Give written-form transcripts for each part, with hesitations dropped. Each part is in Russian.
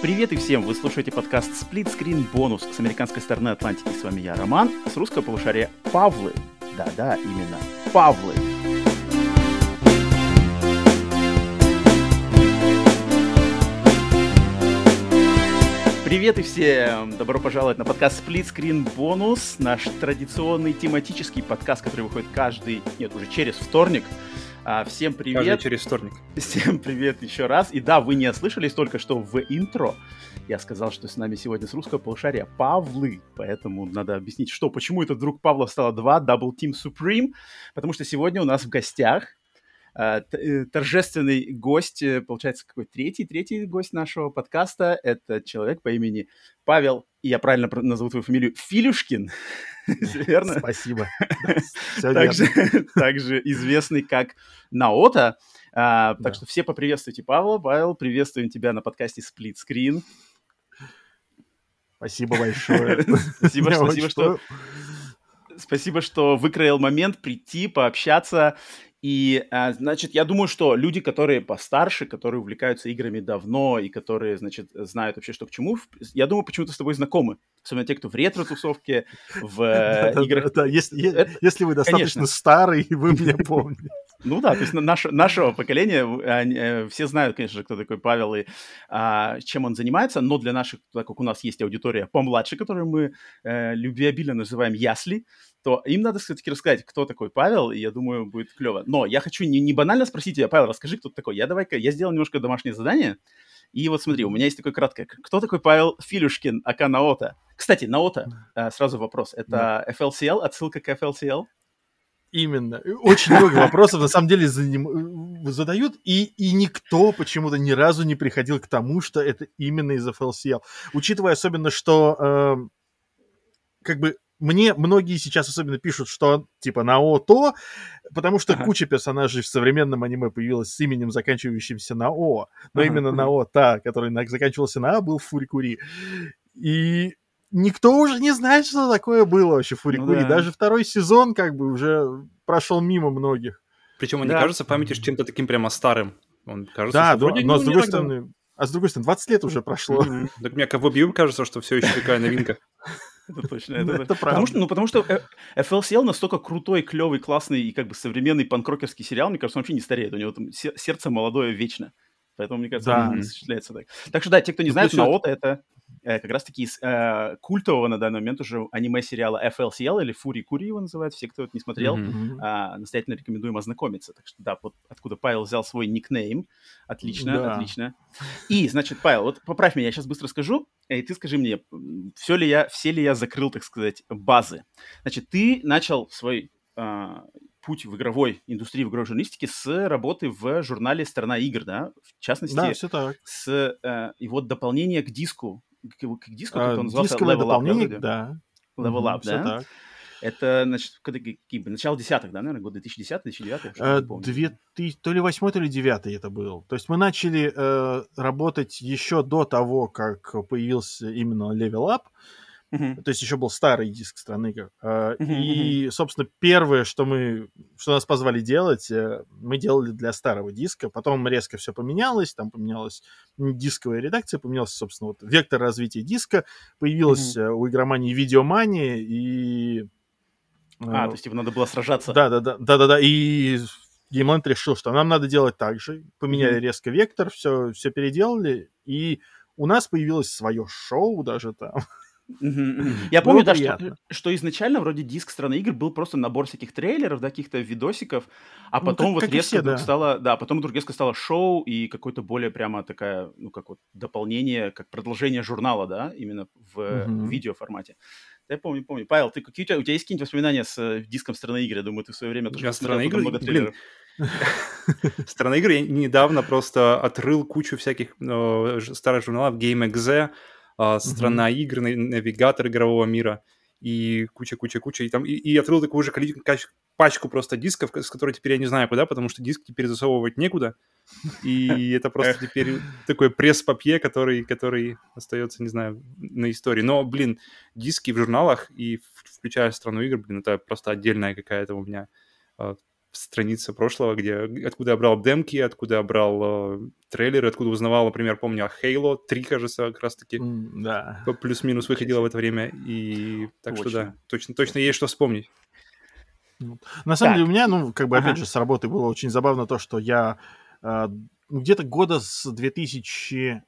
Привет и всем! Вы слушаете подкаст Split Screen Bonus с американской стороны Атлантики. С вами я, Роман, с русского полушария Павлы. Да-да, именно Павлы. Привет и всем! Добро пожаловать на подкаст Split Screen Bonus, наш традиционный тематический подкаст, который выходит уже через вторник. Всем привет. Каждый через вторник. Всем привет еще раз. И да, вы не ослышались только что в интро. Я сказал, что с нами сегодня с русского полушария Павлы. Поэтому надо объяснить, почему это вдруг Павлов стало 2, Double Team Supreme. Потому что сегодня у нас в гостях торжественный гость, получается, какой третий гость нашего подкаста. Это человек по имени Павел, и я правильно назову твою фамилию, Филюшкин. Верно? Спасибо. Также известный как Наота. Так что все поприветствуйте Павла. Павел, приветствуем тебя на подкасте Split Screen. Спасибо большое. Спасибо, что выкроил момент прийти, пообщаться. И, значит, я думаю, что люди, которые постарше, которые увлекаются играми давно и которые, значит, знают вообще, что к чему, я думаю, почему-то с тобой знакомы. Особенно те, кто в ретро-тусовке, в играх. Да, если вы достаточно старый, вы меня помните. Ну да, то есть нашего поколения все знают, конечно же, кто такой Павел и чем он занимается, но для наших, так как у нас есть аудитория помладше, которую мы любвеобильно называем ясли, то им надо все-таки рассказать, кто такой Павел, и я думаю, будет клево. Но я хочу не банально спросить тебя, Павел, расскажи, кто ты такой. Я сделал немножко домашнее задание, и вот смотри, у меня есть такое краткое. Кто такой Павел Филюшкин, ака Наота? Кстати, Наота, сразу вопрос. Это FLCL, отсылка к FLCL? Именно. Очень много вопросов на самом деле задают, и никто почему-то ни разу не приходил к тому, что это именно из FLCL. Учитывая особенно, что мне многие сейчас особенно пишут, что типа Наото, потому что куча персонажей в современном аниме появилась с именем, заканчивающимся на О, но именно Наота, который заканчивался на А, был Фурикури. И никто уже не знает, что такое было вообще Фурикури. Даже второй сезон уже прошел мимо многих. Причем он не кажется в памяти чем-то таким прямо старым. Он кажется, что вроде но с другой стороны... А с другой стороны, 20 лет уже прошло. Так мне как в Объем кажется, что все еще такая новинка. Это точно. Это правда. Потому что FLCL настолько крутой, клевый, классный и как бы современный панк-рокерский сериал, мне кажется, он вообще не стареет. У него там сердце молодое вечно. Поэтому, мне кажется, он осуществляется так. Так что, да, те, кто не знает, Наота — это как раз-таки из культового на данный момент уже аниме-сериала FLCL, или Фури-Кури его называют. Все, кто это не смотрел, настоятельно рекомендуем ознакомиться. Так что, да, вот откуда Павел взял свой никнейм. Отлично, отлично. И, значит, Павел, вот поправь меня, я сейчас быстро скажу, и ты скажи мне, все ли я закрыл, так сказать, базы. Значит, ты начал свой путь в игровой индустрии, в игровой журналистике с работы в журнале «Страна игр», да? В частности, да, все так. с его дополнения к диску. К диску, как он назывался? Дисковое Level дополнение, Up, да. Level Up, да? Так. Это, значит, начало десятых, да, наверное, год 2010-2009? То ли 8-й, то ли 9-й это был. То есть мы начали работать еще до того, как появился именно Level Up. То есть еще был старый диск «Страны игр». И, собственно, первое, что нас позвали делать, мы делали для старого диска. Потом резко все поменялось. Там поменялась дисковая редакция, поменялся, собственно, вот вектор развития диска. Появилась у игромании видеомания, и... то есть его надо было сражаться. Да. И Геймленд решил, что нам надо делать так же. Поменяли резко вектор, все переделали. И у нас появилось свое шоу даже там. Я помню, да, что изначально вроде диск «Страны игр» был просто набор всяких трейлеров, да, каких-то видосиков, а потом вот резко вдруг стало, потом вдруг резко стало шоу и какое-то более прямо такая, как вот дополнение, как продолжение журнала, да, именно в видеоформате. Я помню. Павел, у тебя есть какие-нибудь воспоминания с диском «Страны игр»? Я думаю, ты в свое время тоже смотрел много трейлеров. «Страна игр» я недавно просто отрыл кучу всяких старых журналов, Game.exe, «Страна игр», навигатор игрового мира и куча. И отрыл такую же пачку просто дисков, с которой теперь я не знаю куда, потому что диск теперь засовывать некуда. И это просто теперь такой пресс-папье, который остается, не знаю, на истории. Но, диски в журналах и включая «Страну игр», это просто отдельная какая-то у меня страница прошлого, откуда я брал демки, откуда я брал трейлеры, откуда узнавал, например, помню, о Halo 3, кажется, как раз-таки. Да. Плюс-минус выходило в это время. И так что да, точно есть что вспомнить. На самом деле у меня, опять же, с работы было очень забавно то, что я где-то года с 2004-2005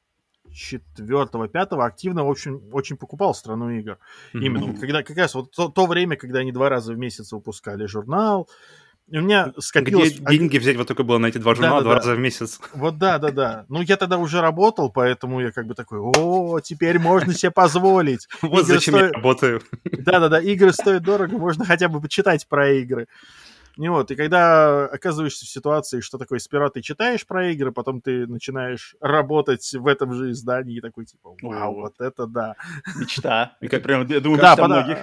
активно очень покупал «Страну игр». Именно когда как раз вот то время, когда они 2 раза в месяц выпускали журнал. И у меня скопилось... Где деньги взять вот только было на эти 2 журнала 2 раза в месяц? Вот да. Ну, я тогда уже работал, поэтому я как бы такой, теперь можно себе позволить. Вот зачем я работаю. Да, игры стоят дорого, можно хотя бы почитать про игры. И когда оказываешься в ситуации, что такое, сперва ты читаешь про игры, потом ты начинаешь работать в этом же издании, и такой типа, вау, вот это да. Мечта. Я думаю, как для многих.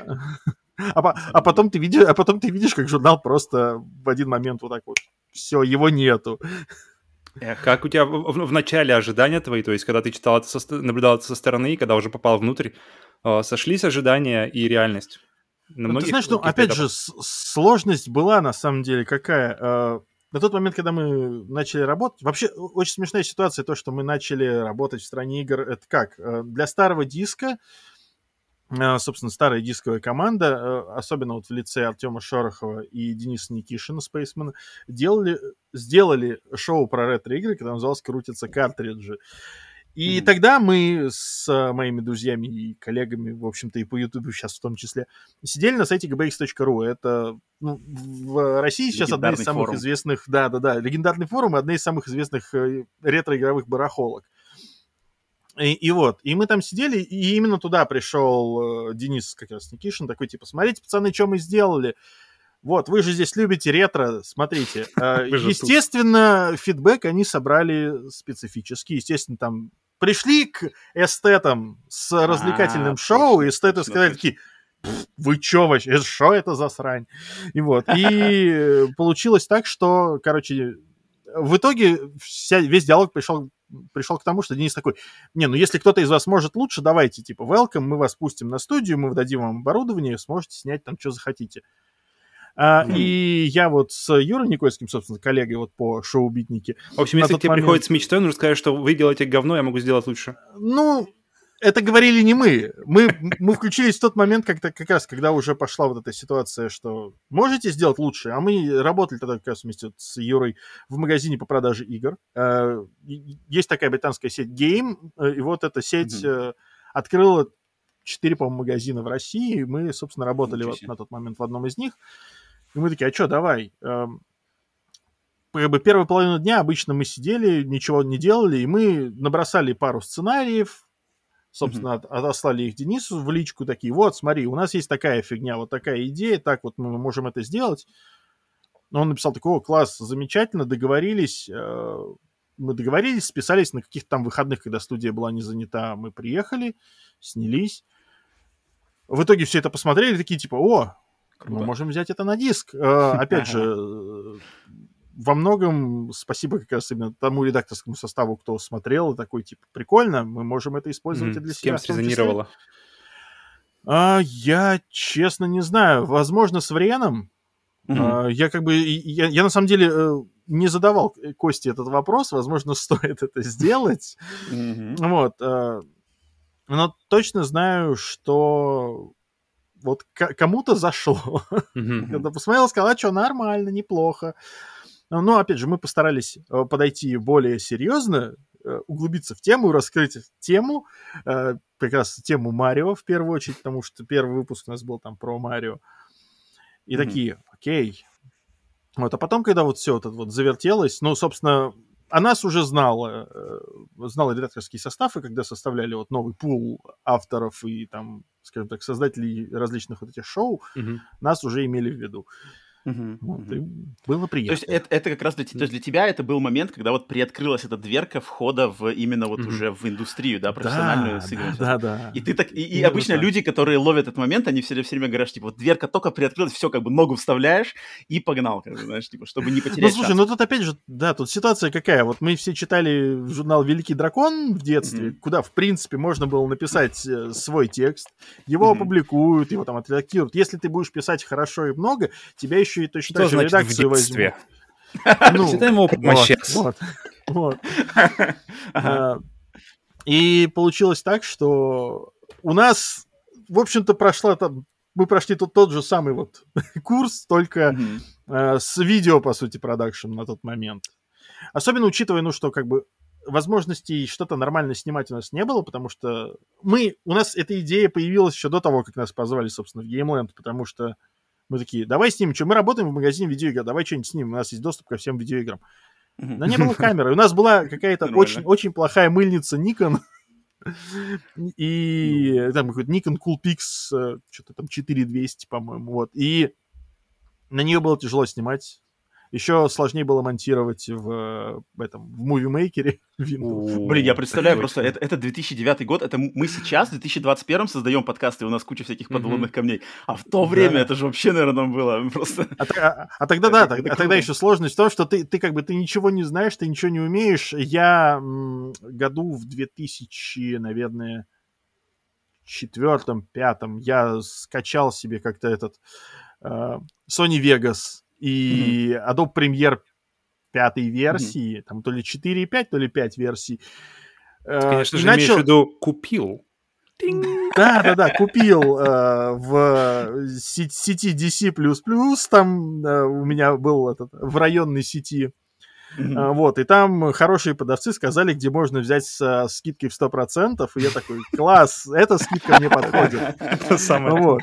А потом ты видишь, как журнал просто в один момент вот так вот, все, его нету. Как у тебя в начале ожидания твои, то есть когда ты читал это, наблюдал это со стороны, когда уже попал внутрь, сошлись ожидания и реальность? Ты знаешь, опять же, сложность была на самом деле какая? На тот момент, когда мы начали работать... Вообще, очень смешная ситуация, то, что мы начали работать в «Стране игр», это как? Для старого диска, собственно, старая дисковая команда, особенно вот в лице Артема Шорохова и Дениса Никишина, Спейсмана, сделали шоу про ретро-игры, которое называлось «Крутятся картриджи». И тогда мы с моими друзьями и коллегами, в общем-то, и по Ютубу сейчас в том числе, сидели на сайте gbx.ru. Это в России сейчас одна из самых известных... Да, легендарный форум и одна из самых известных ретро-игровых барахолок. И мы там сидели, и именно туда пришел Денис как раз Никишин, такой типа, смотрите, пацаны, что мы сделали. Вот, вы же здесь любите ретро, смотрите. Естественно, фидбэк они собрали специфический. Естественно, там пришли к эстетам с развлекательным шоу, и эстеты сказали такие, вы чё вообще, что это за срань? И получилось так, что, в итоге весь диалог пришел к тому, что Денис такой, если кто-то из вас может лучше, давайте, типа, welcome, мы вас пустим на студию, мы дадим вам оборудование, сможете снять там, что захотите. И я вот с Юрой Никольским, собственно, коллегой вот по шоу-битнике. В общем, если к тебе приходит с мечтой, нужно сказать, что вы делаете говно, я могу сделать лучше. Это говорили не мы. Мы включились в тот момент, как раз, когда уже пошла вот эта ситуация, что можете сделать лучше. А мы работали тогда как раз вместе с Юрой в магазине по продаже игр. Есть такая британская сеть Game, и вот эта сеть открыла 4, по-моему, магазина в России. Мы, собственно, работали вот на тот момент в одном из них. И мы такие, а что, давай. Первую половину дня обычно мы сидели, ничего не делали, и мы набросали пару сценариев, собственно, отослали их Денису в личку, такие, вот, смотри, у нас есть такая фигня, вот такая идея, так вот мы можем это сделать. Он написал такой, класс, замечательно, договорились. Мы договорились, списались на каких-то там выходных, когда студия была не занята, мы приехали, снялись. В итоге все это посмотрели, такие типа, мы можем взять это на диск. Опять же, во многом спасибо как раз именно тому редакторскому составу, кто смотрел, такой типа, прикольно, мы можем это использовать и для себя. С кем срезонировало? Я честно не знаю. Возможно, с Вреном. Я на самом деле не задавал Косте этот вопрос, возможно, стоит это сделать. Но точно знаю, что вот кому-то зашло. Когда посмотрел, сказал, что нормально, неплохо. Но, опять же, мы постарались подойти более серьезно, углубиться в тему, раскрыть тему, как раз тему Марио в первую очередь, потому что первый выпуск у нас был там про Марио. И такие, окей. А потом, когда вот все это вот завертелось, собственно, о нас уже знал редакторский состав, и когда составляли вот новый пул авторов и там, скажем так, создателей различных вот этих шоу, нас уже имели в виду. И было приятно. То есть это как раз для тебя это был момент, когда вот приоткрылась эта дверка входа в именно вот уже в индустрию, да, профессиональную с играми. Да. И ты так и обычно люди, которые ловят этот момент, они все время говорят, типа, вот дверка только приоткрылась, все, как бы ногу вставляешь и погнал, как бы, знаешь, типа, чтобы не потерять шанс. Слушай, тут опять же, да, тут ситуация какая. Вот мы все читали журнал «Великий дракон» в детстве, куда, в принципе, можно было написать свой текст, его опубликуют, его там отредактируют. Если ты будешь писать хорошо и много, тебя еще еще и точно так же в редакцию возьмут. Читаем его подмощец. Вот. И получилось так, что у нас, в общем-то, мы прошли тот же самый вот курс, только с видео, по сути, продакшн на тот момент. Особенно учитывая, что как бы возможностей что-то нормально снимать у нас не было, потому что у нас эта идея появилась еще до того, как нас позвали, собственно, в Gameland, потому что мы такие, давай снимем, что мы работаем в магазине видеоигр, давай что-нибудь снимем, у нас есть доступ ко всем видеоиграм. Но не было камеры, у нас была какая-то очень плохая мыльница Nikon, и там какой-то Nikon Coolpix, что-то там 4200, по-моему, вот, и на нее было тяжело снимать. Еще сложнее было монтировать в Movie Maker. Блин, я представляю, просто это 2009 год, это мы сейчас, в 2021 создаем подкасты, и у нас куча всяких подводных камней, а в то время это же вообще, наверное, было просто... Тогда еще сложность в том, что ты как бы ты ничего не знаешь, ты ничего не умеешь. Я году в 2000, наверное, 4-5 я скачал себе как-то этот Sony Vegas и Adobe Premiere 5 версии, там то ли 4.5, то ли 5 версий. Ты, конечно же, имеешь в виду купил. Да, купил в сети DC++, там у меня был в районной сети. Вот, и там хорошие продавцы сказали, где можно взять со скидкой в 100%, и я такой, класс, эта скидка мне подходит. Это самое. Вот.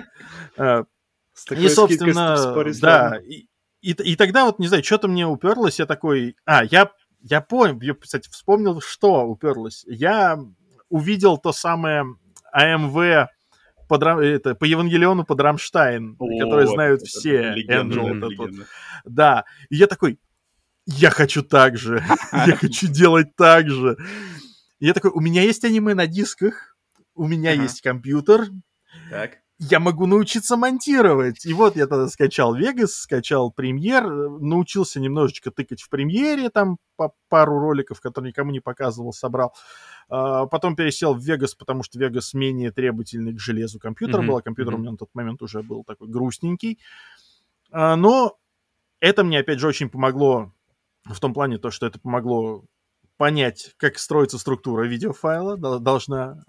И, собственно, да, и тогда вот, не знаю, что-то мне уперлось, я такой, я понял, я, кстати, вспомнил, что уперлось. Я увидел то самое АМВ по Евангелиону под Рамштайн, которые знают все. Легенда. Да, и я такой, я хочу так же, я хочу делать так же. И я такой, у меня есть аниме на дисках, у меня есть компьютер. Так. Я могу научиться монтировать. И вот я тогда скачал Vegas, скачал Premiere, научился немножечко тыкать в Premiere, там по пару роликов, которые никому не показывал, собрал. Потом пересел в Vegas, потому что Vegas менее требовательный к железу компьютера был, а компьютер у меня на тот момент уже был такой грустненький. Но это мне, опять же, очень помогло в том плане, то, что это помогло понять, как строится структура видеофайла, должна,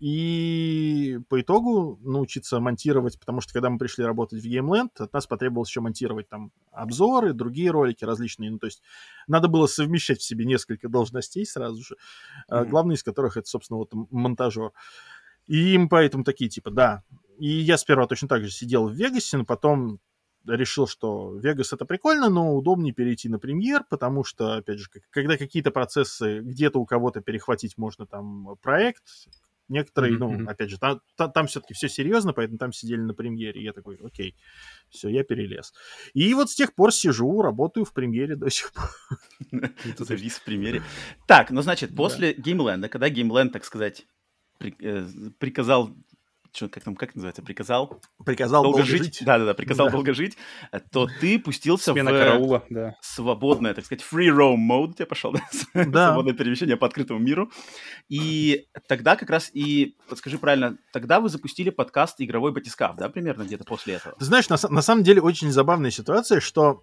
и по итогу научиться монтировать, потому что когда мы пришли работать в Gameland, от нас потребовалось еще монтировать там обзоры, другие ролики различные, ну, то есть надо было совмещать в себе несколько должностей сразу же, главный из которых это, собственно, вот монтажер. И мы поэтому такие, типа, да. И я сперва точно так же сидел в Вегасе, но потом решил, что Vegas это прикольно, но удобнее перейти на Premiere, потому что, опять же, когда какие-то процессы где-то у кого-то перехватить можно там проект, некоторые, опять же, там все-таки все серьезно, поэтому там сидели на Premiere, и я такой, окей, все, я перелез. И вот с тех пор сижу, работаю в Premiere до сих пор. Завис в Premiere. Так, ну, значит, после Gameland, когда Gameland, так сказать, приказал... Как называется? Приказал долго жить. Да, приказал долго жить, то ты пустился смена караула, да. Свободное, так сказать, free roam mode, у тебя пошел, да? Свободное перемещение по открытому миру. И тогда как раз подскажи правильно, тогда вы запустили подкаст «Игровой батискаф», да, примерно где-то после этого? Ты знаешь, на самом деле очень забавная ситуация, что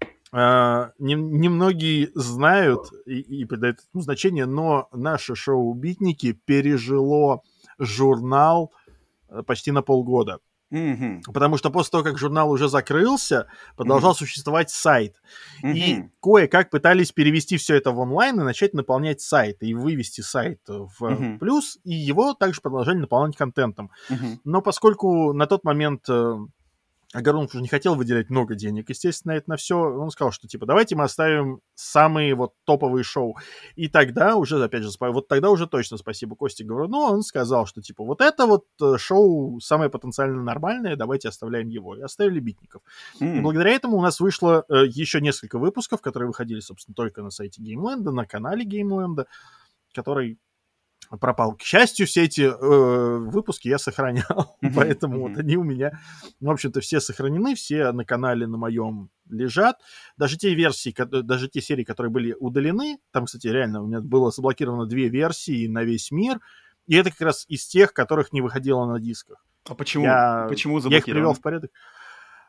немногие знают и придают этому значение, но наше шоу «Битники» пережило журнал почти на полгода. Потому что после того, как журнал уже закрылся, продолжал существовать сайт. И кое-как пытались перевести все это в онлайн и начать наполнять сайт, и вывести сайт в плюс, и его также продолжали наполнять контентом. Но поскольку на тот момент Агаронов уже не хотел выделять много денег, естественно, это на все. Он сказал, что типа давайте мы оставим самые вот топовые шоу. И тогда уже, опять же, вот тогда уже точно спасибо Косте Говоруну, он сказал, что типа вот это вот шоу самое потенциально нормальное, давайте оставляем его. И оставили Битников. И благодаря этому у нас вышло еще несколько выпусков, которые выходили, собственно, только на сайте Геймленда, на канале Геймленда, который пропал. К счастью, все эти выпуски я сохранял, поэтому вот они у меня, в общем-то, все сохранены, все на канале на моем лежат. Даже те серии, которые были удалены, там, кстати, реально у меня было заблокировано 2 версии на весь мир, и это как раз из тех, которых не выходило на дисках. А почему? Почему заблокировано? Я их привел в порядок.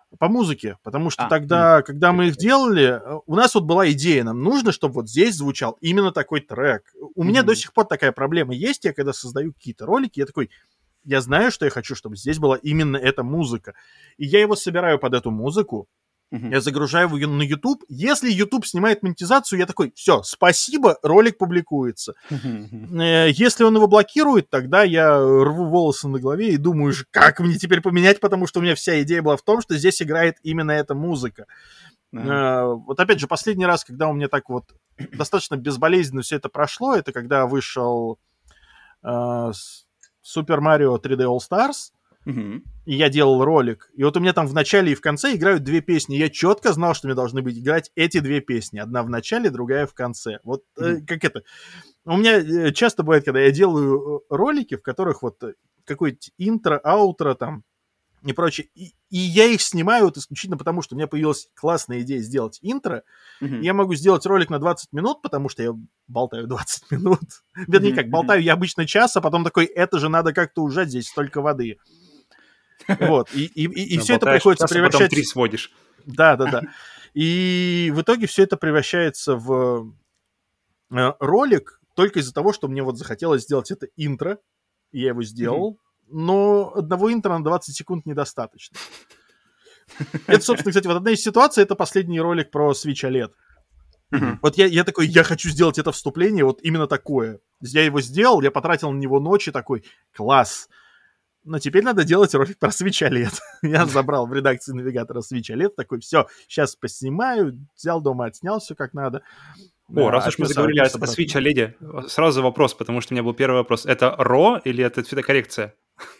По музыке, потому что тогда, когда мы их делали, у нас вот была идея, нам нужно, чтобы вот здесь звучал именно такой трек. У меня до сих пор такая проблема есть, я когда создаю какие-то ролики, я такой, я знаю, что я хочу, чтобы здесь была именно эта музыка. И я его собираю под эту музыку, я загружаю его на YouTube. Если YouTube снимает монетизацию, я такой, все, спасибо, ролик публикуется. Если он его блокирует, тогда я рву волосы на голове и думаю, как мне теперь поменять, потому что у меня вся идея была в том, что здесь играет именно эта музыка. Вот опять же, последний раз, когда у меня так вот достаточно безболезненно все это прошло, это когда вышел Super Mario 3D All Stars, и я делал ролик. И вот у меня там в начале и в конце играют две песни. Я четко знал, что мне должны быть играть эти две песни. Одна в начале, другая в конце. Вот как это. У меня часто бывает, когда я делаю ролики, в которых вот какое-то интро, аутро там и прочее. И я их снимаю вот исключительно потому, что у меня появилась классная идея сделать интро. Я могу сделать ролик на 20 минут, потому что я болтаю 20 минут. Вернее, как, болтаю я обычно час, а потом такой, это же надо как-то ужать, здесь столько воды. Вот, и все это приходится превращать... Потом 3 сводишь. Да. И в итоге все это превращается в ролик только из-за того, что мне вот захотелось сделать это интро, и я его сделал, но одного интро на 20 секунд недостаточно. Это, собственно, кстати, вот одна из ситуаций, это последний ролик про Switch OLED. Вот я такой, я хочу сделать это вступление, вот именно такое. Я его сделал, я потратил на него ночи, такой, класс. Но теперь надо делать ролик про Switch OLED. Я забрал в редакции навигатора Switch OLED, такой, все, сейчас поснимаю, взял дома, отснял все как надо. Раз уж мы заговорили о Switch OLED, сразу вопрос, потому что у меня был первый вопрос. Это RAW или это цветокоррекция?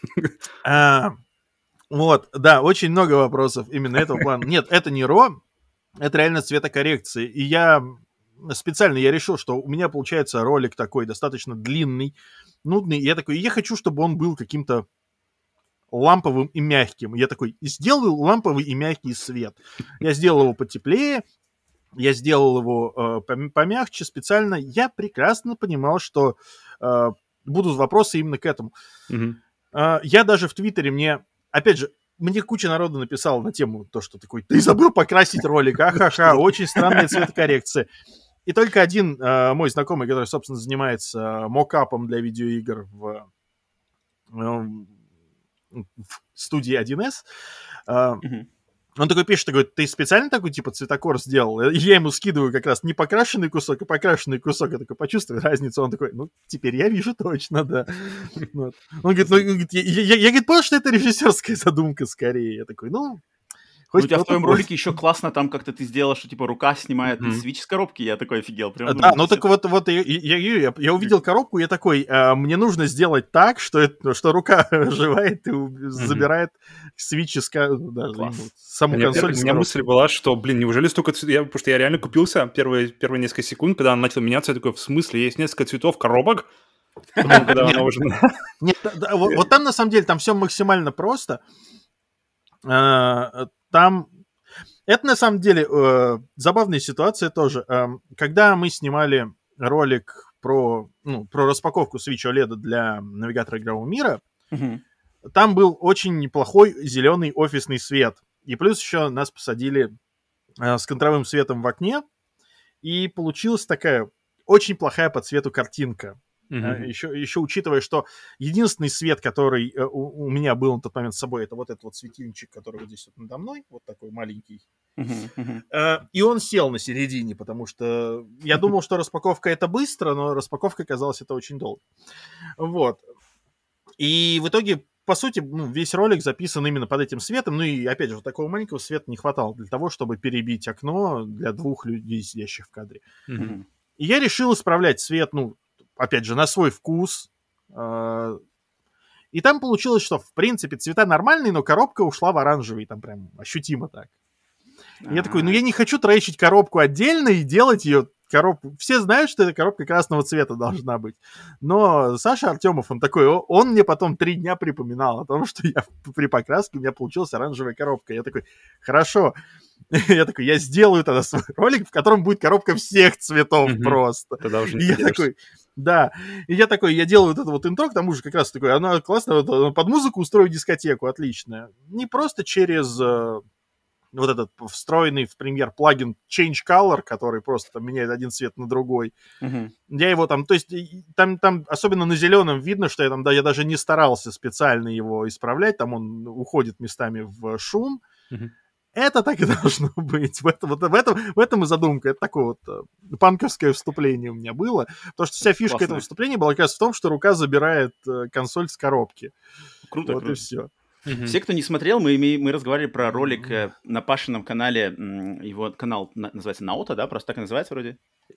Вот, да, очень много вопросов именно этого плана. Нет, это не RAW, это реально цветокоррекция. И я решил, что у меня получается ролик такой достаточно длинный, нудный. И я такой, я хочу, чтобы он был каким-то ламповым и мягким. Я такой, сделаю ламповый и мягкий свет. Я сделал его потеплее, я сделал его помягче специально. Я прекрасно понимал, что будут вопросы именно к этому. Я даже в Твиттере опять же, мне куча народу написала на тему то, что такой, ты забыл покрасить ролик, ахаха, очень странная цветокоррекция. И только один мой знакомый, который, собственно, занимается мокапом для видеоигр в студии 1С, он такой пишет, говорит, ты специально такой, типа, цветокор сделал? И я ему скидываю как раз не покрашенный кусок, а покрашенный кусок. Я такой, почувствуй разницу. Он такой, теперь я вижу точно, да. Вот. Он говорит, я говорит, понял, что это режиссерская задумка скорее. Я такой, у тебя в твоем ролике еще классно там как-то ты сделал, что типа рука снимает Switch с коробки, я такой офигел. Прям, да, так вот я увидел коробку, я такой, мне нужно сделать так, что рука оживает и забирает Switch саму консоль. У меня мысль была, что, неужели столько цветов? Потому что я реально купился первые несколько секунд, когда она начала меняться, я такой, в смысле, есть несколько цветов коробок? Нет, вот там на самом деле, там все максимально просто. Там... Это, на самом деле, забавная ситуация тоже. Когда мы снимали ролик про распаковку Switch OLED для навигатора игрового мира, там был очень неплохой зеленый офисный свет. И плюс еще нас посадили с контровым светом в окне, и получилась такая очень плохая по цвету картинка. Еще учитывая, что единственный свет, который у меня был на тот момент с собой, это вот этот вот светильничек, который вот здесь вот надо мной, вот такой маленький. И он сел на середине, потому что я думал, что распаковка это быстро, но распаковка оказалась это очень долго. Вот. И в итоге, по сути, весь ролик записан именно под этим светом. И, опять же, вот такого маленького света не хватало для того, чтобы перебить окно для 2 людей, сидящих в кадре. И я решил исправлять свет, опять же, на свой вкус. И там получилось, что, в принципе, цвета нормальные, но коробка ушла в оранжевый, там прям ощутимо так. И я такой, я не хочу тречить коробку отдельно и делать ее коробку. Все знают, что эта коробка красного цвета должна быть. Но Саша Артемов, он такой, он мне потом 3 дня припоминал о том, что при покраске у меня получилась оранжевая коробка. Я такой, хорошо. Я такой, я сделаю тогда свой ролик, в котором будет коробка всех цветов просто. И я такой, да. И я такой, я делаю вот это вот интро, к тому же как раз такой, она классная, под музыку устрою дискотеку, отличная. Не просто через вот этот встроенный в Premiere плагин Change Color, который просто там меняет один цвет на другой. Я его там, то есть там особенно на зеленом видно, что я даже не старался специально его исправлять, там он уходит местами в шум. Это так и должно быть. В этом и задумка. Это такое вот панковское вступление у меня было. Потому что вся фишка этого вступления была, кажется, в том, что рука забирает консоль с коробки. Круто, вот круто. И все. Все, кто не смотрел, мы разговаривали про ролик на Пашином канале. Его канал называется Наота, да? Просто так и называется вроде.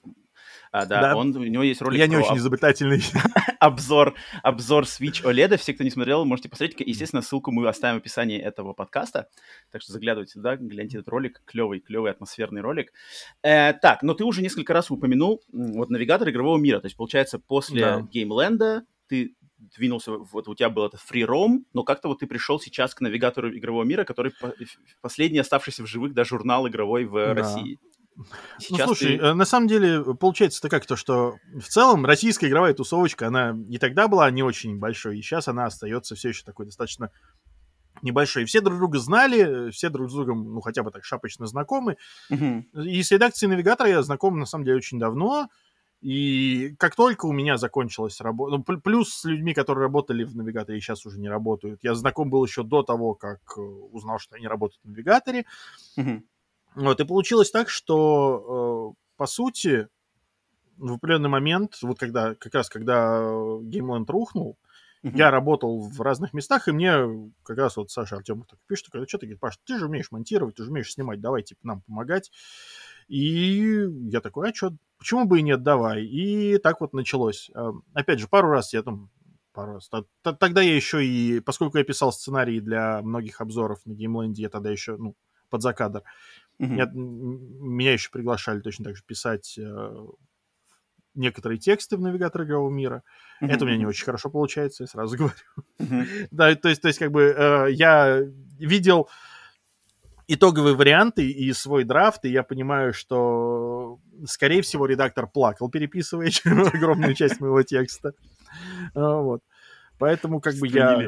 Да. У него есть ролик. Я не очень изобретательный. Обзор Switch OLED. Все, кто не смотрел, можете посмотреть. Естественно, ссылку мы оставим в описании этого подкаста. Так что заглядывайте туда, гляньте этот ролик. Клевый атмосферный ролик. Так, но ты уже несколько раз упомянул вот навигатор игрового мира. То есть, получается, после Геймленда ты двинулся, вот у тебя был этот Free Roam, но как-то вот ты пришел сейчас к навигатору игрового мира, который последний оставшийся в живых, да, журнал игровой в России. Сейчас слушай, на самом деле получается-то как то, что в целом российская игровая тусовочка, она и тогда была не очень большой, и сейчас она остается все еще такой достаточно небольшой. И все друг друга знали, все друг с другом, хотя бы так шапочно знакомы. И с редакцией навигатора я знаком, на самом деле, очень давно. И как только у меня закончилась работа, плюс с людьми, которые работали в навигаторе и сейчас уже не работают, я знаком был еще до того, как узнал, что они работают в навигаторе. Вот, и получилось так, что, по сути, в определенный момент, вот когда Геймленд рухнул, я работал в разных местах, и мне как раз вот Саша Артемов так пишет, что ты говорит, Паш, ты же умеешь монтировать, ты же умеешь снимать, давай, нам помогать. И я такой, почему бы и нет, давай. И так вот началось. Опять же, пару раз. Тогда я еще и, поскольку я писал сценарии для многих обзоров на Геймленде, я тогда еще, под закадр, меня еще приглашали точно так же писать некоторые тексты в навигатор игрового мира. Это у меня не очень хорошо получается, я сразу говорю. Да, то есть как бы я видел итоговые варианты и свой драфт, и я понимаю, что, скорее всего, редактор плакал, переписывая огромную часть моего текста. Вот. Поэтому как бы я...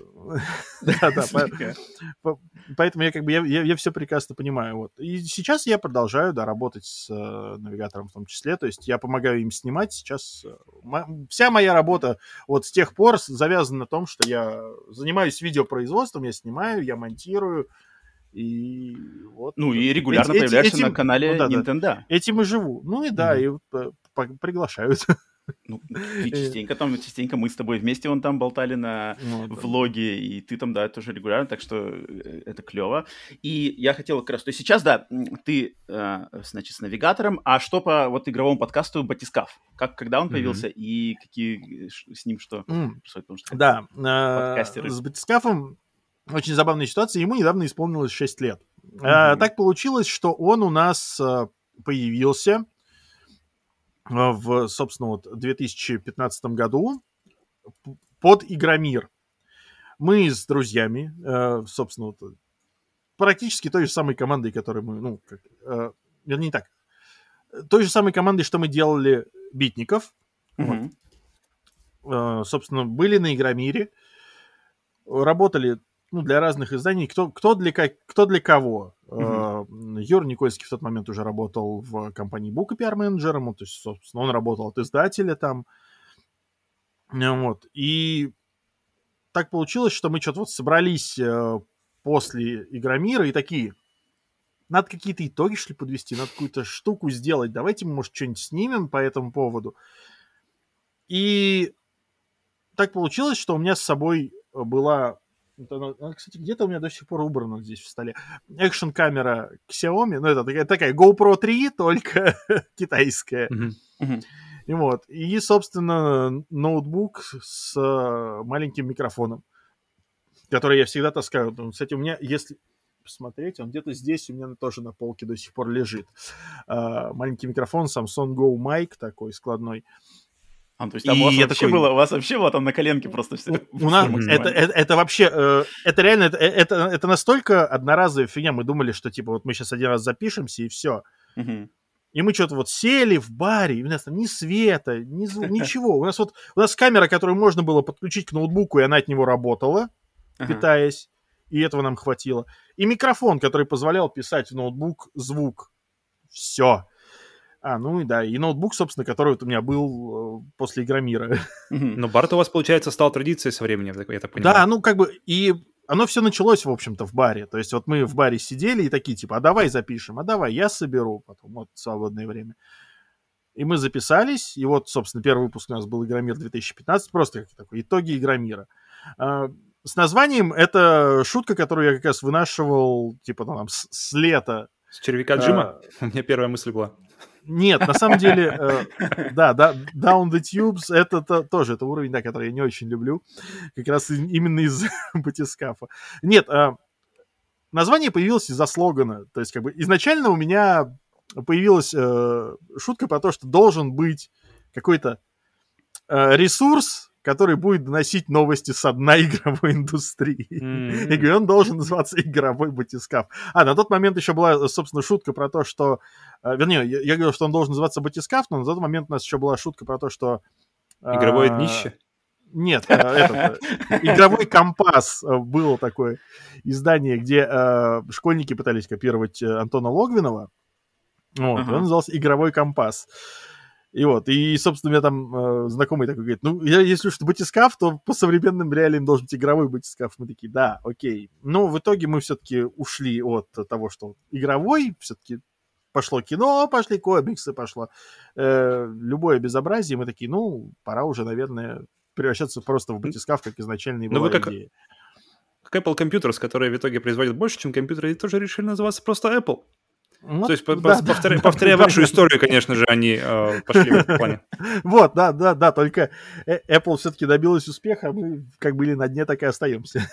Поэтому я все прекрасно понимаю. Вот. И сейчас я продолжаю, работать с навигатором в том числе. То есть я помогаю им снимать. Сейчас вся моя работа вот с тех пор завязана на том, что я занимаюсь видеопроизводством, я снимаю, я монтирую. И вот. И регулярно появляешься на канале Nintendo. Этим и живу. И приглашают. Частенько мы с тобой вместе там болтали на влоге, и ты там, тоже регулярно, так что это клево. И я хотел как раз, то есть сейчас, ты, значит, с навигатором, а что по вот игровому подкасту «Батискаф»? Когда он появился и какие с ним что происходит? Потому что подкастеры... с «Батискафом» очень забавная ситуация, ему недавно исполнилось 6 лет. Так получилось, что он у нас появился в, собственно, 2015 году под Игромир. Мы с друзьями, собственно, практически той же самой командой, которой мы, вернее так, той же самой командой, что мы делали Битников. Собственно, были на Игромире, работали для разных изданий, кто для кого. Юр Никольский в тот момент уже работал в компании Бука PR-менеджером, то есть, собственно, он работал от издателя там. Вот. И так получилось, что мы что-то собрались после Игромира и такие, надо какие-то итоги, что ли, подвести, надо какую-то штуку сделать, давайте мы, может, что-нибудь снимем по этому поводу. И так получилось, что у меня с собой была... Она, кстати, где-то у меня до сих пор убрана здесь в столе. Экшн-камера Xiaomi. Это такая GoPro 3, только китайская. И вот. И, собственно, ноутбук с маленьким микрофоном, который я всегда таскаю. Кстати, у меня, если посмотреть, он где-то здесь у меня тоже на полке до сих пор лежит. Маленький микрофон Samsung Go Mic такой складной. То есть там у вас вообще было там на коленке просто все. У нас это вообще, это реально, это настолько одноразовая фигня. Мы думали, что типа вот мы сейчас один раз запишемся и все. И мы что-то сели в баре, и у нас там ни света, ни звука, ничего. У нас камера, которую можно было подключить к ноутбуку, и она от него работала, питаясь. и этого нам хватило. И микрофон, который позволял писать в ноутбук звук. Все. Ну и да, и ноутбук, собственно, который вот у меня был после Игромира. Но бар у вас, получается, стал традицией со временем, я так понимаю. Да, ну как бы, и оно все началось, в общем-то, в баре. То есть вот мы в баре сидели и такие, типа, а давай запишем, а давай я соберу потом, вот, в свободное время. И мы записались, и вот, собственно, первый выпуск у нас был «Игромир 2015», просто как такой итоги Игромира. С названием это шутка, которую я как раз вынашивал, типа, там, с лета. С червяка Джима? У меня первая мысль была. Нет, на самом деле, да, Down the Tubes, это тоже это уровень, да, который я не очень люблю, как раз именно из батискафа. Нет, название появилось из-за слогана, то есть как бы изначально у меня появилась шутка про то, что должен быть какой-то ресурс, который будет доносить новости со дна игровой индустрии. Mm-hmm. И говорю, он должен называться игровой батискаф. На тот момент еще была, собственно, шутка про то, что... Вернее, я говорил, что он должен называться батискаф, но на тот момент у нас еще была шутка про то, что... Игровое днище? Нет, игровой компас. Было такое издание, где школьники пытались копировать Антона Логвинова. Вот, он назывался «Игровой компас». И вот, и, собственно, у меня там знакомый такой говорит, ну, если уж батискаф, то по современным реалиям должен быть игровой батискаф. Мы такие, да, окей. Но в итоге мы все-таки ушли от того, что игровой, все-таки пошло кино, пошли комиксы, пошло любое безобразие. Мы такие, ну, пора уже, наверное, превращаться просто в батискаф, как изначально и была идея. Как Apple Computers, которые в итоге производят больше, чем компьютеры, и тоже решили называться просто Apple. Вот, то есть, повторяя вашу историю, конечно же, они пошли в этом плане. Вот, да, только Apple все-таки добилась успеха, а мы как были на дне, так и остаемся.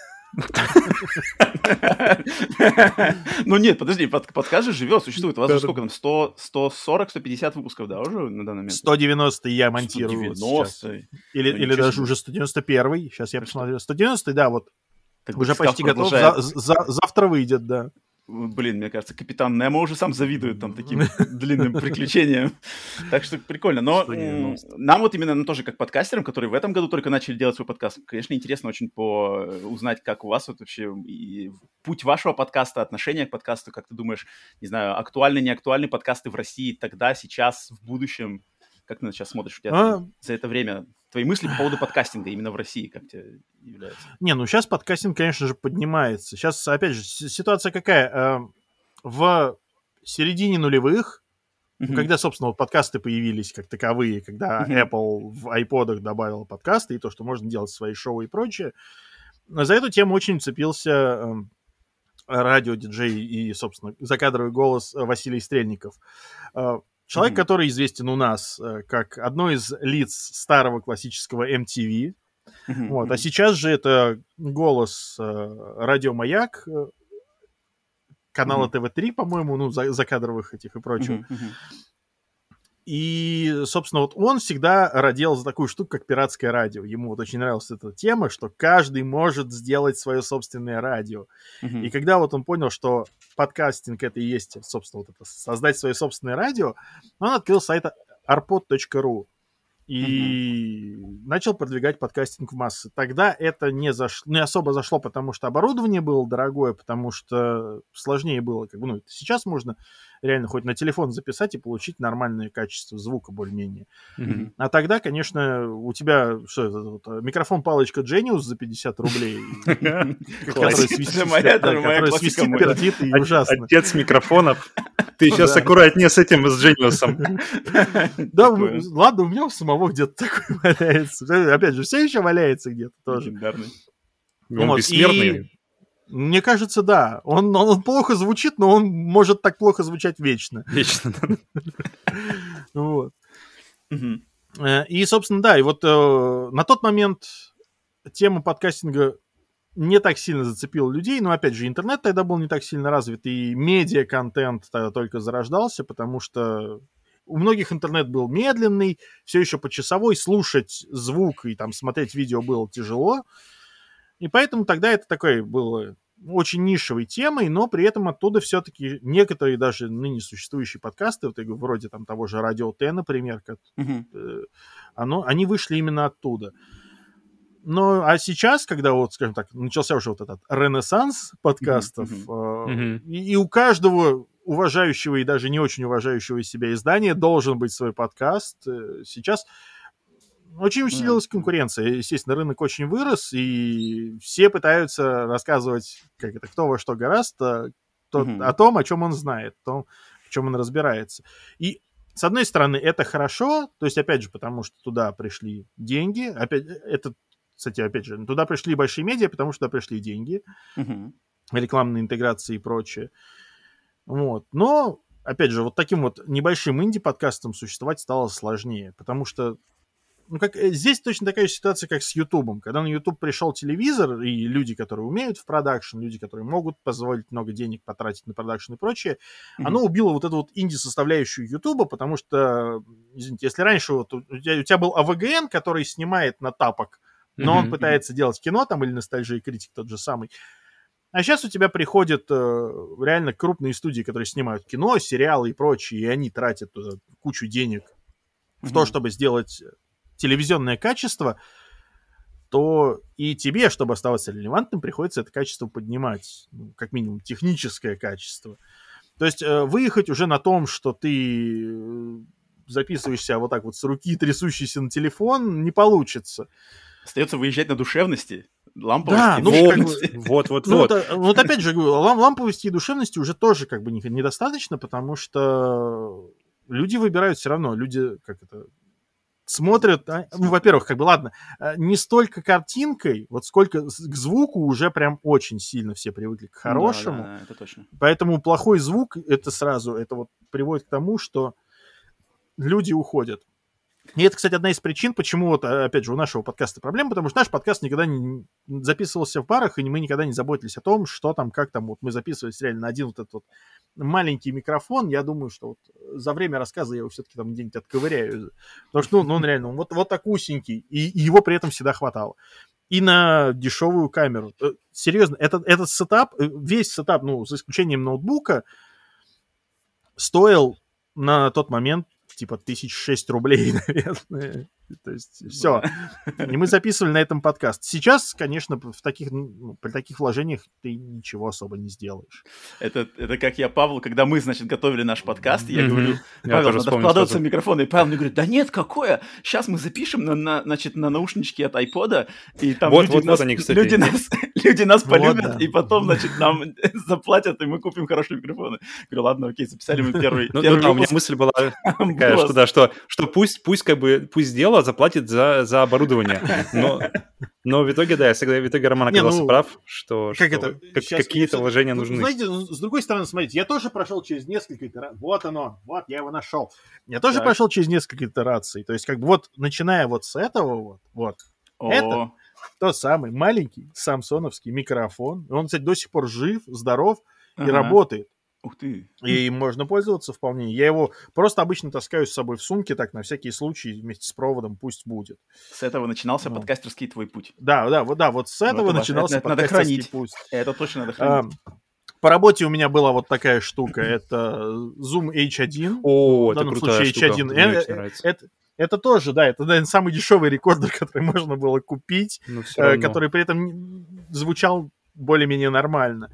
Ну нет, подожди, подкаст же живет, существует. У вас же сколько там, 140, 150 выпусков, да, уже на данный момент? 190 я монтирую сейчас. Или даже уже 191, сейчас я посмотрю. 190, да, вот. Уже почти готов, завтра выйдет, да. Блин, мне кажется, Капитан Немо уже сам завидует там таким длинным приключениям. Так что прикольно. Но нам вот именно тоже как подкастерам, которые в этом году только начали делать свой подкаст, конечно, интересно очень узнать, как у вас вот вообще путь вашего подкаста, отношение к подкасту, как ты думаешь, не знаю, актуальны, не актуальны подкасты в России тогда, сейчас, в будущем? Как ты сейчас смотришь? У тебя за это время твои мысли по поводу подкастинга именно в России как тебе являются? Не, ну сейчас подкастинг, конечно же, поднимается. Сейчас, опять же, ситуация какая? В середине нулевых, когда, собственно, вот подкасты появились как таковые, когда Apple в iPod'ах добавил подкасты и то, что можно делать свои шоу и прочее, за эту тему очень цепился радиодиджей и, собственно, закадровый голос Василий Стрельников. Человек, который известен у нас как одно из лиц старого классического MTV. Вот. А сейчас же это голос Радио Маяк, канала ТВ-3, по-моему, ну, закадровых этих и прочего. И, собственно, вот он всегда родил за такую штуку, как пиратское радио. Ему вот очень нравилась эта тема, что каждый может сделать свое собственное радио. И когда вот он понял, что подкастинг это и есть, собственно, вот это создать свое собственное радио, он открыл сайт arpod.ru и начал продвигать подкастинг в массы. Тогда это не особо зашло, потому что оборудование было дорогое, потому что сложнее было. Как бы, ну, сейчас можно реально хоть на телефон записать и получить нормальное качество звука более-менее. А тогда, конечно, у тебя что это, вот, микрофон-палочка Genius за 50 рублей, который свистит, пердит и ужасно. Отец микрофонов. Ты сейчас аккуратнее с этим, с Genius'ом. Да, ладно, у меня у самого где-то такой валяется. Опять же, все еще валяется где-то тоже. Он бессмертный. Мне кажется, да. Он плохо звучит, но он может так плохо звучать вечно. Вечно, да. Вот. И, собственно, да, и вот на тот момент тема подкастинга не так сильно зацепила людей, но, опять же, интернет тогда был не так сильно развит, и медиа-контент тогда только зарождался, потому что у многих интернет был медленный, все еще почасовой, слушать звук и там смотреть видео было тяжело. И поэтому тогда это такое было очень нишевой темой, но при этом оттуда все-таки некоторые даже ныне существующие подкасты, вот, вроде там того же Радио Т, например, они вышли именно оттуда. Ну, а сейчас, когда вот, скажем так, начался уже вот этот ренессанс подкастов, и у каждого уважающего и даже не очень уважающего себя издания должен быть свой подкаст. Сейчас очень усилилась конкуренция. Естественно, рынок очень вырос, и все пытаются рассказывать, как это, кто во что гораст, о том, о чем он знает, о том, в чем он разбирается. И с одной стороны, это хорошо, то есть, опять же, потому что туда пришли деньги. Опять, это, кстати, опять же, туда пришли большие медиа, потому что туда пришли деньги, рекламные интеграции и прочее. Вот. Но, опять же, вот таким вот небольшим инди-подкастом существовать стало сложнее, потому что ну, как, здесь точно такая же ситуация, как с Ютубом. Когда на Ютуб пришел телевизор, и люди, которые умеют в продакшн, люди, которые могут позволить много денег потратить на продакшн и прочее, оно убило вот эту вот инди-составляющую Ютуба, потому что, извините, если раньше вот у тебя был АВГН, который снимает на тапок, но он пытается делать кино там, или ностальжи и критик тот же самый, а сейчас у тебя приходят реально крупные студии, которые снимают кино, сериалы и прочее, и они тратят туда кучу денег в то, чтобы сделать телевизионное качество, то и тебе, чтобы оставаться релевантным, приходится это качество поднимать. Ну, как минимум, техническое качество. То есть выехать уже на том, что ты записываешься вот так вот с руки, трясущийся на телефон, не получится. Остается выезжать на душевности. Ламповости. Да, вот. Вот опять же, ламповости и душевности уже тоже как бы недостаточно, потому что люди выбирают все равно. Люди, как это, смотрят, ну, во-первых, как бы, ладно, не столько картинкой, вот сколько к звуку уже прям очень сильно все привыкли к хорошему. Да, это точно. Поэтому плохой звук, это сразу, это вот приводит к тому, что люди уходят. И это, кстати, одна из причин, почему, вот, опять же, у нашего подкаста проблема, потому что наш подкаст никогда не записывался в барах, и мы никогда не заботились о том, что там, как там, вот мы записывались реально на один вот этот вот маленький микрофон. Я думаю, что вот за время рассказа я его все-таки там где-нибудь отковыряю, потому что, ну он реально, вот так узенький, и его при этом всегда хватало. И на дешевую камеру. Серьезно, этот сетап, весь сетап, ну, за исключением ноутбука, стоил на тот момент типа 1006 рублей, наверное. То есть все. И мы записывали на этом подкаст. Сейчас, конечно, при таких вложениях ты ничего особо не сделаешь. Это как я Павлу, когда мы, значит, готовили наш подкаст, я говорю, Павел, надо вкладываться в микрофон. И Павел мне говорит, да нет, какое? Сейчас мы запишем на наушнички от айпода, и там люди нас полюбят, и потом, значит, нам заплатят, и мы купим хорошие микрофоны. Говорю, ладно, окей, записали мы первый выпуск. У меня мысль была такая, что пусть дело заплатит за оборудование. Но в итоге, да, в итоге Роман оказался прав, что какие-то вложения нужны. Знаете, с другой стороны, смотрите, я тоже прошел через несколько итераций. Вот оно, вот я его нашел. Я тоже прошел через несколько итераций. То есть, как бы вот, начиная вот с этого вот. Это тот самый маленький самсоновский микрофон. Он, кстати, до сих пор жив, здоров и работает. Ух ты. И им можно пользоваться вполне. Я его просто обычно таскаю с собой в сумке, так, на всякий случай, вместе с проводом, пусть будет. С этого начинался подкастерский твой путь. Да, вот с этого начинался подкастерский путь. Это точно надо хранить. По работе у меня была вот такая штука. Это Zoom H1. О, это крутая штука. H1. Это тоже, да, это, наверное, самый дешевый рекордер, который можно было купить, который при этом звучал более-менее нормально.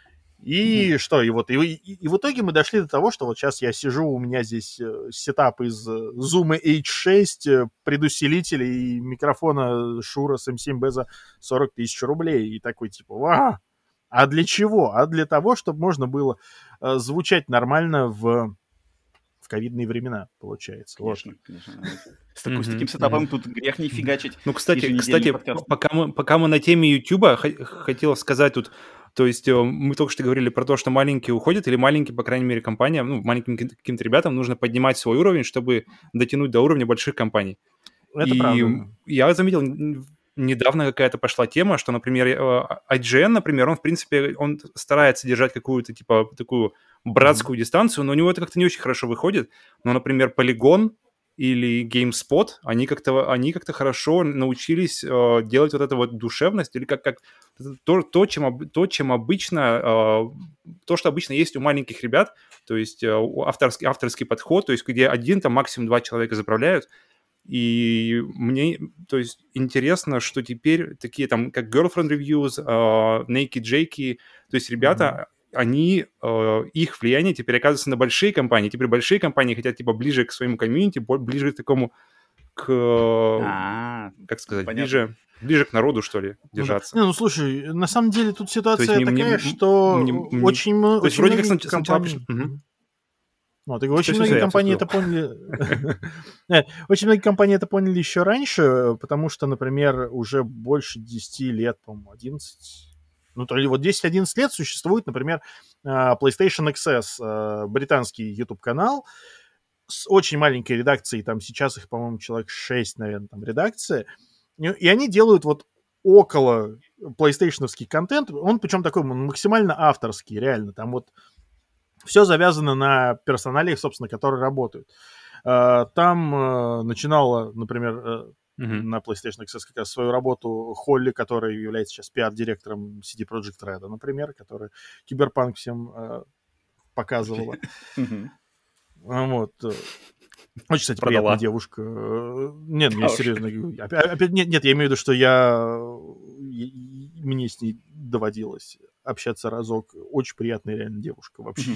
И что, и в итоге мы дошли до того, что вот сейчас я сижу, у меня здесь сетап из Zoom H6, предусилителя и микрофона Shure SM7B за 40 тысяч рублей. И такой типа, а для чего? А для того, чтобы можно было звучать нормально в ковидные времена, получается. Конечно. С таким сетапом тут грех не фигачить. Ну, кстати, пока мы на теме YouTube, хотел сказать тут, то есть мы только что говорили про то, что маленькие уходят, или маленькие, по крайней мере, компаниям, ну, маленьким каким-то ребятам нужно поднимать свой уровень, чтобы дотянуть до уровня больших компаний. Это правда. Я заметил, недавно какая-то пошла тема, что, например, IGN, например, он, в принципе, он старается держать какую-то, типа, такую братскую дистанцию, но у него это как-то не очень хорошо выходит. Но, например, Polygon или GameSpot, они как-то хорошо научились делать вот эту вот душевность, или как то, чем обычно, то, что обычно есть у маленьких ребят, то есть авторский подход, то есть где один, там максимум 2 человека заправляют, И мне, то есть, интересно, что теперь такие там, как Girlfriend Reviews, Naked Jakey, то есть ребята, они, их влияние теперь оказывается на большие компании. Теперь большие компании хотят, типа, ближе к своему комьюнити, ближе к такому, как сказать, ближе к народу, что ли, держаться. Ну, слушай, на самом деле тут ситуация такая, что очень многие компании... Очень многие компании это поняли. Очень многие компании это поняли еще раньше, потому что, например, уже больше 10 лет, по-моему, 11. Ну, то ли вот 10-11 лет существует, например, PlayStation XS, британский YouTube-канал с очень маленькой редакцией. Там сейчас их, по-моему, человек 6, наверное, там редакция. И они делают вот около PlayStation-овский контент. Он причем такой максимально авторский, реально. Там вот все завязано на персоналиях, собственно, которые работают. Там начинала, например, на PlayStation XS как раз свою работу Холли, которая является сейчас пиар-директором CD Projekt Red, например, которая Киберпанк всем показывала. Вот. Очень, кстати, приятная девушка. Нет, мне серьезно. Нет, я имею в виду, что мне с ней доводилось общаться разок. Очень приятная реально девушка вообще.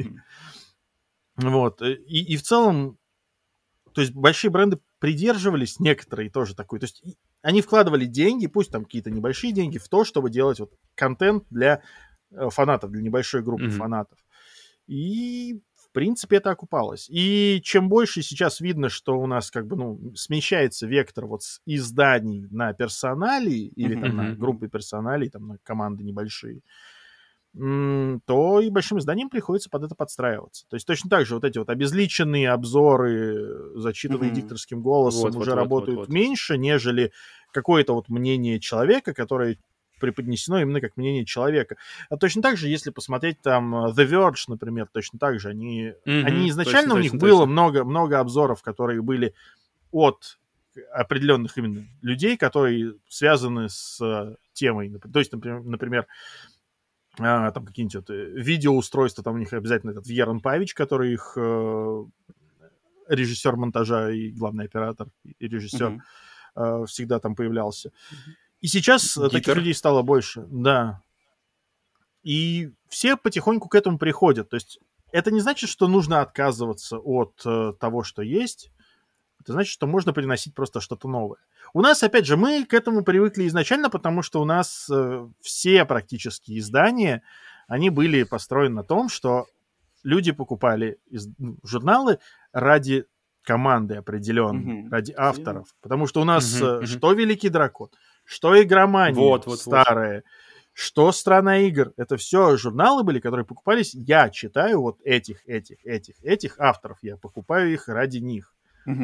Вот. И в целом, то есть большие бренды придерживались, некоторые тоже такой. То есть они вкладывали деньги, пусть там какие-то небольшие деньги, в то, чтобы делать вот контент для фанатов, для небольшой группы фанатов. И в принципе, это окупалось. И чем больше сейчас видно, что у нас как бы, смещается вектор вот с изданий на персоналии или там на группы персоналей, там на команды небольшие, то и большим изданиям приходится под это подстраиваться. То есть точно так же вот эти вот обезличенные обзоры, зачитанные дикторским голосом, уже работают меньше, нежели какое-то вот мнение человека, которое преподнесено именно как мнение человека. А точно так же, если посмотреть там The Verge, например, точно так же, они изначально у них было много обзоров, которые были от определенных именно людей, которые связаны с темой. То есть, например, там какие-нибудь вот видеоустройства, там у них обязательно этот Вьерон Павич, который их режиссер монтажа и главный оператор, и режиссер всегда там появлялся. И сейчас таких людей стало больше, да. И все потихоньку к этому приходят. То есть это не значит, что нужно отказываться от того, что есть. Это значит, что можно приносить просто что-то новое. У нас, опять же, мы к этому привыкли изначально, потому что у нас все практически издания, они были построены на том, что люди покупали журналы ради команды определенной, ради авторов. Потому что у нас что «Великий дракон», что «Игромания» старая, что «Страна игр». Это все журналы были, которые покупались. Я читаю вот этих авторов. Я покупаю их ради них.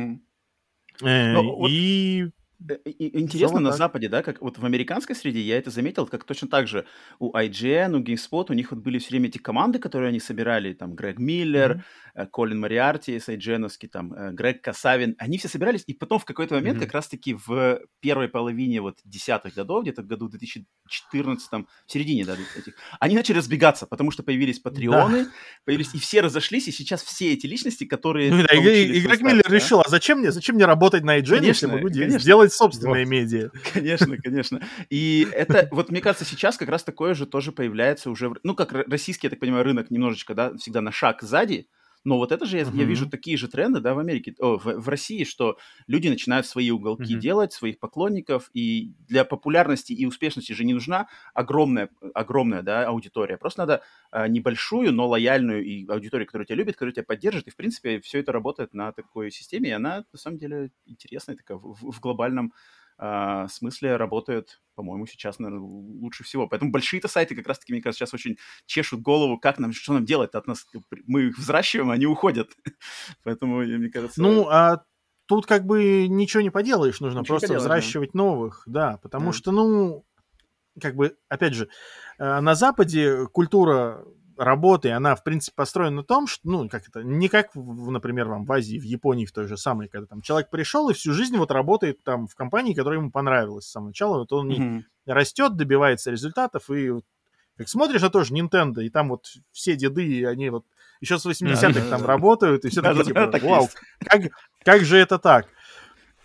Интересно на Западе, да, как вот в американской среде я это заметил, как точно так же у IGN, у GameSpot, у них вот были все время эти команды, которые они собирали, там, Грег Миллер, Колин Мориарти с IGN-овский, там, Грег Касавин, они все собирались, и потом в какой-то момент, как раз-таки в первой половине вот десятых годов, где-то в году 2014, в середине, да, этих, они начали разбегаться, потому что появились патреоны, появились, и все разошлись, и сейчас все эти личности, которые... И Грег Миллер решил, а зачем мне работать на IGN, если могу сделать собственное медиа. Конечно. И это, вот мне кажется, сейчас как раз такое же тоже появляется уже, как российский, я так понимаю, рынок немножечко, да, всегда на шаг сзади, но вот это же я вижу такие же тренды, да, в Америке, в России, что люди начинают свои уголки делать, своих поклонников, и для популярности и успешности же не нужна огромная, да, аудитория, просто надо небольшую, но лояльную и аудиторию, которая тебя любит, которая тебя поддержит, и, в принципе, все это работает на такой системе, и она, на самом деле, интересная такая, в глобальном смысле работает, по-моему, сейчас, наверное, лучше всего. Поэтому большие-то сайты как раз-таки, мне кажется, сейчас очень чешут голову, что нам делать от нас. Мы их взращиваем, они уходят. Поэтому, мне кажется... а тут как бы ничего не поделаешь, нужно просто взращивать новых, да, потому что, как бы, опять же, на Западе культура работы, она, в принципе, построена на том, что, не как, например, в Азии, в Японии в той же самой, когда там человек пришел и всю жизнь вот работает там в компании, которая ему понравилась с самого начала, вот он не растет, добивается результатов, и как смотришь, а тоже Nintendo, и там вот все деды, они вот еще с 80-х там работают, и все такие, типа, вау, как же это так?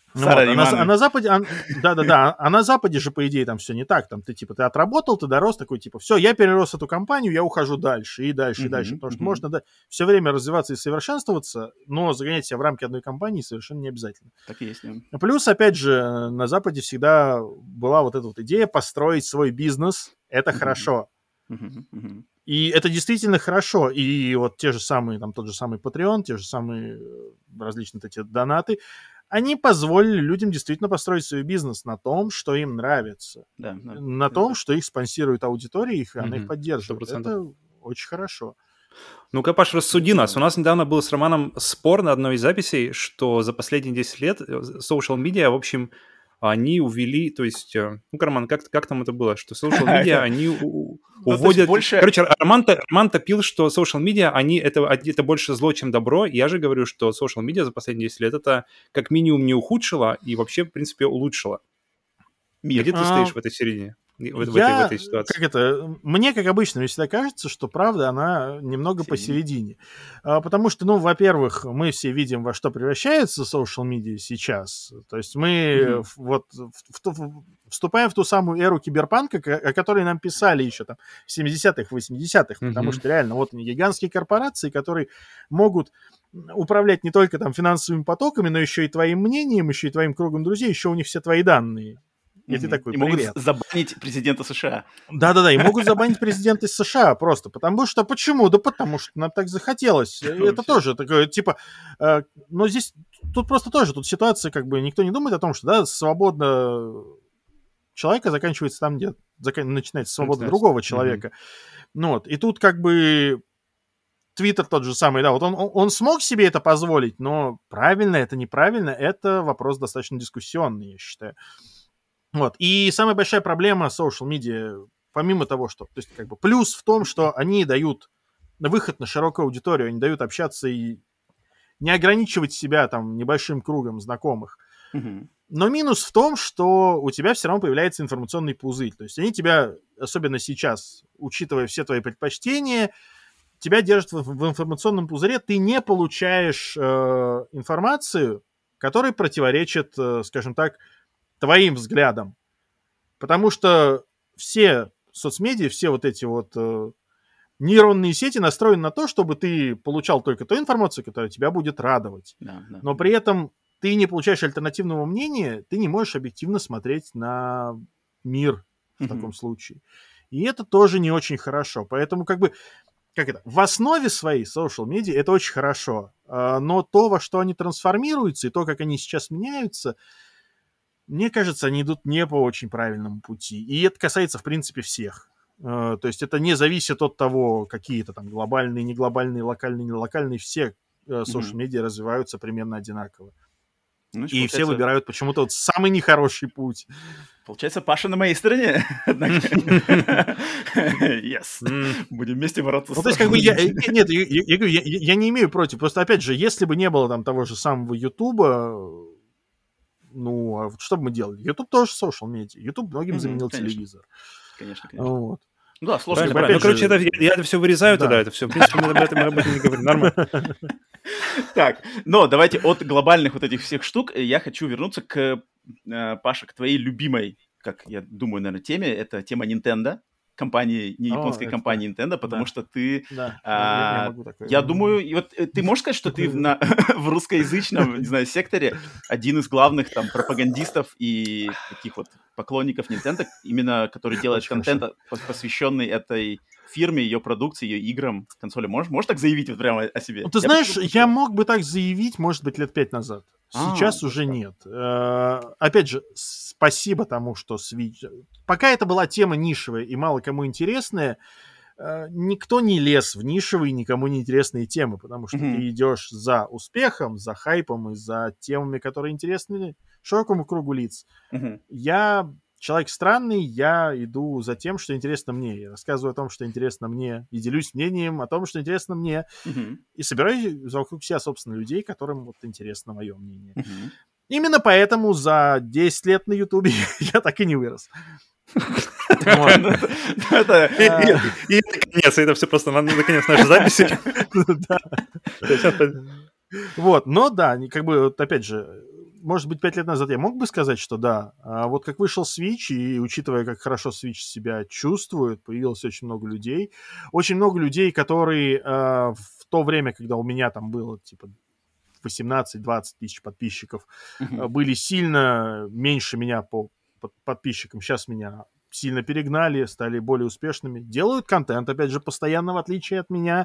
А на Западе, да-да-да, а на Западе же, по идее, там все не так. Там ты отработал, ты дорос, такой, все, я перерос эту компанию, я ухожу дальше, и дальше, и дальше. Потому что можно все время развиваться и совершенствоваться, но загонять себя в рамки одной компании совершенно не обязательно. Так и есть, да. Плюс, опять же, на Западе всегда была вот эта вот идея построить свой бизнес. Это хорошо. И это действительно хорошо. И вот те же самые, там, тот же самый Patreon, те же самые различные эти донаты, они позволили людям действительно построить свой бизнес на том, что им нравится. На том, что их спонсирует аудитория, она их поддерживает. 100%. Это очень хорошо. Ну-ка, Паш, рассуди нас. У нас недавно был с Романом спор на одной из записей, что за последние 10 лет social media, в общем, они увели, то есть... Ну, Роман, как там это было? Что social media, они уводят... Короче, Роман топил, что social media, это больше зло, чем добро. Я же говорю, что social media за последние 10 лет это как минимум не ухудшило и вообще, в принципе, улучшило. Где ты стоишь в этой середине? В этой ситуации. Мне, как обычно, мне всегда кажется, что правда, она немного посередине. Потому что, во-первых, мы все видим, во что превращается social media сейчас. То есть мы вступаем в ту самую эру киберпанка, о которой нам писали еще там в 70-х, 80-х, потому что реально вот они гигантские корпорации, которые могут управлять не только там финансовыми потоками, но еще и твоим мнением, еще и твоим кругом друзей, еще у них все твои данные. И ты такой, могут забанить президента США. Да-да-да, и могут забанить президента из США просто. Потому что, почему? Да потому что нам так захотелось. Это тоже такое, но здесь, тут просто тоже, тут ситуация, никто не думает о том, что, свобода человека заканчивается там, где начинается свобода другого человека. И тут Твиттер тот же самый, да, вот он смог себе это позволить, но правильно это, неправильно, это вопрос достаточно дискуссионный, я считаю. И самая большая проблема social media, помимо того, что... То есть, плюс в том, что они дают выход на широкую аудиторию, они дают общаться и не ограничивать себя там небольшим кругом знакомых. Но минус в том, что у тебя все равно появляется информационный пузырь. То есть они тебя, особенно сейчас, учитывая все твои предпочтения, тебя держат в информационном пузыре, ты не получаешь информацию, которая противоречит, скажем так, твоим взглядам. Потому что все соцмедиа, все вот эти вот нейронные сети настроены на то, чтобы ты получал только ту информацию, которая тебя будет радовать. Но при этом ты не получаешь альтернативного мнения, ты не можешь объективно смотреть на мир в таком случае. И это тоже не очень хорошо. Поэтому в основе своей social media это очень хорошо. Но то, во что они трансформируются, и то, как они сейчас меняются, мне кажется, они идут не по очень правильному пути. И это касается, в принципе, всех. То есть это не зависит от того, какие-то там глобальные, не глобальные, локальные, не локальные. Все социал-медиа развиваются примерно одинаково. И все выбирают почему-то вот самый нехороший путь. Получается, Паша на моей стороне. Yes. Будем вместе бороться. Ну, то есть, нет, я говорю, я не имею против. Просто, опять же, если бы не было там того же самого Ютуба, а что бы мы делали? Ютуб тоже social media. Ютуб многим заменил телевизор. Конечно. Вот. Да, сложно. Правильно. Короче, я это все вырезаю тогда. Это все, в принципе, мы об этом не говорим. Нормально. Так, но давайте от глобальных вот этих всех штук я хочу вернуться Паша, к твоей любимой, как я думаю, наверное, теме. Это тема Nintendo. Японской компании Nintendo, потому что ты, я думаю, и вот ты можешь сказать, что ты в русскоязычном, не знаю, секторе один из главных там пропагандистов и таких вот поклонников Nintendo, именно который делает контент, посвященный этой фирме, ее продукции, ее играм, консоли. Можешь так заявить вот прямо о себе? Ну, ты знаешь, я мог бы так заявить, может быть, лет 5 назад. Сейчас уже нет. Опять же, спасибо тому, что Switch... Пока это была тема нишевая и мало кому интересная, никто не лез в нишевые, никому не интересные темы, потому что ты идешь за успехом, за хайпом и за темами, которые интересны широкому кругу лиц. Я человек странный, я иду за тем, что интересно мне. Я рассказываю о том, что интересно мне, и делюсь мнением о том, что интересно мне. И собираю вокруг себя, собственно, людей, которым вот интересно мое мнение. Именно поэтому за 10 лет на Ютубе я так и не вырос. Это конец, это все просто наконец нашей записи. Вот, но да, опять же, может быть, 5 лет назад я мог бы сказать, что да. А вот как вышел Switch, и учитывая, как хорошо Switch себя чувствует, появилось очень много людей. Очень много людей, которые в то время, когда у меня там было, типа, 18-20 тысяч подписчиков, были сильно меньше меня по подписчикам. Сейчас меня сильно перегнали, стали более успешными. Делают контент, опять же, постоянно, в отличие от меня.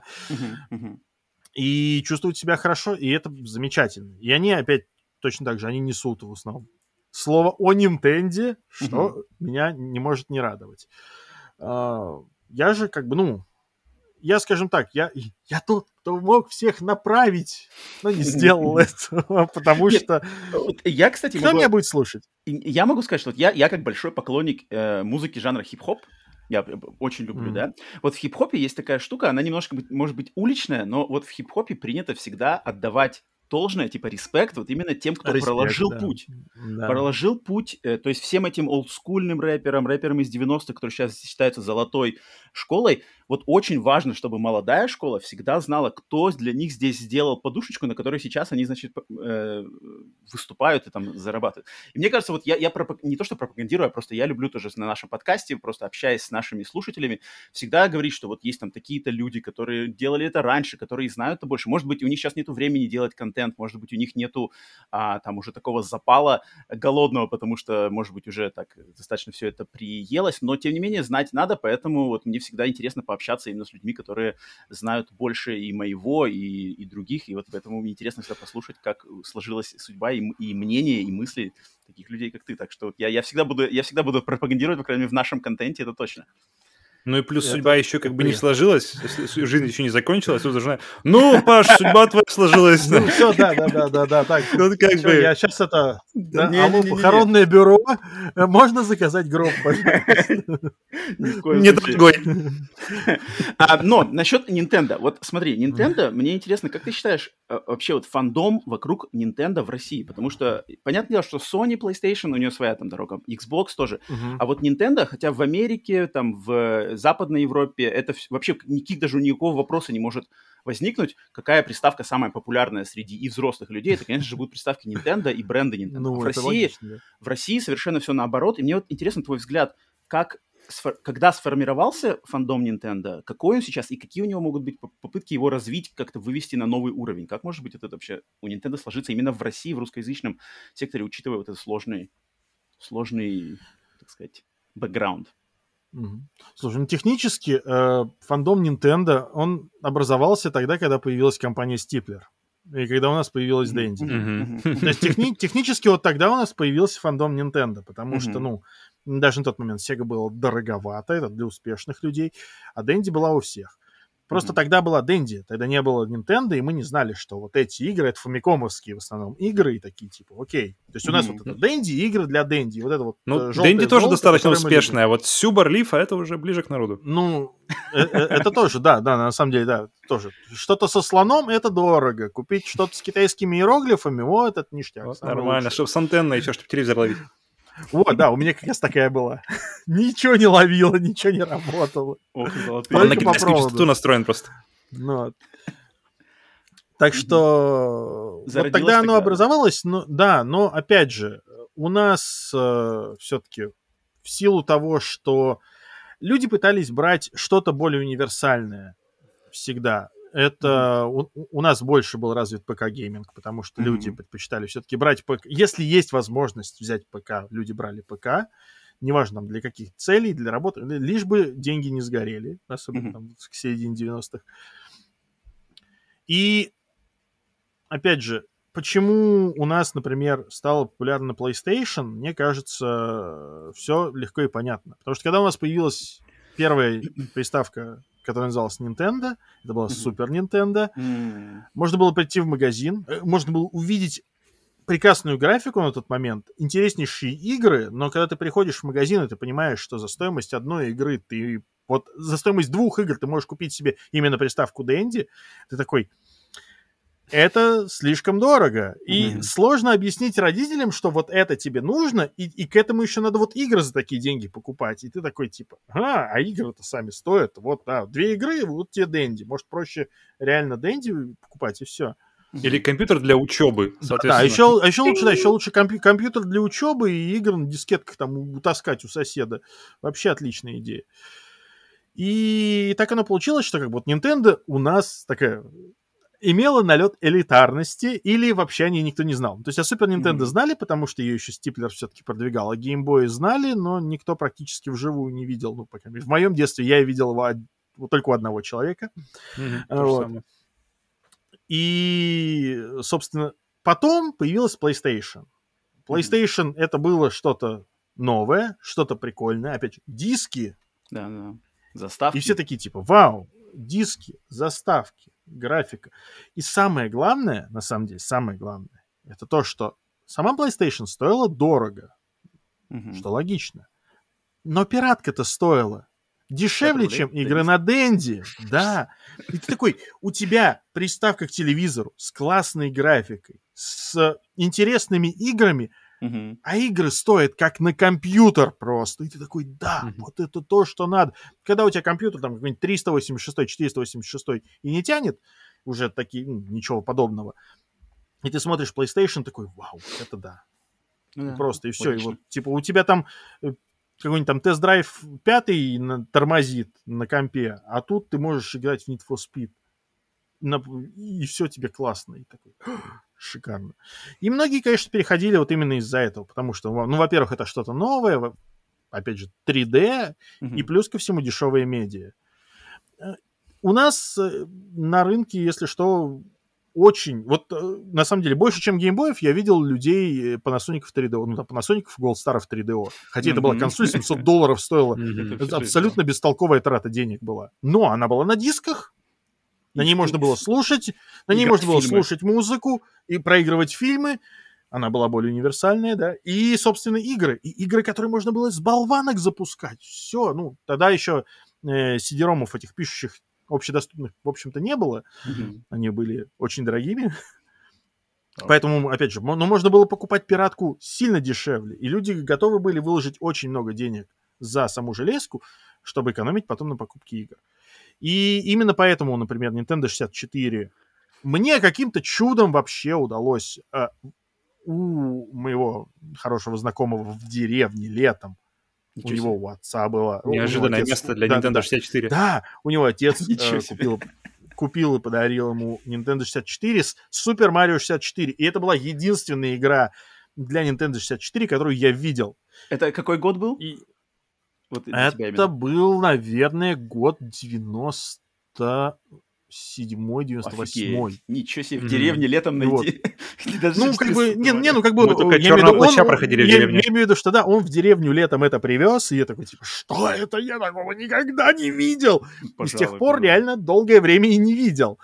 И чувствуют себя хорошо, и это замечательно. И они опять точно так же, они несут в основном слово о Nintendo, что меня не может не радовать. Я же как бы, я, скажем так, я тот, кто мог всех направить, но не сделал этого, потому что... Я, кстати, кто меня будет слушать? Я могу сказать, что я как большой поклонник музыки жанра хип-хоп, я очень люблю, да. Вот в хип-хопе есть такая штука, она немножко, может быть, уличная, но вот в хип-хопе принято всегда отдавать должное, типа, респект вот именно тем, кто проложил путь. Да. Проложил путь, то есть всем этим олдскульным рэперам из 90-х, которые сейчас считаются золотой школой, вот очень важно, чтобы молодая школа всегда знала, кто для них здесь сделал подушечку, на которой сейчас они, значит, выступают и там зарабатывают. И мне кажется, вот я не то что пропагандирую, а просто я люблю тоже на нашем подкасте, просто общаясь с нашими слушателями, всегда говорить, что вот есть там такие-то люди, которые делали это раньше, которые знают это больше. Может быть, у них сейчас нету времени делать контент, может быть, у них нету там уже такого запала голодного, потому что, может быть, уже так достаточно все это приелось, но, тем не менее, знать надо, поэтому вот мне всегда интересно пообщаться именно с людьми, которые знают больше и моего, и других, и вот поэтому мне интересно всегда послушать, как сложилась судьба и мнение, и мысли таких людей, как ты. Так что вот я всегда буду пропагандировать, по крайней мере, в нашем контенте, это точно. Ну и плюс судьба еще как бы не сложилась, жизнь еще не закончилась, тут должна... Ну, Паш, судьба твоя сложилась. Ну все, да, так. Я сейчас это... Алло, похоронное бюро, можно заказать гроб, пожалуйста? Недорогой. Но насчет Nintendo. Вот смотри, Nintendo, мне интересно, как ты считаешь, вообще вот фандом вокруг Nintendo в России? Потому что, понятное дело, что Sony, PlayStation, у нее своя там дорога, Xbox тоже. А вот Nintendo, хотя в Америке, там в Западной Европе, это вообще никакого вопроса не может возникнуть, какая приставка самая популярная среди и взрослых людей. Это, конечно же, будут приставки Nintendo и бренды Nintendo. Ну, в России совершенно все наоборот. И мне вот интересно твой взгляд, когда сформировался фандом Nintendo, какой он сейчас и какие у него могут быть попытки его развить, как-то вывести на новый уровень? Как может быть это вообще у Nintendo сложиться именно в России, в русскоязычном секторе, учитывая вот этот сложный, так сказать, бэкграунд? Слушай, технически фандом Nintendo, он образовался тогда, когда появилась компания Stipler. И когда у нас появилась Dendy. То есть технически вот тогда у нас появился фандом Nintendo, потому что, даже на тот момент Sega было дороговато, это для успешных людей, а Dendy была у всех. Просто тогда была Dendy, тогда не было Nintendo, и мы не знали, что вот эти игры, это фамикомовские в основном игры, и такие типа, окей. То есть у нас вот это Dendy, игры для Dendy, вот это вот Dendy тоже достаточно успешная, а вот Super Leaf, это уже ближе к народу. Ну, это тоже, да, на самом деле, да, тоже. Что-то со слоном, это дорого. Купить что-то с китайскими иероглифами, вот, это ништяк. Вот нормально, чтобы с антенной еще, чтобы телевизор ловить. Вот, да, у меня как раз такая была. Ничего не ловило, ничего не работало. Он на китайскую частоту настроен просто. Так что вот тогда оно образовалось, но опять же, у нас все-таки в силу того, что люди пытались брать что-то более универсальное всегда. Это у нас больше был развит ПК-гейминг, потому что люди предпочитали все-таки брать ПК. Если есть возможность взять ПК, люди брали ПК. Неважно, для каких целей, для работы, лишь бы деньги не сгорели, особенно там к середине 90-х. И, опять же, почему у нас, например, стала популярна PlayStation, мне кажется, все легко и понятно. Потому что когда у нас появилась первая приставка, которая называлась Nintendo, это была Super Nintendo, можно было прийти в магазин, можно было увидеть прекрасную графику на тот момент, интереснейшие игры, но когда ты приходишь в магазин, и ты понимаешь, что за стоимость одной игры за стоимость 2 игр ты можешь купить себе именно приставку Dendy, ты такой, это слишком дорого. И сложно объяснить родителям, что вот это тебе нужно, и к этому еще надо вот игры за такие деньги покупать. И ты такой, типа, а игры-то сами стоят. Вот, 2 игры, вот тебе Dendy. Может, проще реально Dendy покупать, и все. Или компьютер для учебы, соответственно. Да, еще лучше компьютер для учебы и игр на дискетках там утаскать у соседа. Вообще отличная идея. И так оно получилось, что как бы вот Nintendo у нас такая имела налет элитарности, или вообще о ней никто не знал. То есть о Super Nintendo знали, потому что ее еще Стиплер все-таки продвигал, а Game Boy знали, но никто практически вживую не видел. Ну, по крайней мере, в моем детстве я видел его только у одного человека. Вот. И, собственно, потом появилась PlayStation. PlayStation это было что-то новое, что-то прикольное. Опять же, диски. Да. Заставки. И все такие типа, вау, диски, заставки, графика. И самое главное, на самом деле, самое главное, это то, что сама PlayStation стоила дорого. Что логично. Но пиратка-то стоила дешевле, чем игры на Денди. Да. И ты такой, у тебя приставка к телевизору с классной графикой, с интересными играми, а игры стоят как на компьютер просто. И ты такой, да, вот это то, что надо. Когда у тебя компьютер там какой-нибудь 386, 486 и не тянет уже такие, ничего подобного, и ты смотришь PlayStation, такой, вау, это да. Просто, и все. И вот, типа, у тебя там какой-нибудь там тест-драйв 5 тормозит на компе, а тут ты можешь играть в Need for Speed. И все тебе классно. И такой, шикарно. И многие, конечно, переходили вот именно из-за этого, потому что, ну, во-первых, это что-то новое, опять же, 3D, и плюс ко всему дешевые медиа. У нас на рынке, если что, очень, вот на самом деле, больше, чем геймбоев, я видел людей Panasonic 3DO, ну, там, Panasonic Gold Star 3DO. Хотя это была консоль, $700 стоила. Это абсолютно бестолковая трата денег была. Но она была на дисках, на ней можно было слушать, слушать музыку и проигрывать фильмы. Она была более универсальная, да. И, собственно, игры. И игры, которые можно было с болванок запускать. Все, ну, тогда еще CD-ромов этих пишущих общедоступных, в общем-то, не было. Они были очень дорогими. Поэтому, опять же, можно было покупать пиратку сильно дешевле. И люди готовы были выложить очень много денег за саму железку, чтобы экономить потом на покупке игр. И именно поэтому, например, Nintendo 64 мне каким-то чудом вообще удалось у моего хорошего знакомого в деревне летом. У него у отца было... Неожиданное место для Nintendo 64. Да, у него отец купил и подарил ему Nintendo 64 с Super Mario 64. И это была единственная игра для Nintendo 64, которую я видел. Это какой год был? Это был, наверное, год 97-98. Ничего себе, в деревне летом найти. Ну, как бы, мы только Черного Плаща проходили в деревне. Я имею в виду, что да, он в деревню летом это привез, и я такой, типа, что это? Я такого никогда не видел. И с тех пор реально долгое время и не видел.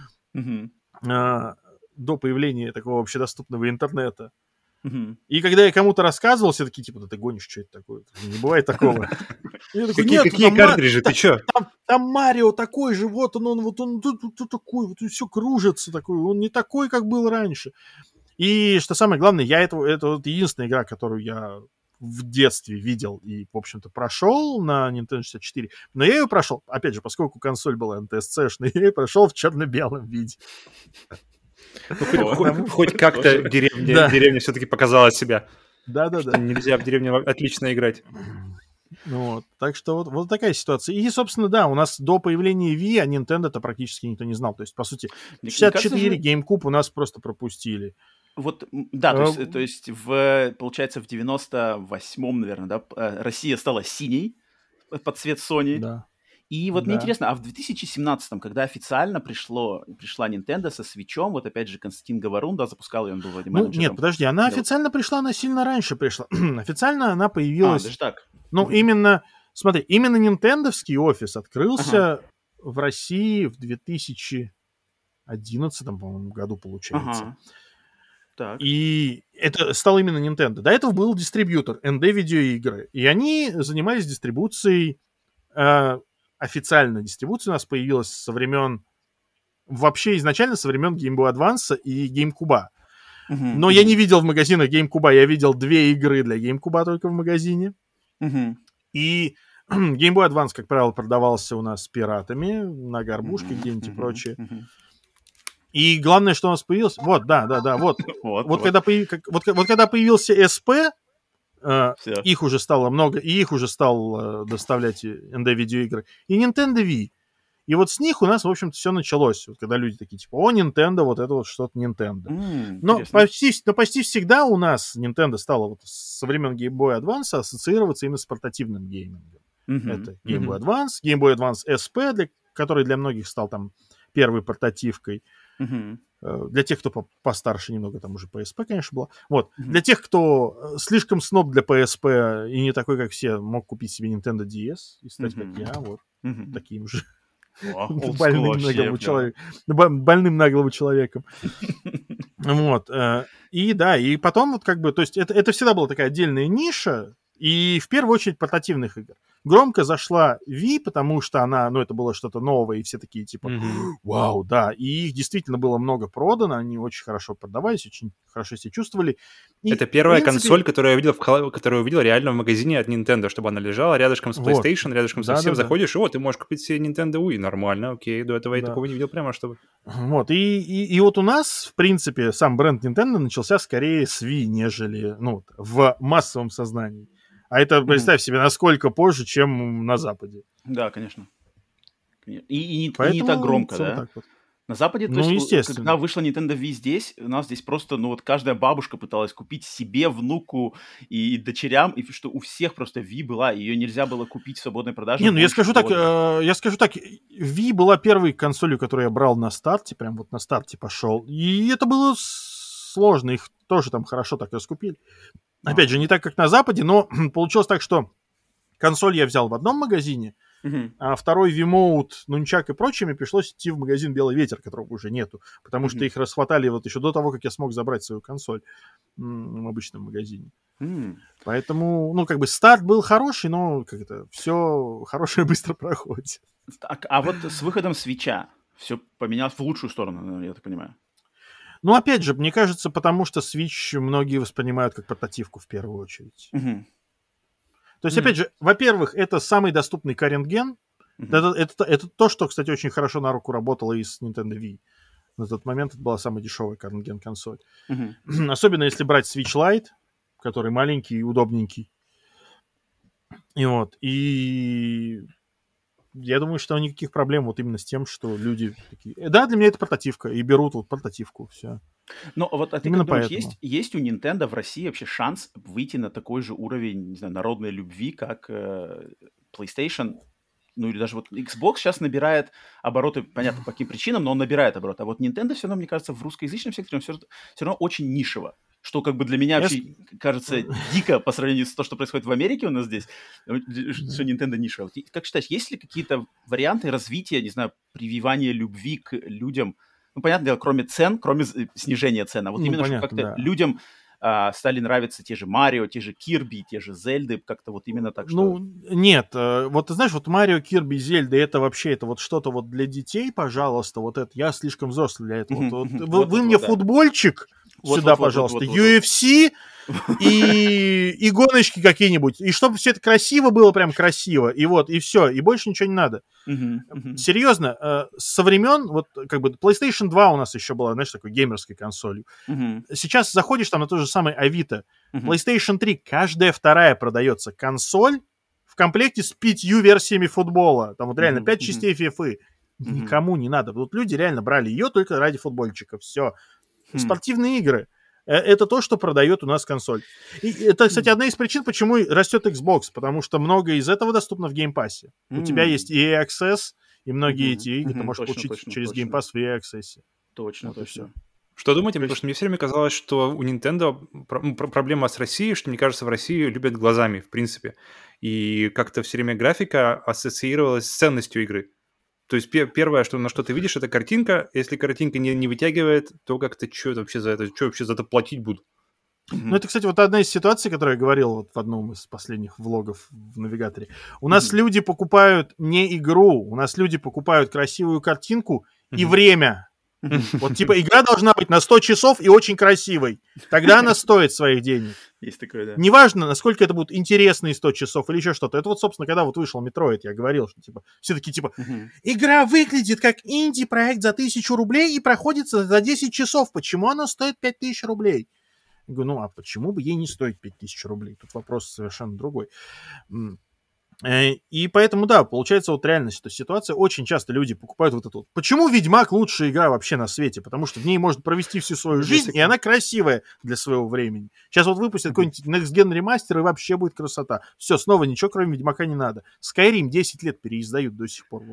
До появления такого общедоступного интернета. И когда я кому-то рассказывал, все такие, типа, да ты гонишь, что это такое? Не бывает такого. Какие картриджи, ты что? Там Марио такой же, вот он такой, вот все кружится такой, он не такой, как был раньше. И что самое главное, это вот единственная игра, которую я в детстве видел и, в общем-то, прошел на Nintendo 64. Но я ее прошел, опять же, поскольку консоль была NTSC-шная, я ее прошел в черно-белом виде. Хоть как-то деревня все-таки показала себя. Да. Нельзя в деревне отлично играть. Вот. Так что вот такая ситуация. И, собственно, да, у нас до появления Wii, а Nintendo-то практически никто не знал. То есть, по сути, 64 GameCube у нас просто пропустили. Вот, да, то есть получается, в 98-м, наверное, да, Россия стала синей под цвет Sony. Да. И вот мне интересно, а в 2017-м, когда официально пришла Nintendo со Switch'ом, вот опять же Константин Говорун, да, запускал ее, он был вроде менеджером. Нет, подожди, она официально пришла, она сильно раньше пришла. Официально она появилась... даже так? Ну, именно, смотри, именно нинтендовский офис открылся в России в 2011, по-моему, году, получается. Так. И это стал именно Nintendo. До этого был дистрибьютор ND видеоигры. И они занимались дистрибуцией... Официальная дистрибуция у нас появилась со времен... Вообще изначально со времен Game Boy Advance и GameCube. Но я не видел в магазинах GameCube. Я видел 2 игры для GameCube только в магазине. И Game Boy Advance, как правило, продавался у нас пиратами на горбушке где-нибудь и прочее. И главное, что у нас появилось... Вот, да. Вот когда появился SP, их уже стало много, и их уже стал доставлять ND-видеоигры, и Nintendo Wii. И вот с них у нас, в общем-то, все началось. Вот когда люди такие, типа, о, Nintendo, вот это вот что-то Nintendo. Но почти всегда у нас Nintendo стало вот со времен Game Boy Advance ассоциироваться именно с портативным геймингом. Это Game Boy Advance, Game Boy Advance SP, который для многих стал там первой портативкой. Для тех, кто постарше немного, там уже PSP, конечно, была. Вот. Для тех, кто слишком сноб для PSP и не такой, как все, мог купить себе Nintendo DS и стать, как я, вот, таким же. Больным на голову человеком. Вот. И потом вот как бы, то есть это всегда была такая отдельная ниша, и в первую очередь портативных игр. Громко зашла Wii, потому что она, это было что-то новое, и все такие типа, вау, да. И их действительно было много продано, они очень хорошо продавались, очень хорошо себя чувствовали. И, это первая консоль, которую я увидел реально в магазине от Nintendo, чтобы она лежала рядышком с PlayStation, рядышком со всем. Заходишь, и ты можешь купить себе Nintendo Wii. Нормально, окей, до этого я такого не видел прямо, чтобы... Вот, и вот у нас, в принципе, сам бренд Nintendo начался скорее с Wii, нежели, в массовом сознании. А это, представь себе, насколько позже, чем на Западе. Да, конечно. И не так громко, да? Так вот. На Западе, то есть, когда вышла Nintendo Wii здесь, у нас здесь просто, каждая бабушка пыталась купить себе, внуку и дочерям, и что у всех просто Wii была, ее нельзя было купить в свободной продаже. Я скажу так, Wii была первой консолью, которую я брал на старте, прям вот на старте пошел, и это было сложно, их тоже там хорошо так раскупили. Опять же, не так, как на Западе, но получилось так, что консоль я взял в одном магазине, а второй Wiimote, нунчак и прочими пришлось идти в магазин «Белый ветер», которого уже нету, потому что их расхватали вот еще до того, как я смог забрать свою консоль в обычном магазине. Поэтому, старт был хороший, но все хорошее быстро проходит. А вот с выходом Switch'а все поменялось в лучшую сторону, я так понимаю. Опять же, мне кажется, потому что Switch многие воспринимают как портативку в первую очередь. То есть, опять же, во-первых, это самый доступный current-gen. Это то, что, кстати, очень хорошо на руку работало и с Nintendo Wii. На тот момент это была самая дешевая current-gen консоль. Особенно если брать Switch Lite, который маленький и удобненький. И я думаю, что никаких проблем вот именно с тем, что люди такие... Да, для меня это портативка, и берут вот портативку, все. Но вот ты как думаешь, есть у Nintendo в России вообще шанс выйти на такой же уровень, не знаю, народной любви, как PlayStation, или даже вот Xbox сейчас набирает обороты, понятно, по каким причинам, но он набирает обороты. А вот Nintendo все равно, мне кажется, в русскоязычном секторе все равно очень нишево. Что как бы для меня вообще кажется дико по сравнению с то, что происходит в Америке у нас здесь, что Nintendo ниша. Как считаешь, есть ли какие-то варианты развития, не знаю, прививания любви к людям? Понятное дело, кроме цен, кроме снижения цен, а вот именно, понятно, что как-то людям стали нравиться те же Марио, те же Кирби, те же Зельды, как-то вот именно так, что... Нет, вот ты знаешь, вот Марио, Кирби, Зельды, это вообще, это вот что-то вот для детей, пожалуйста, вот это, я слишком взрослый для этого. Вы мне футбольчик сюда, пожалуйста, UFC и гоночки какие-нибудь, и чтобы все это красиво было, прям красиво, и все, и больше ничего не надо. Серьезно, со времен, вот как бы PlayStation 2 у нас еще была, знаешь, такой геймерской консолью. Сейчас заходишь там на то же самое Авито, PlayStation 3, каждая вторая продается консоль в комплекте с 5 версиями футбола. Там вот реально 5 частей FIFA. Никому не надо. Вот люди реально брали ее только ради футбольчика. Все. Спортивные игры. Это то, что продает у нас консоль. И это, кстати, одна из причин, почему растет Xbox, потому что многое из этого доступно в Game Pass. У тебя есть EA Access, и многие эти игры ты можешь получить через Game Pass в EA Access. Точно. Все. Что думаете? Потому что мне все время казалось, что у Nintendo проблема с Россией, что, мне кажется, в России любят глазами, в принципе. И как-то все время графика ассоциировалась с ценностью игры. То есть первое, на что ты видишь, это картинка. Если картинка не вытягивает, то как-то что вообще за это платить буду? Это, кстати, вот одна из ситуаций, которую я говорил вот в одном из последних влогов в навигаторе. У нас люди покупают не игру, у нас люди покупают красивую картинку и время. Вот типа игра должна быть на 100 часов и очень красивой. Тогда она стоит своих денег. Есть такое, да. Неважно, насколько это будут интересные 100 часов или еще что-то. Это вот, собственно, когда вот вышел Metroid, я говорил, что типа все таки типа игра выглядит как инди-проект за 1000 рублей и проходится за 10 часов. Почему она стоит 5000 рублей? Я говорю, ну а почему бы ей не стоить 5000 рублей? Тут вопрос совершенно другой. И поэтому, да, получается вот реально ситуация. Очень часто люди покупают вот эту. Почему Ведьмак лучшая игра вообще на свете? Потому что в ней можно провести всю свою жизнь, и она красивая для своего времени. Сейчас вот выпустят какой-нибудь Next Gen ремастер, и вообще будет красота. Все, снова ничего кроме Ведьмака не надо. Skyrim 10 лет переиздают до сих пор.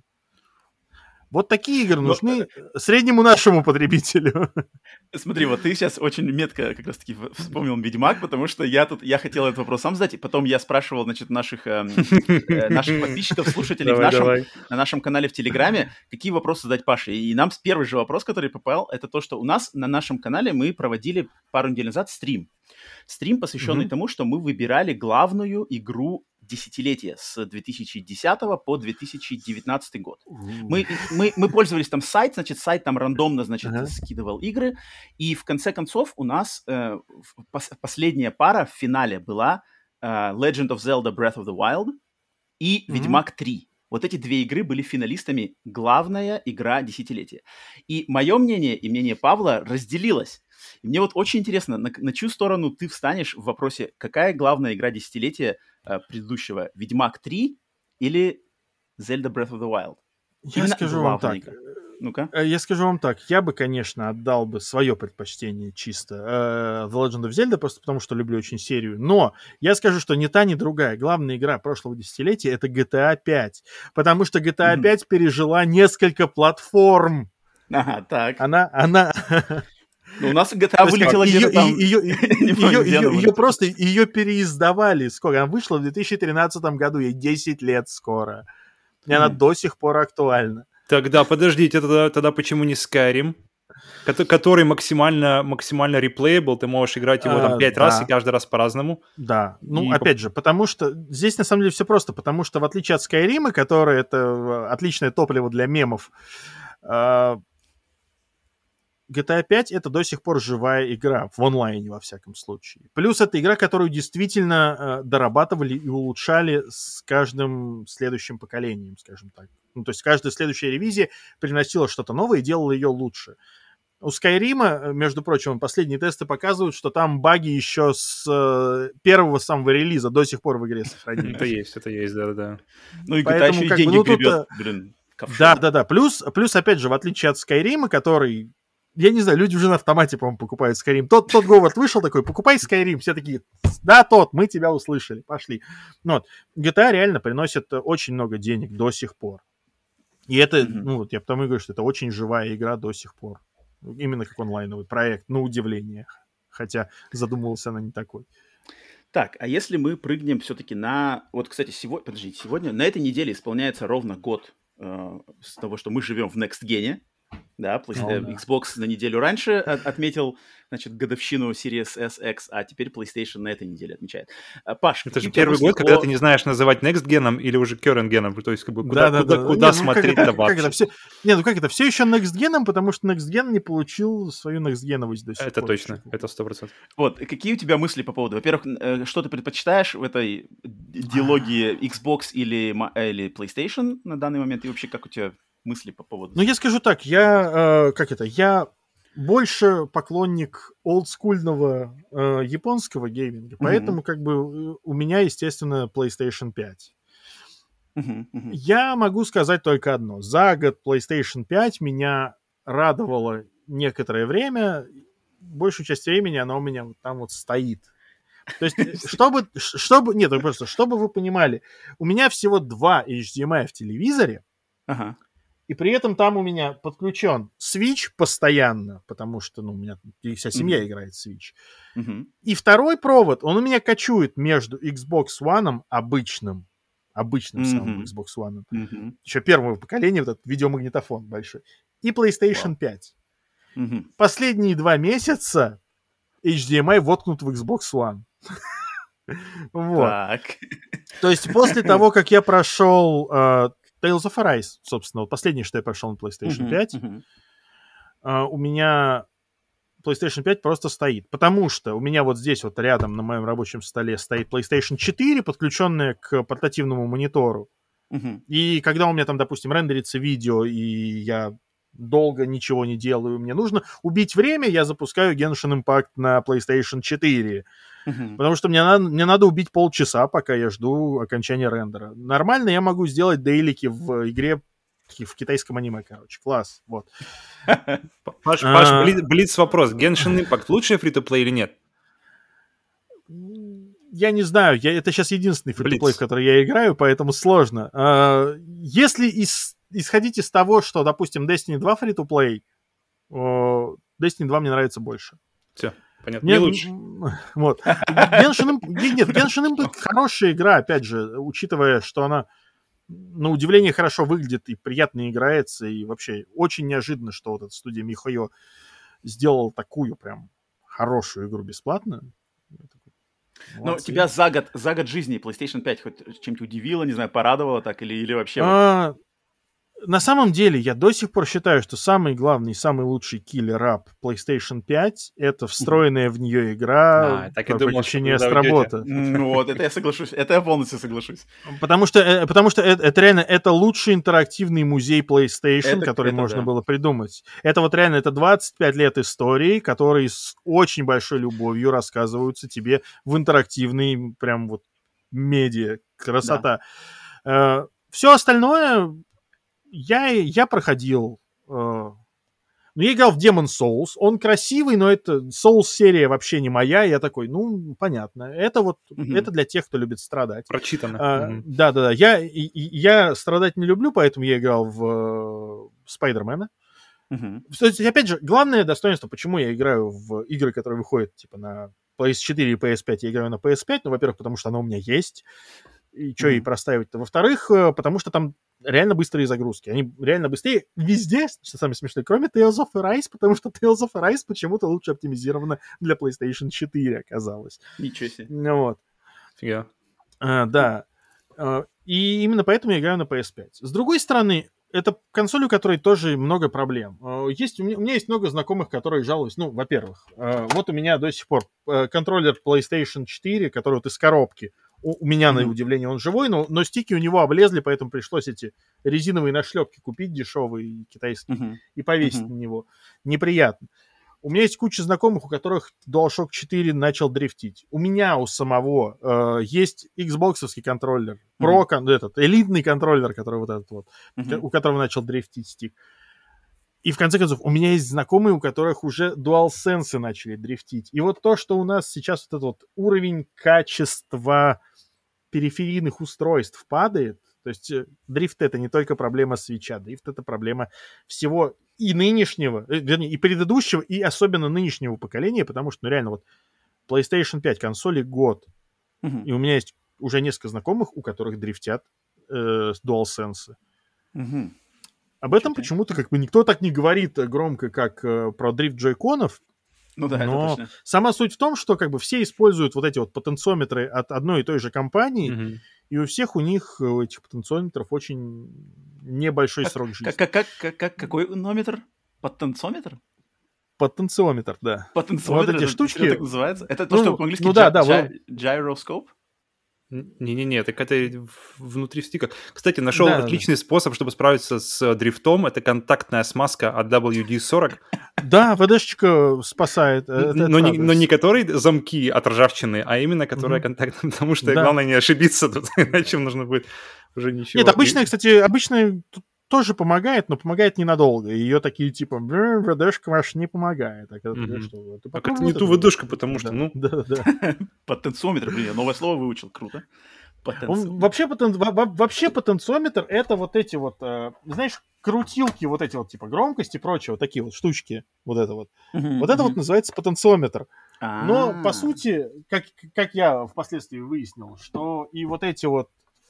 Вот такие игры нужны среднему нашему потребителю. Смотри, вот ты сейчас очень метко как раз-таки вспомнил Ведьмак, потому что я хотел этот вопрос сам задать, и потом я спрашивал, значит, наших подписчиков, слушателей на нашем канале в Телеграме, какие вопросы задать Паше. И нам первый же вопрос, который попал, это то, что у нас на нашем канале мы проводили пару недель назад стрим. Стрим, посвященный тому, что мы выбирали главную игру десятилетия с 2010 по 2019 год. Мы пользовались там сайт там рандомно, скидывал игры, и в конце концов у нас последняя пара в финале была Legend of Zelda Breath of the Wild и Ведьмак 3. Вот эти две игры были финалистами главная игра десятилетия. И мое мнение и мнение Павла разделилось. И мне вот очень интересно, на чью сторону ты встанешь в вопросе, какая главная игра десятилетия предыдущего? Ведьмак 3 или Zelda Breath of the Wild? Я скажу вам так. Ну-ка. Я скажу вам так. Я бы, конечно, отдал бы свое предпочтение чисто The Legend of Zelda, просто потому что люблю очень серию. Но я скажу, что ни та, ни другая. Главная игра прошлого десятилетия — это GTA 5. Потому что GTA 5 пережила несколько платформ. Ага, так. Она... Ну, у нас GTA вылетела где-то там. Ее просто переиздавали. Сколько? Она вышла в 2013 году, ей 10 лет скоро. И она до сих пор актуальна. Тогда, подождите, тогда почему не Skyrim? Который максимально реплеябл, ты можешь играть его там 5 раз, и каждый раз по-разному. Да, опять же, потому что здесь на самом деле все просто, потому что в отличие от Skyrim, который это отличное топливо для мемов, GTA 5 — это до сих пор живая игра, в онлайне, во всяком случае. Плюс это игра, которую действительно дорабатывали и улучшали с каждым следующим поколением, скажем так. Ну, то есть каждая следующая ревизия приносила что-то новое и делала ее лучше. У Skyrim, между прочим, последние тесты показывают, что там баги еще с первого самого релиза до сих пор в игре сохранились. Это есть, да. Ну и GTA еще и деньги гребет, Да. Плюс, опять же, в отличие от Skyrim, который... Я не знаю, люди уже на автомате, по-моему, покупают Skyrim. Тот Говард вышел такой, покупай Skyrim. Все такие, да, мы тебя услышали, пошли. Вот. GTA реально приносит очень много денег до сих пор. И это, я потому и говорю, что это очень живая игра до сих пор. Именно как онлайновый проект, на удивление. Хотя задумывался она не такой. Так, а если мы прыгнем все-таки на... Вот, кстати, сегодня, на этой неделе исполняется ровно год с того, что мы живем в Next Gen. Да, Xbox на неделю раньше отметил, значит, годовщину Series S, X, а теперь PlayStation на этой неделе отмечает. Паш, это же первый год, когда ты не знаешь, называть Next Gen или уже Current Gen, то есть как бы куда смотреть-то вообще. Как это? Все еще Next Gen, потому что Next Gen не получил свою Next Gen-овость до сих пор. Это точно, это 100%. Вот, какие у тебя мысли по поводу? Во-первых, что ты предпочитаешь в этой диалогии Xbox или PlayStation на данный момент? И вообще, как у тебя мысли по поводу... Ну, я скажу так, я больше поклонник олдскульного японского гейминга, поэтому как бы у меня, естественно, PlayStation 5. Я могу сказать только одно. За год PlayStation 5 меня радовало некоторое время, большую часть времени она у меня вот там вот стоит. То есть, чтобы вы понимали, у меня всего 2 HDMI в телевизоре, и при этом там у меня подключен Switch постоянно, потому что, у меня вся семья играет в Switch. И второй провод, он у меня кочует между Xbox One обычным самым Xbox One, еще первого поколения, вот этот видеомагнитофон большой, и PlayStation 5. Последние 2 месяца HDMI воткнут в Xbox One. Вот. Так. То есть после того, как я прошел Tales of Arise, собственно, вот последнее, что я прошел на PlayStation 5, у меня PlayStation 5 просто стоит. Потому что у меня вот здесь вот рядом на моем рабочем столе стоит PlayStation 4, подключенная к портативному монитору. И когда у меня там, допустим, рендерится видео, и я долго ничего не делаю, мне нужно убить время, я запускаю Genshin Impact на PlayStation 4. Потому что мне надо убить полчаса, пока я жду окончания рендера. Нормально я могу сделать дейлики в игре в китайском аниме, короче. Класс, вот. Паш, блиц вопрос. Genshin Impact лучший фри-то-плей или нет? Я не знаю. Это сейчас единственный фри-то-плей, в который я играю, поэтому сложно. Если исходить из того, что, допустим, Destiny 2 фри-то-плей, Destiny 2 мне нравится больше. Все, понятно. Не лучше. Вот. Genshin Impact хорошая игра, опять же, учитывая, что она на удивление хорошо выглядит и приятно играется, и вообще очень неожиданно, что вот эта студия Mihoyo сделала такую прям хорошую игру бесплатно. Но тебя за год жизни PlayStation 5 хоть чем-то удивило, не знаю, порадовало так или вообще... На самом деле, я до сих пор считаю, что самый главный, самый лучший киллер-ап PlayStation 5 — это встроенная в нее игра про приключения Астробота. Вот, это я соглашусь, это я полностью соглашусь. Потому что это реально, это лучший интерактивный музей PlayStation, который можно было придумать. Это вот реально, это 25 лет истории, которые с очень большой любовью рассказываются тебе в интерактивной прям вот медиа. Красота. Все остальное... Я проходил... я играл в Demon's Souls. Он красивый, но это Souls-серия вообще не моя. Я такой, понятно. Это вот это для тех, кто любит страдать. Прочитано. Да. Я страдать не люблю, поэтому я играл в Спайдермена. То есть, опять же, главное достоинство, почему я играю в игры, которые выходят типа на PS4 и PS5, я играю на PS5. Во-первых, потому что она у меня есть. И что ей простаивать-то? Во-вторых, потому что там реально быстрые загрузки. Они реально быстрее везде, что самое смешное, кроме Tales of Arise, потому что Tales of Arise почему-то лучше оптимизирована для PlayStation 4 оказалось. Ничего себе. Вот. Фига. Да. И именно поэтому я играю на PS5. С другой стороны, это консоль, у которой тоже много проблем. У меня есть много знакомых, которые жалуются. Во-первых, вот у меня до сих пор контроллер PlayStation 4, который вот из коробки. У меня, на удивление, он живой, но стики у него облезли, поэтому пришлось эти резиновые нашлепки купить, дешевые, китайские, и повесить на него. Неприятно. У меня есть куча знакомых, у которых DualShock 4 начал дрифтить. У меня у самого есть Xbox-овский контроллер, элитный контроллер, который вот этот вот, у которого начал дрифтить стик. И в конце концов, у меня есть знакомые, у которых уже DualSense начали дрифтить. И вот то, что у нас сейчас вот этот вот уровень качества периферийных устройств падает, то есть дрифт — это не только проблема свитча, дрифт — это проблема всего и нынешнего, вернее, и предыдущего, и особенно нынешнего поколения, потому что, реально, вот PlayStation 5 консоли год, и у меня есть уже несколько знакомых, у которых дрифтят DualSense. Об этом почему-то как бы никто так не говорит громко, как про дрифт джойконов. Ну да, но это точно. Сама суть в том, что как бы все используют вот эти вот потенциометры от одной и той же компании, и у всех у них, у этих потенциометров, очень небольшой срок жизни. Какой нометр? Потенциометр? Потенциометр, да. Потенциометр, вот эти штучки. Так называется? Это то, что по-английски gyroskop? Не-не-не, так это внутри стика. Кстати, нашел отличный способ, чтобы справиться с дрифтом. Это контактная смазка от WD-40. Да, ВДшечка спасает. Но не которые замки от ржавчины, а именно которая контактная. Потому что главное не ошибиться тут, иначе нужно будет уже ничего. Нет, обычная тоже помогает, но помогает ненадолго. Ее такие типа, ВДшка ваша не помогает. А как не ту ВДшку, потому что, Да. Потенциометр, новое слово выучил, круто. Вообще потенциометр — это вот эти вот, знаешь, крутилки, вот эти вот типа громкости и прочее, вот такие вот штучки, вот это вот. Вот это вот называется потенциометр. Но, по сути, как я впоследствии выяснил, что и вот эти вот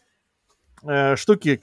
штуки...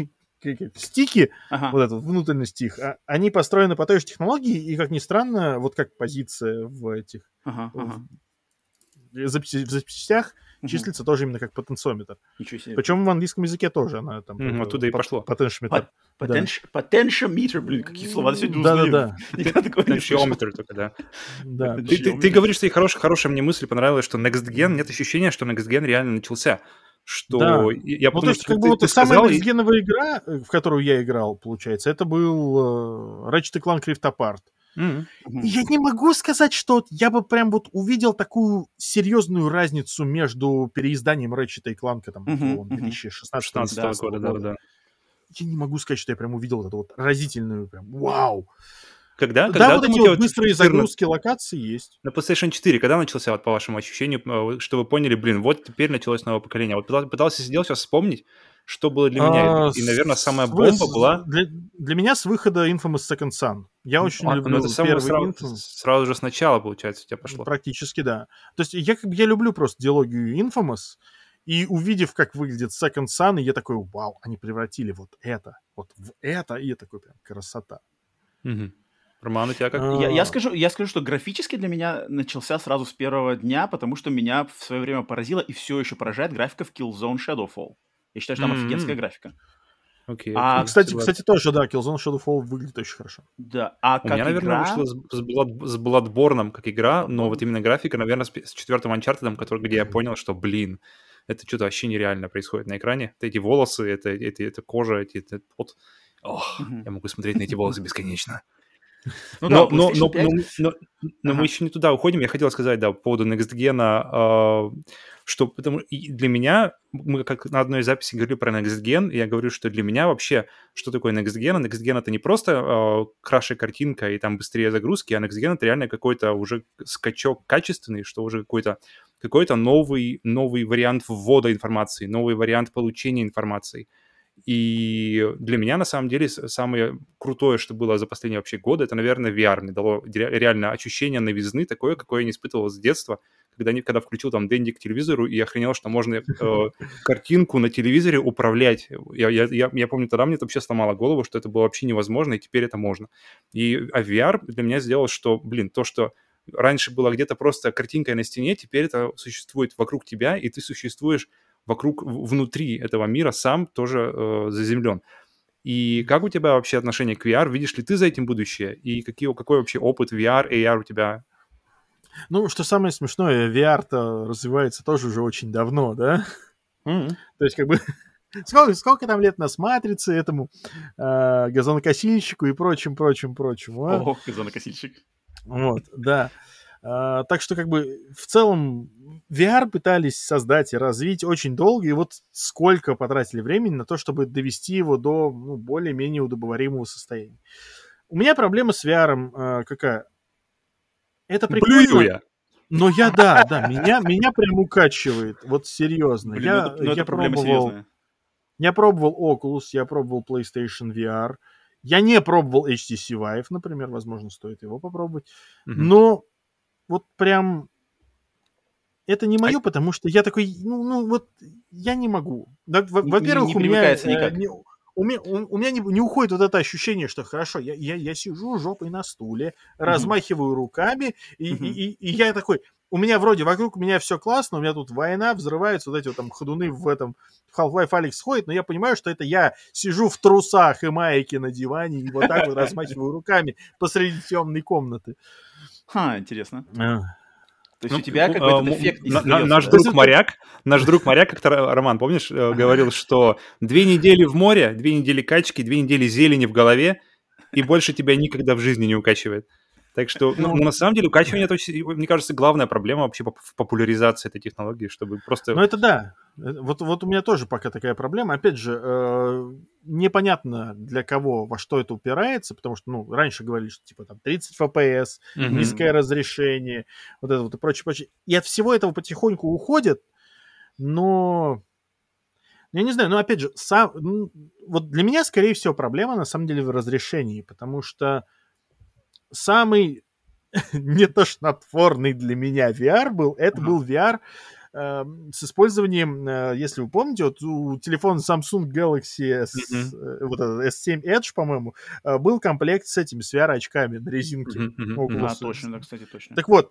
стики, вот эта внутренность их, они построены по той же технологии, и, как ни странно, вот как позиция в этих в запчастях числится тоже именно как потенциометр. Ничего себе. Причем в английском языке тоже она там... Оттуда и пошло. Потеншиометр. Потеншиометр, блин, какие слова сегодня узнаем. Да. Потеншиометр только, да. Ты говоришь, что и хорошая мне мысль понравилась, что Next Gen, нет ощущения, что Next Gen реально начался. Что да. Я то есть, как бы вот самая Next-геновая игра, в которую я играл, получается, это был Ratchet & Clank Rift Apart. Я не могу сказать, что я бы прям вот увидел такую серьезную разницу между переизданием Ratchet & Clank там, 2016 года. Да. Я не могу сказать, что я прям увидел вот эту вот разительную прям вау. Когда вот эти вот быстрые загрузки локаций есть. На PlayStation 4, когда начался, вот, по вашему ощущению, что вы поняли, блин, вот теперь началось новое поколение. Вот пытался сидел сейчас вспомнить, что было для меня. И, наверное, самая бомба была... Для меня с выхода Infamous Second Son. Я очень люблю первый Infamous. Сразу же сначала, получается, у тебя пошло. Практически, да. То есть я люблю просто диалогию Infamous, и увидев, как выглядит Second Son, я такой, вау, они превратили вот это в это, и я такой, прям, красота. Роман, у тебя как? Я скажу, что графически для меня начался сразу с первого дня, потому что меня в свое время поразила и все еще поражает графика в Killzone Shadowfall. Я считаю, что там офигенская графика. Окей. Кстати, тоже, да, Killzone Shadowfall выглядит очень хорошо. Да, у меня, наверное, вышло с Bloodborne как игра, но вот именно графика, наверное, с 4-м Uncharted, где я понял, что, блин, это что-то вообще нереально происходит на экране. Эти волосы, это кожа, этот пот. Я могу смотреть на эти волосы бесконечно. Но мы еще не туда уходим. Я хотел сказать, да, по поводу Next Gen, что для меня, мы как на одной записи говорили про Next Gen, я говорю, что для меня вообще, что такое Next Gen? Next Gen — это не просто краше картинка и там быстрее загрузки, а Next Gen — это реально какой-то уже скачок качественный, что уже какой-то новый вариант ввода информации, новый вариант получения информации. И для меня, на самом деле, самое крутое, что было за последние вообще годы, это, наверное, VR. Мне дало реально ощущение новизны, такое, какое я не испытывал с детства, когда включил там Денди к телевизору и охренел, что можно картинку на телевизоре управлять. Я помню, тогда мне это вообще сломало голову, что это было вообще невозможно, и теперь это можно. А VR для меня сделал, что, то, что раньше было где-то просто картинкой на стене, теперь это существует вокруг тебя, и ты существуешь внутри этого мира сам тоже заземлен. И как у тебя вообще отношение к VR? Видишь ли ты за этим будущее? И какой вообще опыт VR, AR у тебя? Ну, что самое смешное, VR-то развивается тоже уже очень давно, да? То есть, как бы, сколько там лет нас матрицы этому газонокосильщику и прочим. Ого, газонокосильщик. Вот, да. Так что, как бы, в целом, VR пытались создать и развить очень долго, и вот сколько потратили времени на то, чтобы довести его до более-менее удобоваримого состояния. У меня проблема с VR какая? Это прикольно. Блюю я. Но меня прям укачивает, вот серьезно. Блин, это проблема серьезная. Я пробовал Oculus, я пробовал PlayStation VR, я не пробовал HTC Vive, например, возможно, стоит его попробовать, но вот прям это не мое, потому что я такой, вот я не могу. Во-первых, у меня не уходит вот это ощущение, что хорошо, я сижу жопой на стуле, размахиваю руками, и я такой, у меня вроде вокруг меня все классно, у меня тут война, взрываются вот эти вот там ходуны в Half-Life Alyx ходят, но я понимаю, что это я сижу в трусах и майке на диване и вот так вот размахиваю руками посреди темной комнаты. Интересно. То есть у тебя как бы этот эффект не создается. Наш друг моряк, как-то, Роман, помнишь, говорил, что 2 недели в море, 2 недели качки, 2 недели зелени в голове, и больше тебя никогда в жизни не укачивает. Так что, на самом деле, укачивание, это, мне кажется, главная проблема вообще в популяризации этой технологии, чтобы просто... Ну, это да. Вот у меня тоже пока такая проблема. Опять же, непонятно для кого, во что это упирается, потому что, раньше говорили, что, типа, там, 30 FPS, низкое разрешение, вот это вот и прочее. И от всего этого потихоньку уходят, но... Я не знаю, но, опять же, вот для меня, скорее всего, проблема, на самом деле, в разрешении, потому что самый нетошнотворный для меня VR был VR с использованием, если вы помните, вот у телефона Samsung Galaxy S7 Edge, по-моему, был комплект с этими VR-очками на резинке. Точно, да, кстати, точно. Так вот,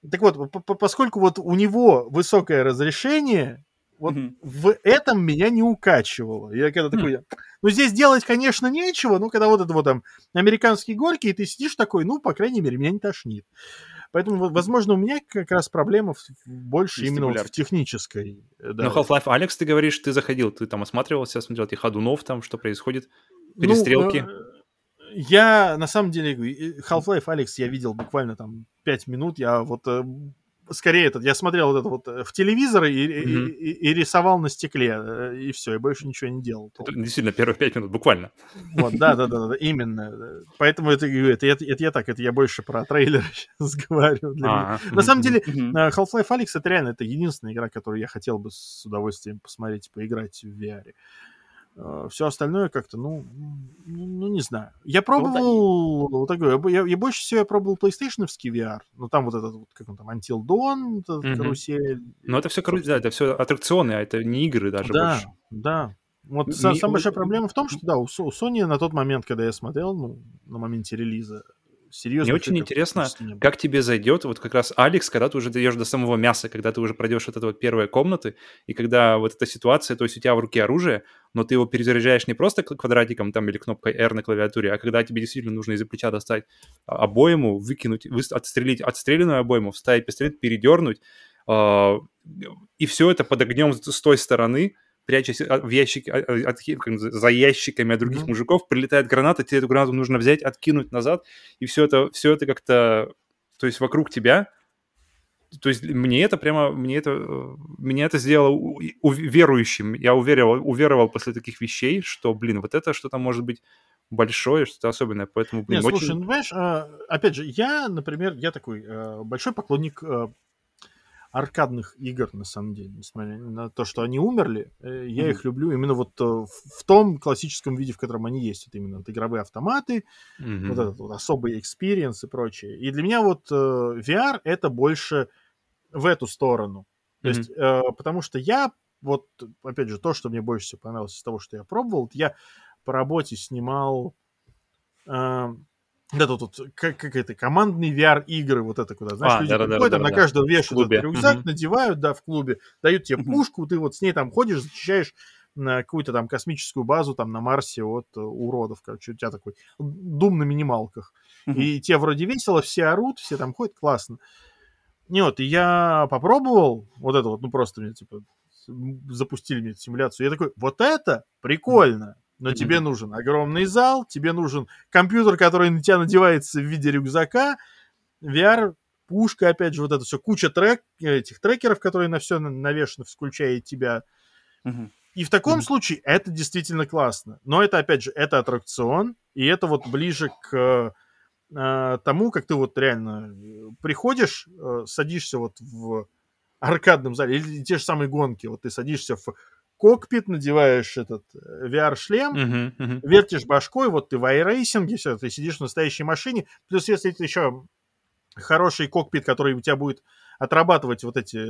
Так вот, поскольку вот у него высокое разрешение, вот в этом меня не укачивало. Я когда такой, ну, здесь делать, конечно, нечего, но когда вот это вот там американские горки, и ты сидишь такой, ну, по крайней мере, меня не тошнит. Поэтому, возможно, у меня как раз проблема больше именно вот в технической. Да. Но Half-Life Alyx, ты говоришь, ты заходил, ты там осматривался, смотрел этих ходунов там, что происходит, перестрелки. Я, на самом деле, Half-Life Alyx я видел буквально там 5 минут, я вот... Скорее, я смотрел вот это вот в телевизор и рисовал на стекле, и все, и больше ничего не делал. Это действительно первые 5 минут, буквально. Вот, да, именно. Поэтому это я больше про трейлер сейчас говорю. На самом деле, Half-Life Alyx это реально это единственная игра, которую я хотел бы с удовольствием посмотреть, поиграть в VR. Все остальное как-то, ну, не знаю. Я пробовал вот такой, я больше всего я пробовал PlayStation-овский VR, но там вот этот, как он там, Until Dawn, этот карусель. Ну, это все да, это все аттракционы, а это не игры даже больше. Да. Вот самая большая проблема в том, что, да, у Sony на тот момент, когда я смотрел, ну, на моменте релиза, серьезно. Мне очень интересно, как тебе зайдет вот как раз Алекс, когда ты уже дойдешь до самого мяса, когда ты уже пройдешь вот это вот первые комнаты, и когда вот эта ситуация, то есть у тебя в руке оружие, но ты его перезаряжаешь не просто квадратиком там или кнопкой R на клавиатуре, а когда тебе действительно нужно из-за плеча достать обойму, выкинуть, отстрелить отстрелянную обойму, вставить пистолет, передернуть, и все это под огнем с той стороны, прячась в ящике, за ящиками от других мужиков, прилетает граната, тебе эту гранату нужно взять, откинуть назад, и все это как-то, то есть вокруг тебя. То есть меня это сделало верующим. Я уверовал после таких вещей, что, вот это что-то может быть большое, что-то особенное. Поэтому, слушай, ну, понимаешь, опять же, я такой большой поклонник аркадных игр, на самом деле, несмотря на то, что они умерли, я их люблю именно вот в том классическом виде, в котором они есть. Это именно вот игровые автоматы, вот этот вот особый экспириенс и прочее. И для меня вот VR — это больше в эту сторону. То есть, потому что я вот, опять же, то, что мне больше всего понравилось из того, что я пробовал, я по работе снимал... Да, тут как это, командные VR-игры, вот это куда, знаешь, люди приходят, там на каждого вешают рюкзак, надевают, да, в клубе, дают тебе пушку, ты вот с ней там ходишь, зачищаешь на какую-то там космическую базу там на Марсе от уродов, короче, у тебя такой дум на минималках. И тебе вроде весело, все орут, все там ходят, классно. И я попробовал вот это вот, ну просто мне, типа, запустили мне эту симуляцию, я такой, вот это прикольно. Но тебе нужен огромный зал, тебе нужен компьютер, который на тебя надевается в виде рюкзака, VR, пушка, опять же, вот это все, куча этих трекеров, которые на все навешаны, включая тебя. И в таком случае это действительно классно. Но это, опять же, это аттракцион, и это вот ближе к тому, как ты вот реально приходишь, садишься вот в аркадном зале, или те же самые гонки, вот ты садишься в кокпит, надеваешь этот VR-шлем, вертишь башкой, вот ты в iRacing, все, ты сидишь в настоящей машине, плюс если это еще хороший кокпит, который у тебя будет отрабатывать вот эти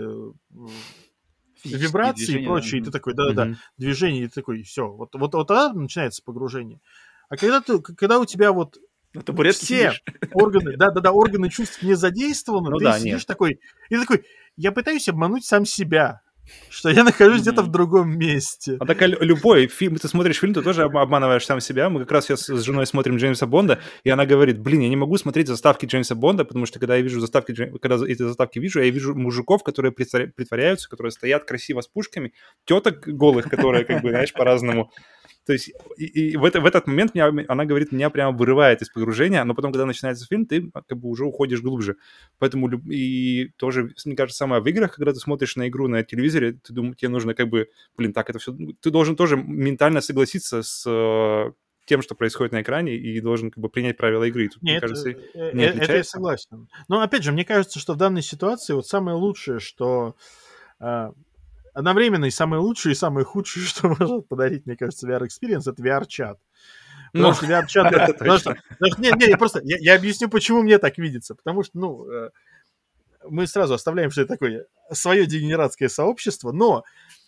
вибрации и прочее, и ты такой, движение, и ты такой, все, вот тогда начинается погружение. А когда у тебя вот все органы, органы чувств не задействованы, ты сидишь такой, я пытаюсь обмануть сам себя, что я нахожусь где-то в другом месте. А так любой фильм, ты смотришь фильм, ты тоже обманываешь сам себя. Мы как раз сейчас с женой смотрим Джеймса Бонда, и она говорит, я не могу смотреть заставки Джеймса Бонда, потому что когда я вижу когда эти заставки вижу, я вижу мужиков, которые притворяются, которые стоят красиво с пушками, теток голых, которые, знаешь, по-разному. То есть и в этот момент она говорит, меня прямо вырывает из погружения, но потом, когда начинается фильм, ты уже уходишь глубже. Поэтому и тоже, мне кажется, самое в играх, когда ты смотришь на игру на телевизоре, ты думаешь, тебе нужно так это все... Ты должен тоже ментально согласиться с тем, что происходит на экране, и должен принять правила игры. Тут, мне кажется, это я согласен. Но опять же, мне кажется, что в данной ситуации вот самое лучшее, что... одновременно и самое лучшее, и самое худшее, что может подарить, мне кажется, VR-экспириенс, это VR-чат. Потому что VR-чат... Я объясню, почему мне так видится. Потому что, мы сразу оставляем, что это такое свое дегенератское сообщество, но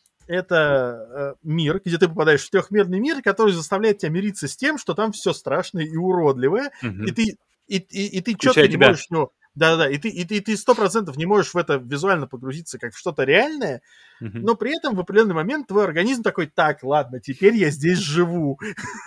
это мир, где ты попадаешь в трехмерный мир, который заставляет тебя мириться с тем, что там все страшное и уродливое, и ты четко не можешь Да-да-да, и ты 100% не можешь в это визуально погрузиться как в что-то реальное, но при этом в определенный момент твой организм такой, так, ладно, теперь я здесь живу.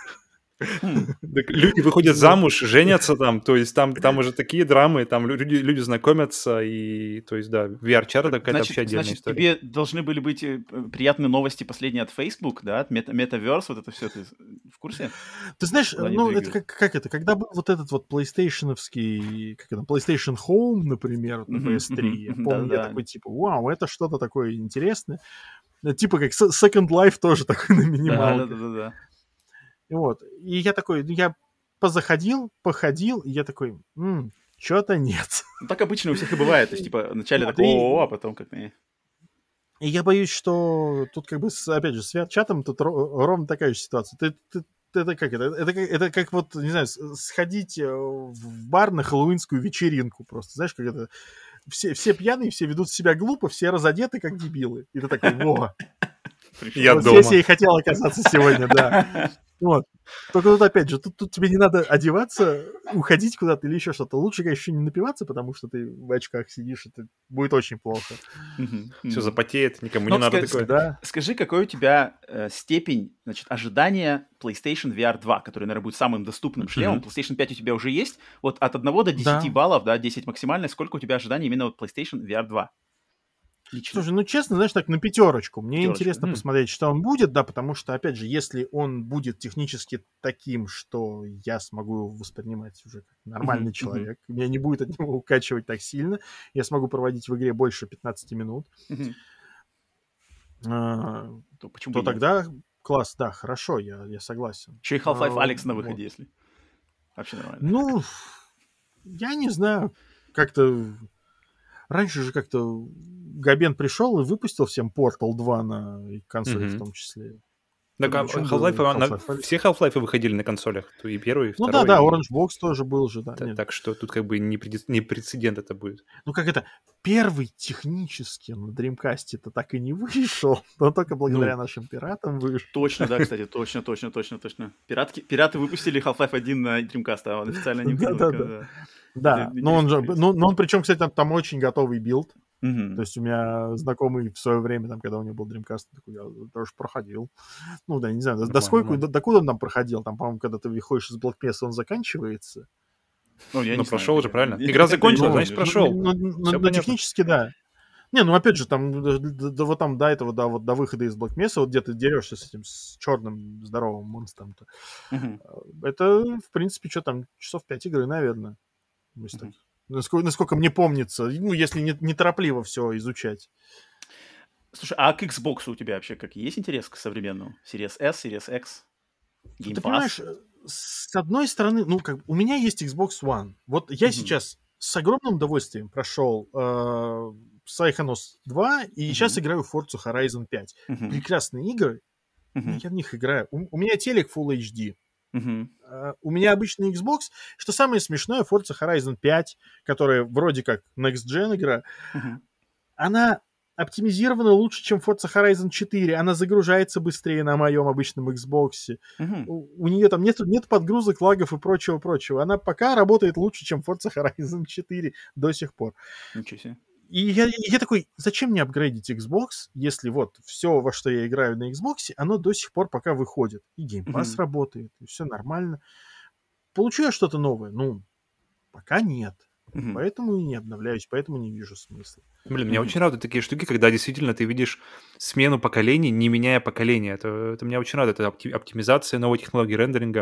Люди выходят замуж, женятся там, то есть там уже такие драмы, там люди знакомятся, и, то есть, да, VR-чат это какая-то вообще отдельная история. Тебе должны были быть приятные новости последние от Facebook, да, от Metaverse, вот это все, ты в курсе? Ты знаешь, ну, это как это, когда был вот этот вот PlayStation-овский, как это, PlayStation Home, например, на PS3, я помню, я такой, типа, вау, это что-то такое интересное. Типа как Second Life тоже такой на минималках. Да. Вот. И я такой, я походил, и я такой, что-то нет. Ну, так обычно у всех и бывает. То есть, типа, вначале такого, а потом как-то... И я боюсь, что тут как бы, опять же, с VR-чатом тут ровно такая же ситуация. Это как это? Это как вот, не знаю, сходить в бар на хэллоуинскую вечеринку просто. Знаешь, как это? Все пьяные, все ведут себя глупо, все разодеты, как дебилы. И ты такой, во! Я вот дома. Здесь я и хотел оказаться сегодня, да. Вот. Только тут, опять же, тут тебе не надо одеваться, уходить куда-то или еще что-то. Лучше, конечно, не напиваться, потому что ты в очках сидишь, это будет очень плохо. Все запотеет, никому не надо такое. Да. Скажи, какой у тебя степень, значит, ожидания PlayStation VR 2, который, наверное, будет самым доступным шлемом. PlayStation 5 у тебя уже есть. Вот от 1 до 10 баллов, да, 10 максимальное, сколько у тебя ожиданий именно от PlayStation VR 2? Лично. Слушай, ну честно, знаешь, так на 5. Мне интересно посмотреть, что он будет, да, потому что, опять же, если он будет технически таким, что я смогу его воспринимать уже как нормальный человек, меня не будет от него укачивать так сильно, я смогу проводить в игре больше 15 минут, то тогда класс, да, хорошо, я согласен. Еще и Half-Life Alyx на выходе, если. Вообще нормально. Ну, я не знаю, как-то... Раньше же как-то Габен пришел и выпустил всем Portal 2 на консоли в том числе. Так, Half-Life, все Half-Life выходили на консолях, то и первый, и второй. Ну да, Orange Box тоже был же, да. Так что тут как бы не прецедент это будет. Ну как это, первый технически на Dreamcast-то так и не вышел, но только благодаря нашим пиратам вышел. Точно, да, кстати, точно. Пираты выпустили Half-Life 1 на Dreamcast, а он официально не выпустил. Да, но он причем, кстати, там очень готовый билд. То есть у меня знакомый в свое время, там, когда у него был Dreamcast, я тоже проходил. Ну да, не знаю, докуда он там проходил? Там, по-моему, когда ты выходишь из блокмеса, он заканчивается. Ну, прошел уже, правильно? Игра закончилась, значит, прошел. Ну, технически, да. Не, ну опять же, там вот там до этого, да, вот до выхода из блокмеса, вот где ты дерешься с этим с черным здоровым монстром-то. Это, в принципе, что там, часов 5 игры, наверное. Насколько мне помнится, ну, если не торопливо все изучать. Слушай, а к Xbox у тебя вообще как есть интерес к современному? Series S, Series X? Game Ты Pass? понимаешь, с одной стороны, ну, как у меня есть Xbox One. Вот я сейчас с огромным удовольствием прошел Psychonauts 2, и сейчас играю в Forza Horizon 5. Прекрасные игры, я в них играю. У меня телек Full HD. У меня обычный Xbox. Что самое смешное, Forza Horizon 5, которая вроде как Next Gen игра, она оптимизирована лучше, чем Forza Horizon 4. Она загружается быстрее на моем обычном Xbox. У нее там нет подгрузок, лагов и прочего. Она пока работает лучше, чем Forza Horizon 4 до сих пор. Ничего себе. И я такой, зачем мне апгрейдить Xbox, если вот все, во что я играю на Xbox, оно до сих пор пока выходит. И Game Pass работает, и все нормально. Получу я что-то новое? Ну, пока нет. Поэтому и не обновляюсь, поэтому не вижу смысла. Блин, меня очень радуют такие штуки, когда действительно ты видишь смену поколений, не меняя поколения. Это меня очень радует. Это оптимизация, новые технологии рендеринга.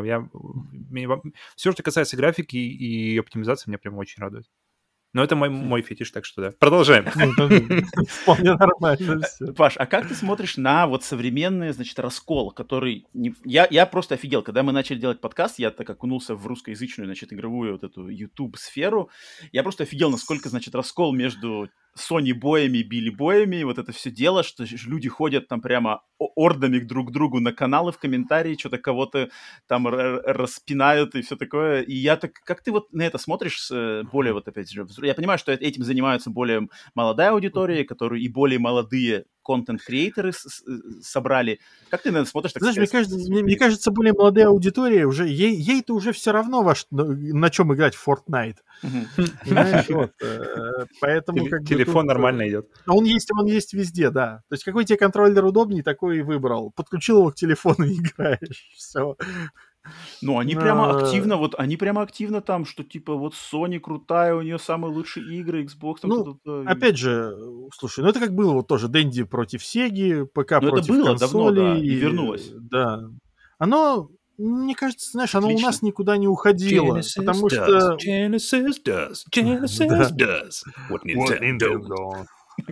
Все, что касается графики и оптимизации, меня прям очень радует. Но это мой фетиш, так что да. Продолжаем. Вполне нормально все. Паш, а как ты смотришь на вот современный, значит, раскол, который... Я просто офигел. Когда мы начали делать подкаст, я так окунулся в русскоязычную, значит, игровую вот эту YouTube-сферу. Я просто офигел, насколько, значит, раскол между Sony-боями, Билли-боями, вот это все дело, что люди ходят там прямо ордами друг к другу на каналы, в комментарии, что-то кого-то там распинают и все такое. И я так... Как ты вот на это смотришь более вот опять же... Я понимаю, что этим занимаются более молодая аудитория, которые и более молодые контент-креаторы собрали. Как ты на это смотришь? Знаешь, мне кажется, более молодая аудитория уже, ей-то уже все равно, на чем играть в Fortnite. Знаешь, вот. Поэтому как бы телефон нормально идет. Он есть везде, да. То есть какой тебе контроллер удобней, такой и выбрал. Подключил его к телефону и играешь. Все. Ну, они прямо активно там, что типа вот Sony крутая, у нее самые лучшие игры, Xbox там Ну, опять же, слушай, это как было вот тоже Dendy против Sega, ПК против консолей. Это было давно, да, и вернулось. Да. Оно, мне кажется, знаешь, оно у нас никуда не уходило, потому что... Genesis does. What Nintendo.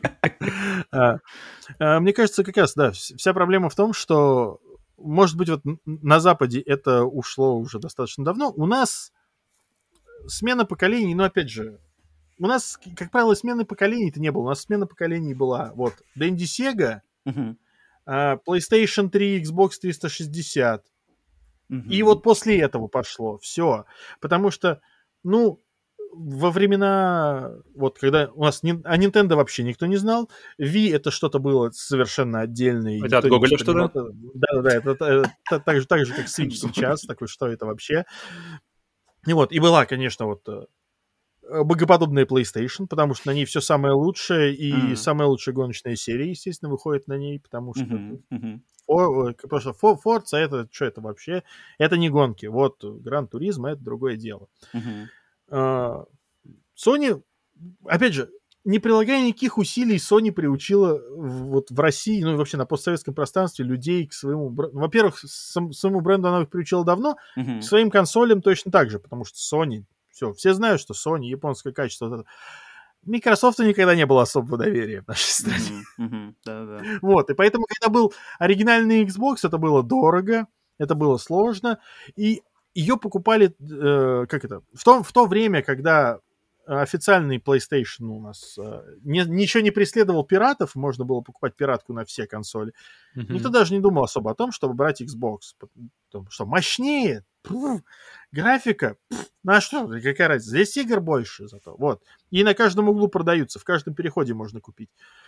Мне кажется, как раз, да, вся проблема в том, что может быть, вот на Западе это ушло уже достаточно давно. У нас смена поколений, но опять же, у нас, как правило, смены поколений-то не было. У нас смена поколений была вот Dendy Sega, PlayStation 3, Xbox 360. И вот после этого пошло все. Потому что, ну, во времена, вот когда у нас о Nintendo вообще никто не знал, Wii это что-то было совершенно отдельное. Это от Гоголя что-то? Да, это так же, как Switch сейчас, такой, что это вообще. И вот, и была, конечно, вот богоподобная PlayStation, потому что на ней все самое лучшее, и самая лучшая гоночная серия, естественно, выходит на ней, потому что Forza это, что это вообще? Это не гонки. Вот Gran Turismo это другое дело. Sony, опять же, не прилагая никаких усилий, Sony приучила вот в России, ну и вообще на постсоветском пространстве людей к своему бренду. Во-первых, своему бренду она их приучила давно, к своим консолям точно так же, потому что Sony, все знают, что Sony, японское качество. Вот это. Microsoft никогда не было особого доверия в нашей стране. Вот, и поэтому, когда был оригинальный Xbox, это было дорого, это было сложно, и ее покупали, в то время, когда официальный PlayStation у нас ничего не преследовал пиратов, можно было покупать пиратку на все консоли. Никто даже не думал особо о том, чтобы брать Xbox. Потому что мощнее, графика, ну а что, какая разница? Здесь игр больше зато. Вот. И на каждом углу продаются, в каждом переходе можно купить.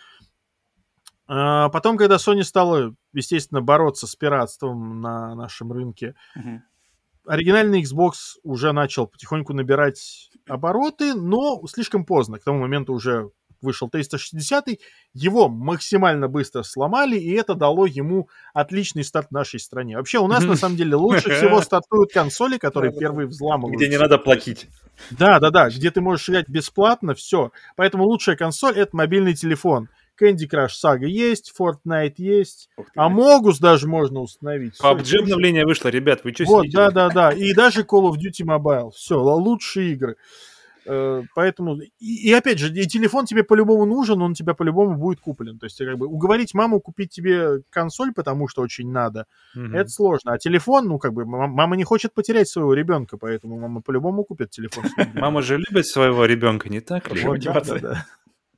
Потом, когда Sony стала, естественно, бороться с пиратством на нашем рынке, оригинальный Xbox уже начал потихоньку набирать обороты, но слишком поздно. К тому моменту уже вышел 360, его максимально быстро сломали, и это дало ему отличный старт в нашей стране. Вообще, у нас, на самом деле, лучше всего стартуют консоли, которые первые взламывают. Где не надо платить. Да, где ты можешь играть бесплатно, все. Поэтому лучшая консоль — это мобильный телефон. Candy Crush Saga есть, Fortnite есть, Among Us даже можно установить. PUBG обновление вышло, ребят, вы что сидите? Вот, да, и даже Call of Duty Mobile. Все, лучшие игры. Поэтому, и опять же, и телефон тебе по-любому нужен, он тебе по-любому будет куплен. То есть, как бы, уговорить маму купить тебе консоль, потому что очень надо, это сложно. А телефон, ну, как бы, мама не хочет потерять своего ребенка, поэтому мама по-любому купит телефон. Мама же любит своего ребенка, не так ли? Да.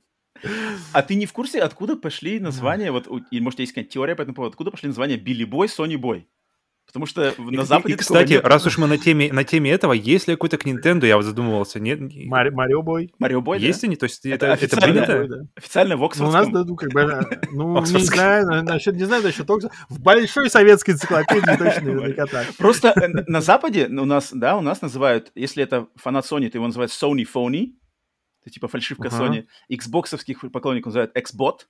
А ты не в курсе, откуда пошли названия, вот, или, может, есть какая-то теория по этому поводу, откуда пошли названия Билли Бой, Сони Бой? Потому что на Западе... И, кстати, раз уж мы на теме этого, есть ли какой-то к Nintendo, я вот задумывался, нет? Марио Бой. Марио Бой, есть да? они? То есть это принято? Официально в Оксфордском? Ну, у нас, как бы, не знаю насчет Оксфорда. В большой советской энциклопедии точно наверняка так. Просто на Западе у нас называют, если это фанат Sony, то его называют Sony Phony, это типа фальшивка Sony. Xbox-овских поклонников называют Xbot,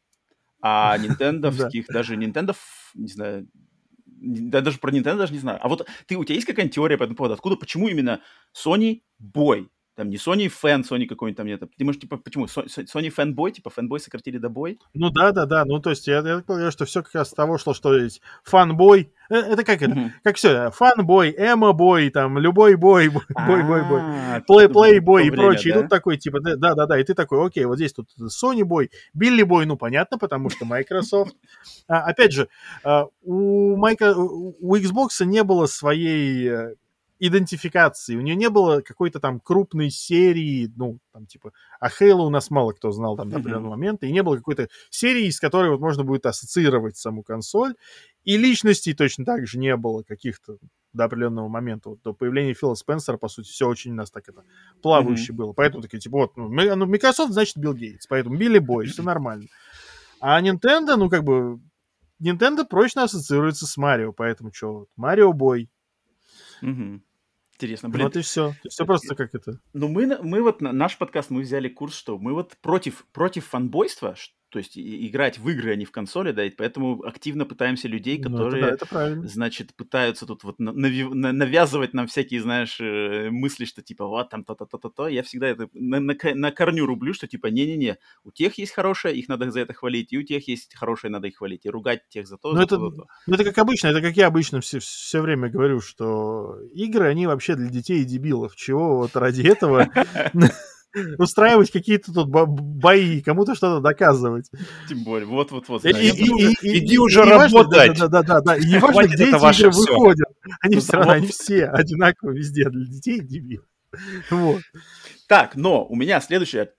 а Nintendo-овских, даже Nintendo, не знаю, даже про Nintendo даже не знаю. А вот у тебя есть какая-нибудь теория по этому поводу? Откуда, почему именно Sony Boy? Там не Sony Fan, Sony какой-нибудь там нет. Ты можешь, типа, почему? Sony Fanboy? Типа, Fanboy сократили до Boy? Ну да. Ну, то есть, я полагаю, что все как раз с того, что есть фанбой. Это как это? Как все? Фанбой, эмо-бой, там, любой бой, плей-бой и прочее. И тут такой, типа, да. И ты такой, окей, вот здесь тут Sony Boy, Billy Boy, ну, понятно, потому что Microsoft. Опять же, у Xbox не было своей идентификации. У нее не было какой-то там крупной серии, ну, там, типа, а Halo у нас мало кто знал там до определенного момента, и не было какой-то серии, с которой вот можно будет ассоциировать саму консоль, и личностей точно так же не было каких-то до определенного момента. Вот до появления Фила Спенсера, по сути, все очень у нас так это плавающе было. Поэтому такие, типа, вот, Microsoft, значит, Билл Гейтс, поэтому Билли Бой, все нормально. А Nintendo, ну, как бы, Nintendo прочно ассоциируется с Марио, поэтому что, Марио Бой. Угу. Интересно, блин. Вот и все. Все просто как это. Ну, мы вот наш подкаст, мы взяли курс, что мы вот против фанбойства, то есть играть в игры, а не в консоли, да, и поэтому активно пытаемся людей, которые, это правильно. значит, пытаются тут вот навязывать нам всякие, знаешь, мысли, что типа вот там то-то. Я всегда это на корню рублю, что типа не-не-не, у тех есть хорошее, их надо за это хвалить, и у тех есть хорошее, надо их хвалить, и ругать тех за то, это как обычно, это как я обычно все время говорю, что игры, они вообще для детей и дебилов. Чего вот ради этого устраивать какие-то тут бои, кому-то что-то доказывать. Тем более, вот. Иди уже работать. Да. И не важно, где эти игры выходят. Они все равно, они все одинаковые везде для детей и дебилов. Вот. Так, но у меня следующее.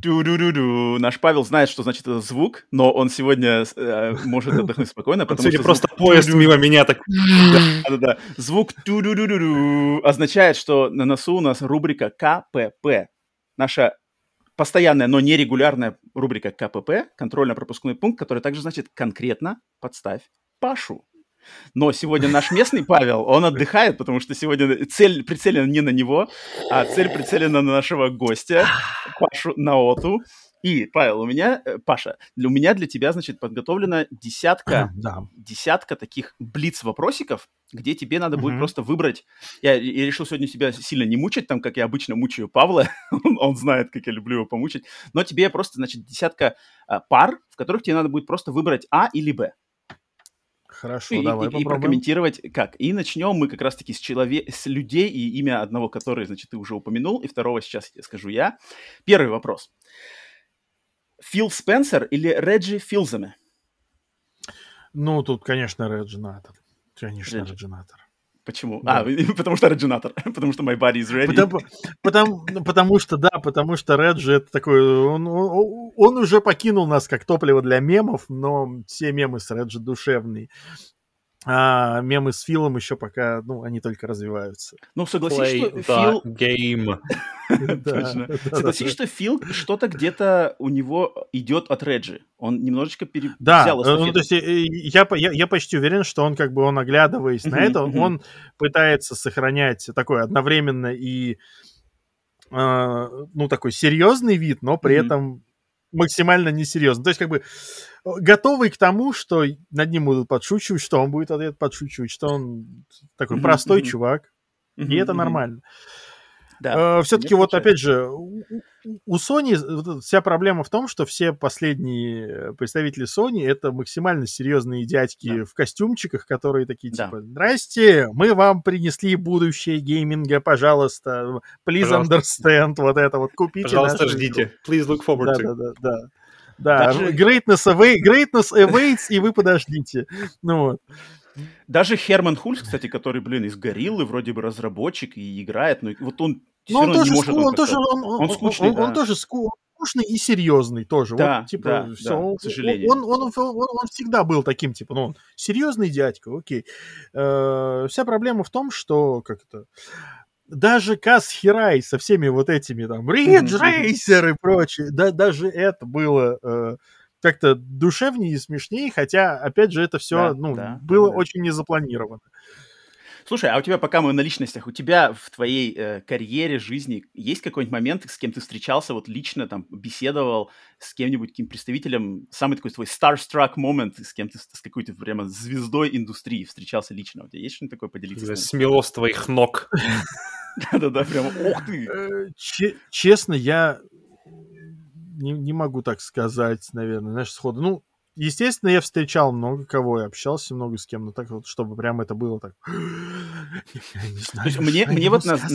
Наш Павел знает, что значит этот звук, но он сегодня может отдохнуть спокойно, потому что просто поезд мимо меня так... Да. Звук означает, что на носу у нас рубрика КПП. Наша постоянная, но нерегулярная рубрика КПП, контрольно-пропускной пункт, который также значит конкретно подставь Пашу. Но сегодня наш местный Павел, он отдыхает, потому что сегодня цель прицелена не на него, а цель прицелена на нашего гостя, Пашу Наоту. И, Павел, Паша, у меня для тебя, значит, подготовлена десятка таких блиц-вопросиков, где тебе надо будет просто выбрать. Я решил сегодня тебя сильно не мучить, там, как я обычно мучаю Павла, он знает, как я люблю его помучить, но тебе просто, значит, десятка пар, в которых тебе надо будет просто выбрать А или Б. Хорошо, давай попробуем. И прокомментировать как. И начнем мы как раз-таки с людей, и имя одного, который, значит, ты уже упомянул, и второго сейчас скажу я. Первый вопрос. Фил Спенсер или Реджи Филземе? Ну, тут, конечно, Реджинатор. Конечно, Реджинатор. Почему? Да. Потому что Реджинатор. Потому что my body is ready. Потому что Реджи это такой... Он уже покинул нас как топливо для мемов, но все мемы с Реджи душевные. А мемы с Филом еще пока, они только развиваются. Ну, согласись, что Фил... Game. Точно. Согласись, что Фил что-то где-то у него идет от Реджи. Он немножечко взял эстафету. Да, то есть я почти уверен, что он как бы, он оглядываясь на это, он пытается сохранять такой одновременно и, такой серьезный вид, но при этом максимально несерьезно. То есть как бы готовый к тому, что над ним будут подшучивать, что он будет ответ подшучивать, что он такой простой чувак, и это нормально. Да, все-таки вот опять же у Sony вся проблема в том, что все последние представители Sony это максимально серьезные дядьки в костюмчиках, которые такие типа: здрасте, мы вам принесли будущее гейминга, пожалуйста, please understand, вот это вот купите. Пожалуйста, ждите. Please look forward to. Да, greatness awaits, и вы подождите. Даже Херман Хульс, кстати, который, из Гориллы, вроде бы разработчик и играет, но вот он все равно не может... Он скучный, он тоже скучный и серьезный тоже. Да, вот, типа, все, к сожалению. Он всегда был таким, типа, он серьезный дядька, окей. Вся проблема в том, что, даже Каз Хирай со всеми вот этими там Ридж Рейсер и прочее, даже это было... как-то душевнее и смешнее, хотя, опять же, это все было очень незапланировано. Слушай, а у тебя, пока мы на личностях, у тебя в твоей карьере, жизни есть какой-нибудь момент, с кем ты встречался, вот лично там беседовал с кем-нибудь, каким представителем, самый такой твой starstruck момент, с кем ты с какой-то прямо звездой индустрии встречался лично? У тебя есть что-нибудь такое поделиться? Смело с твоих ног. Да-да-да, прямо, ух ты! Честно, я... Не могу так сказать, наверное, знаешь, сходу. Естественно, я встречал много кого, я общался много с кем, но так вот, чтобы прям это было так... Я не знаю, то есть мне вот на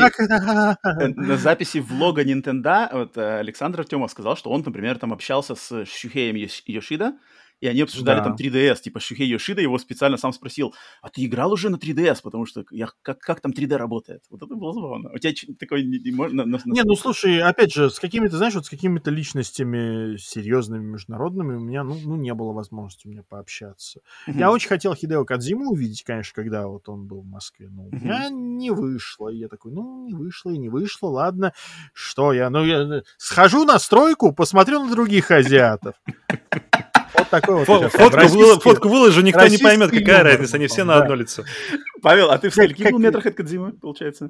записи влога Nintendo вот Александр Артемов сказал, что он, например, там общался с Шухеем Йошида, и они обсуждали там 3DS, типа Шухей Йошида его специально сам спросил: а ты играл уже на 3DS, потому что как там 3D работает? Вот это было забавно. У тебя такое не можно... Не, слушай, опять же, с какими-то, знаешь, вот с какими-то личностями серьезными, международными у меня, не было возможности у меня пообщаться. Я очень хотел Хидео Кодзиму увидеть, конечно, когда вот он был в Москве, но у меня не вышло. И я такой, не вышло, ладно, что я схожу на стройку, посмотрю на других азиатов. вот такой вот. Фотку выложу, никто не поймет, какая разница, они все на одно лицо. Павел, а ты в скольких был метрах от Кодзимы, получается?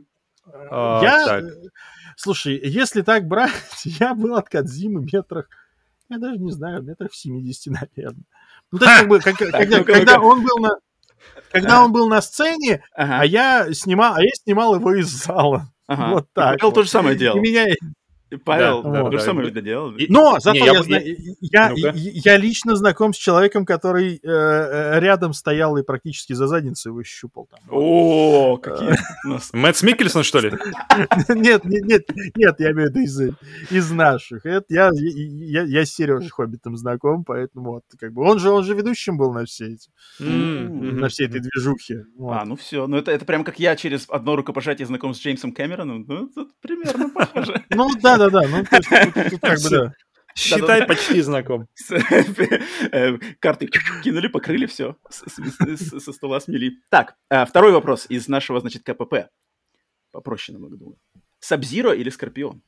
Слушай, если так брать, я был от Кодзимы метрах, я даже не знаю, метрах в 70, наверное. Ну, то есть, как бы, когда он был на сцене, а я снимал его из зала. Вот так. Павел то же самое делал. Павел то же самое видно делал. Но зато я лично знаком с человеком, который рядом стоял и практически за задницу его щупал. О, какие... Мэтт Миккельсон, что ли? Нет, я имею в виду из наших. Я с Сережей Хоббитом знаком, поэтому вот, как бы он же ведущим был на все эти, на всей этой движухе. Ну все. Ну это прям как я через одно рукопожатие знаком с Джеймсом Кэмероном. Ну, тут примерно похоже. Ну да. Ну, тут как бы да. Считай, почти знаком. Карты кинули, покрыли, все. Со стола смели. Так, второй вопрос из нашего, значит, КПП. Попроще намного, думаю. Саб-Зиро или Скорпион?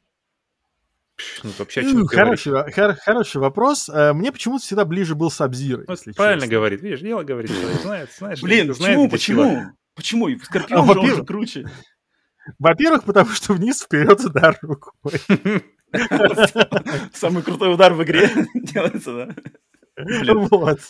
Хороший вопрос. Мне почему-то всегда ближе был Саб-Зиро. Правильно говорит. Видишь, дело говорит. Знаешь, блин, почему? Почему? Скорпион же он же круче. Во-первых, потому что вниз, вперед, удар рукой. Самый крутой удар в игре делается, да? Вот.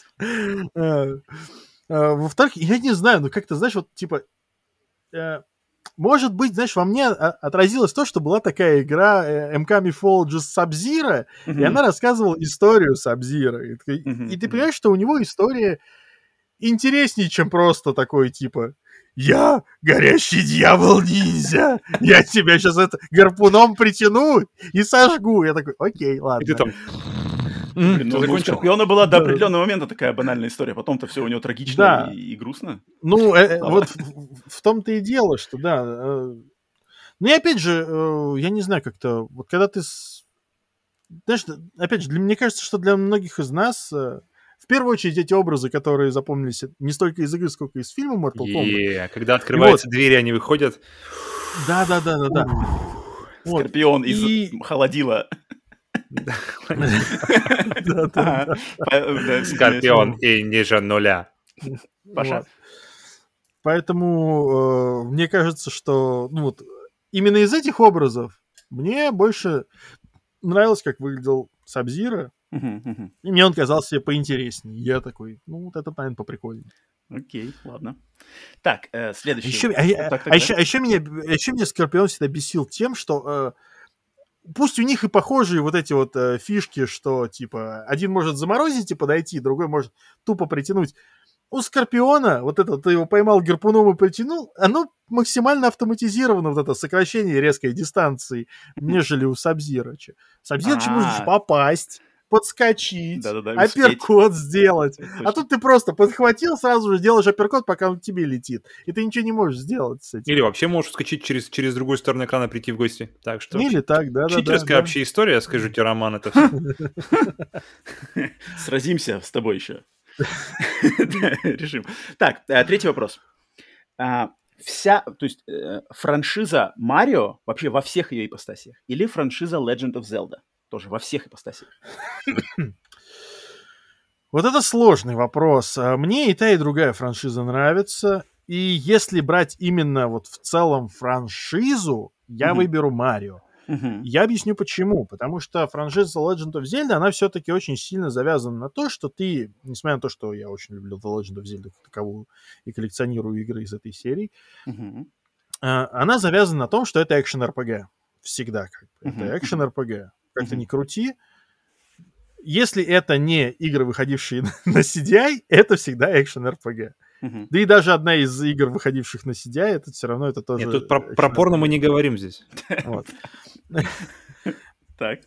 Во-вторых, я не знаю, ну как-то, знаешь, вот типа... Может быть, знаешь, во мне отразилось то, что была такая игра MK Mythologies Sub-Zero, и она рассказывала историю Sub-Zero. И ты понимаешь, что у него история интереснее, чем просто такой, типа... Я горящий дьявол-ниндзя, я тебя сейчас гарпуном притяну и сожгу. Я такой, окей, ладно. И ты там... У Скорпиона была до определенного момента такая банальная история, потом-то все у него трагично и грустно. Ну, вот в том-то и дело, что да. Ну и опять же, я не знаю, как-то, вот когда ты... Знаешь, опять же, мне кажется, что для многих из нас... В первую очередь, эти образы, которые запомнились не столько из игры, сколько из фильма Mortal Kombat. Когда открываются двери, они выходят. Да. Скорпион из холодила. Скорпион и ниже нуля. Паша. Поэтому мне кажется, что именно из этих образов мне больше нравилось, как выглядел Саб-Зиро. И мне он казался поинтереснее. Я такой, вот это, наверное, поприкольнее. Окей, ладно. Так, следующий. Еще меня Скорпион всегда бесил тем, что пусть у них и похожие вот эти вот фишки, что, типа, один может заморозить и подойти, другой может тупо притянуть. У Скорпиона, вот это, ты его поймал гарпуном и притянул, оно максимально автоматизировано, вот это сокращение резкой дистанции, нежели у Саб-Зиро. Саб-Зиро нужно попасть, подскочить, апперкот сделать. А тут ты просто подхватил, сразу же делаешь апперкот, пока он к тебе летит. И ты ничего не можешь сделать с этим. Или вообще можешь скачать через другую сторону экрана, прийти в гости. Так что... Или так, да. Читерская вообще история, скажу тебе, Роман, это все. Сразимся с тобой еще. Решим. Так, третий вопрос. Франшиза Марио вообще во всех ее ипостасиях? Или франшиза Legend of Zelda? Тоже во всех ипостасиях. Вот это сложный вопрос. Мне и та, и другая франшиза нравится. И если брать именно вот в целом франшизу, я выберу Марио. Я объясню почему. Потому что франшиза Legend of Zelda, она все-таки очень сильно завязана на то, что ты, несмотря на то, что я очень люблю The Legend of Zelda как таковую и коллекционирую игры из этой серии, она завязана на том, что это экшен-РПГ. Всегда как бы. Это экшен-РПГ. Как-то не крути. Если это не игры, выходившие на CDI, это всегда экшен-РПГ. Да и даже одна из игр, выходивших на CDI, это все равно это тоже... Нет, тут про порно мы не говорим здесь. Так.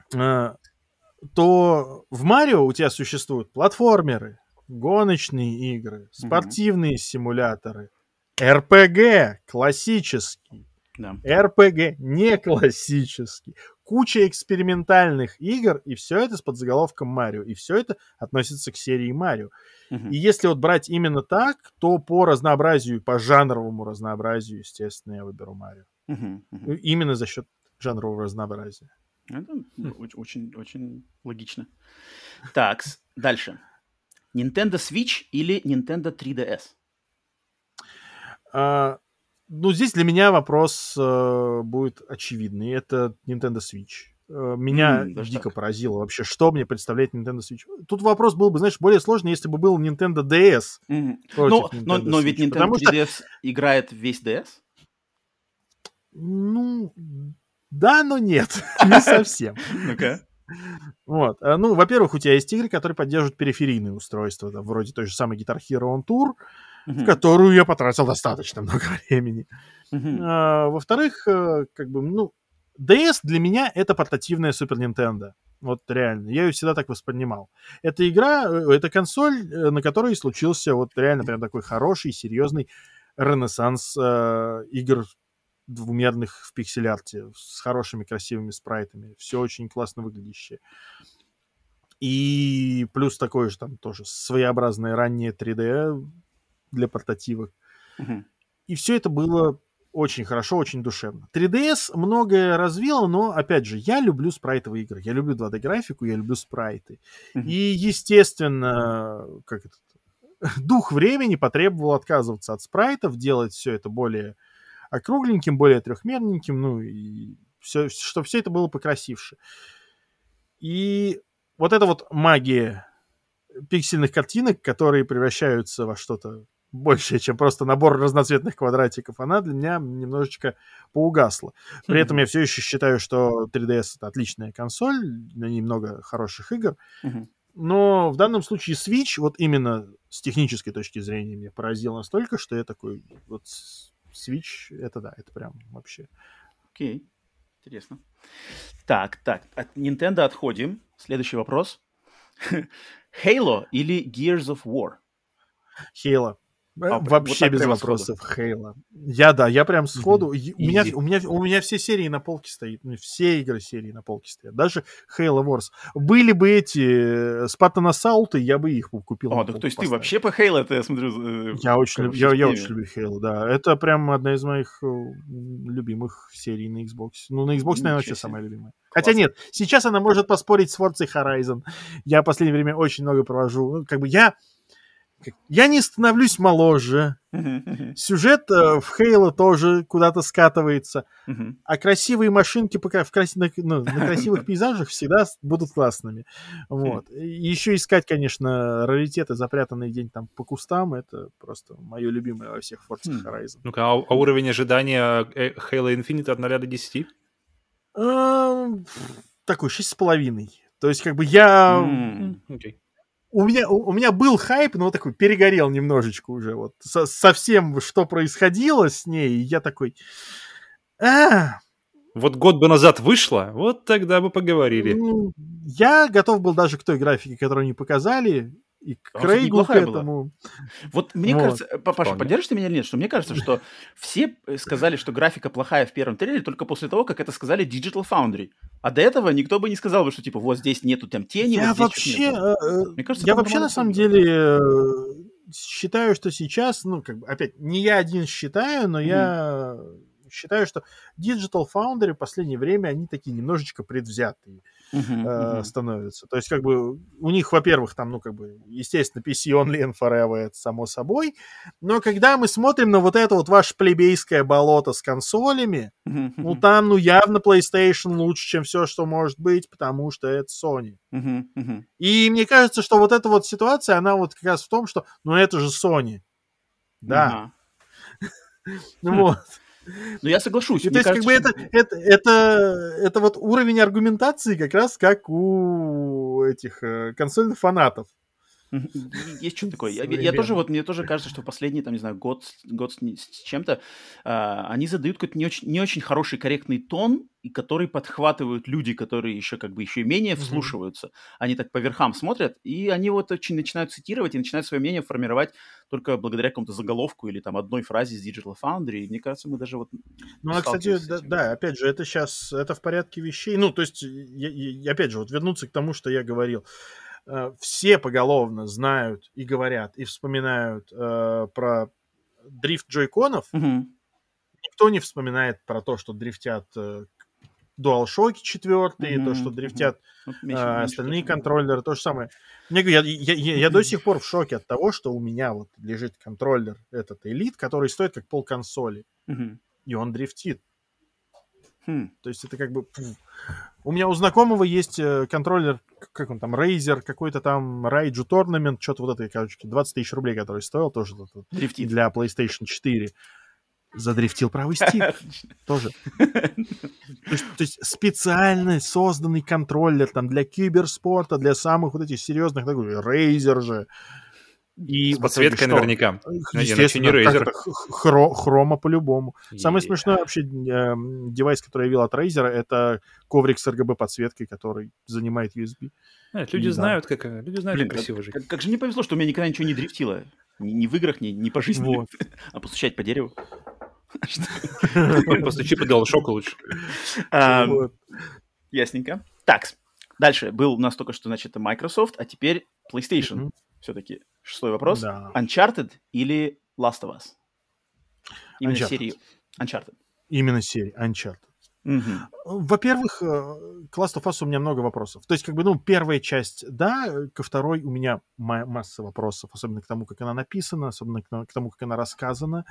То в Марио у тебя существуют платформеры, гоночные игры, спортивные симуляторы, РПГ классический, РПГ не классический, куча экспериментальных игр, и все это с подзаголовком Марио, и все это относится к серии Марио. И если вот брать именно так, то по разнообразию, по жанровому разнообразию, естественно, я выберу Марио. Именно за счет жанрового разнообразия. Это очень логично. Так, дальше. Nintendo Switch или Nintendo 3DS? Здесь для меня вопрос будет очевидный. Это Nintendo Switch. Меня дико поразило вообще, что мне представляет Nintendo Switch. Тут вопрос был бы, знаешь, более сложный, если бы был Nintendo DS против Nintendo Switch. Но ведь Nintendo 3DS играет весь DS? Ну, да, но нет. Не совсем. Ну-ка. Вот. Во-первых, у тебя есть игры, которые поддерживают периферийные устройства, вроде той же самой Guitar Hero On Tour, в которую я потратил достаточно много времени. Во-вторых, DS для меня это портативная Super Nintendo. Вот реально. Я ее всегда так воспринимал. Это игра, это консоль, на которой случился вот реально прям такой хороший, серьезный ренессанс игр двумерных в пиксель-арте с хорошими, красивыми спрайтами. Все очень классно выглядящее. И плюс такое же там тоже своеобразное раннее 3D для портативок. И все это было очень хорошо, очень душевно. 3DS многое развило, но, опять же, я люблю спрайтовые игры. Я люблю 2D-графику, я люблю спрайты. И, естественно, дух времени потребовал отказываться от спрайтов, делать все это более округленьким, более трехмерненьким, и чтобы все это было покрасивше. И вот эта вот магия пиксельных картинок, которые превращаются во что-то большее, чем просто набор разноцветных квадратиков, она для меня немножечко поугасла. При этом я все еще считаю, что 3DS — это отличная консоль, на ней много хороших игр. Но в данном случае Switch, вот именно с технической точки зрения, меня поразил настолько, что я такой, вот Switch, это да, это прям вообще. Окей, интересно. Так, от Nintendo отходим. Следующий вопрос. Halo или Gears of War? Halo. Вообще вот без вопросов. Halo. Я прям сходу. У меня все серии на полке стоят. Все игры серии на полке стоят. Даже Halo Wars. Были бы эти Spartan Assault, я бы их купил. Так то есть ты вообще по Halo, это я смотрю... Я очень люблю Halo, да. Это прям одна из моих любимых серий на Xbox. На Xbox, наверное, вообще самая любимая. Хотя нет, сейчас она может поспорить с Forza Horizon. Я в последнее время очень много провожу. Я не становлюсь моложе. Сюжет в Halo тоже куда-то скатывается. А красивые машинки на красивых пейзажах всегда будут классными. Вот. И еще искать, конечно, раритеты, запрятанные где-нибудь там по кустам, это просто мое любимое во всех Forza Horizon. Ну-ка, а уровень ожидания Halo Infinite от 0 до 10? Такой 6,5. То есть я... Окей. У меня был хайп, но такой перегорел немножечко уже. Вот со всем, что происходило с ней, и я такой... Вот год бы назад вышло, вот тогда бы поговорили. Я готов был даже к той графике, которую они показали, и к Крейгу к этому. Вот мне кажется, Паша, поддержишь ты меня или нет, что мне кажется, что все сказали, что графика плохая в первом трейлере только после того, как это сказали Digital Foundry. А до этого никто бы не сказал бы, что типа вот здесь нету там тени, я вот здесь вообще, мне кажется, я вообще на самом деле считаю, что сейчас, опять, не я один считаю, но я считаю, что Digital Foundry в последнее время, они такие немножечко предвзятые становятся. То есть, у них, во-первых, там, естественно, PC Only and Forever, это само собой, но когда мы смотрим на вот это вот ваше плебейское болото с консолями, там, явно PlayStation лучше, чем все, что может быть, потому что это Sony. И мне кажется, что вот эта вот ситуация, она вот как раз в том, что, это же Sony. Да. Вот. Ну, я соглашусь. То есть, это вот уровень аргументации как раз как у этих консольных фанатов. Есть что-то такое. Мне тоже кажется, что последний, там, не знаю, год с чем-то, они задают какой-то не очень хороший, корректный тон, и который подхватывают люди, которые еще еще менее вслушиваются. Они так по верхам смотрят, и они вот очень начинают цитировать и начинают свое мнение формировать только благодаря какому-то заголовку или там одной фразе из Digital Foundry. И мне кажется, мы даже вот... кстати, да, опять же, это в порядке вещей. То есть, опять же, вот вернуться к тому, что я говорил. Все поголовно знают и говорят, и вспоминают про дрифт джойконов. Никто не вспоминает про то, что дрифтят DualShock 4, то, что дрифтят остальные контроллеры, то же самое. Я до сих пор в шоке от того, что у меня вот лежит контроллер этот Elite, который стоит как полконсоли, и он дрифтит. То есть это как бы... У меня у знакомого есть контроллер, как он там, Razer, какой-то там Raiju Tournament, что-то вот это, короче, 20 тысяч рублей, который стоил, тоже для PlayStation 4. Задрифтил правый стик. Тоже. То есть специально созданный контроллер там для киберспорта, для самых вот этих серьезных, такой Razer же. И с подсветкой наверняка. Естественно, хрома по-любому. Самый смешной вообще девайс, который я видел от Razer, это коврик с RGB-подсветкой, который занимает USB. Люди знают, как красиво жить. Как же мне повезло, что у меня никогда ничего не дрифтило. Ни в играх, ни по жизни. Вот. А постучать по дереву. Постучи по DualShock лучше. Ясненько. Так, дальше. Был у нас только что, значит, Microsoft, а теперь PlayStation. Все-таки 6-й вопрос. Да. Uncharted или Last of Us? Именно серии Uncharted. Именно серии Uncharted. Во-первых, к Last of Us у меня много вопросов. То есть, как бы, первая часть, да, ко второй у меня масса вопросов, особенно к тому, как она написана, особенно к тому, как она рассказана.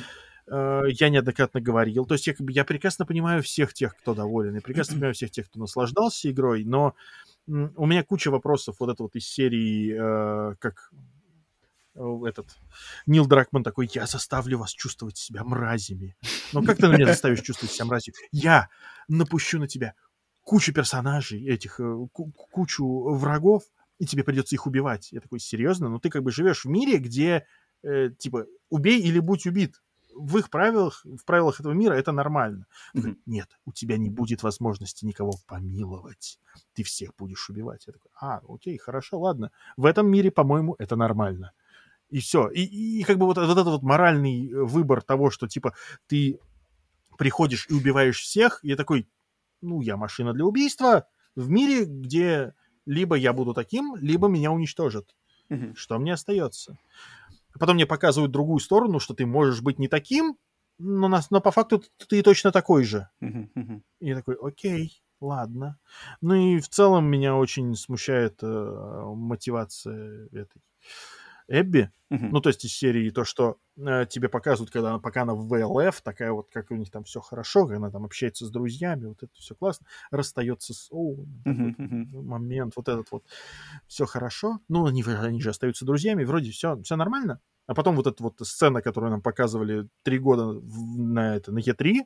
Я неоднократно говорил. То есть, я прекрасно понимаю всех тех, кто доволен, и прекрасно понимаю всех тех, кто наслаждался игрой, но у меня куча вопросов вот это вот из серии, как этот Нил Дракман такой: я заставлю вас чувствовать себя мразями. Но как ты на меня заставишь чувствовать себя мразью? Я напущу на тебя кучу персонажей, этих, кучу врагов, и тебе придется их убивать. Я такой: серьезно? Ну ты как бы живешь в мире, где типа убей или будь убит. В правилах этого мира это нормально. Нет, у тебя не будет возможности никого помиловать. Ты всех будешь убивать. Я такой: окей, хорошо, ладно. В этом мире, по-моему, это нормально. И все. И как бы вот этот вот моральный выбор того, что типа ты приходишь и убиваешь всех, я такой: я машина для убийства в мире, где либо я буду таким, либо меня уничтожат. Что мне остается? Потом мне показывают другую сторону, что ты можешь быть не таким, но по факту ты точно такой же. И я такой: окей, ладно. Ну и в целом меня очень смущает мотивация этой Эбби. Ну, то есть из серии то, что тебе показывают, пока она в ВЛФ, такая вот, как у них там все хорошо, когда она там общается с друзьями, вот это все классно, расстается с момент, вот этот вот, все хорошо. Ну, они же остаются друзьями, вроде все нормально. А потом вот эта вот сцена, которую нам показывали 3 года на Е3,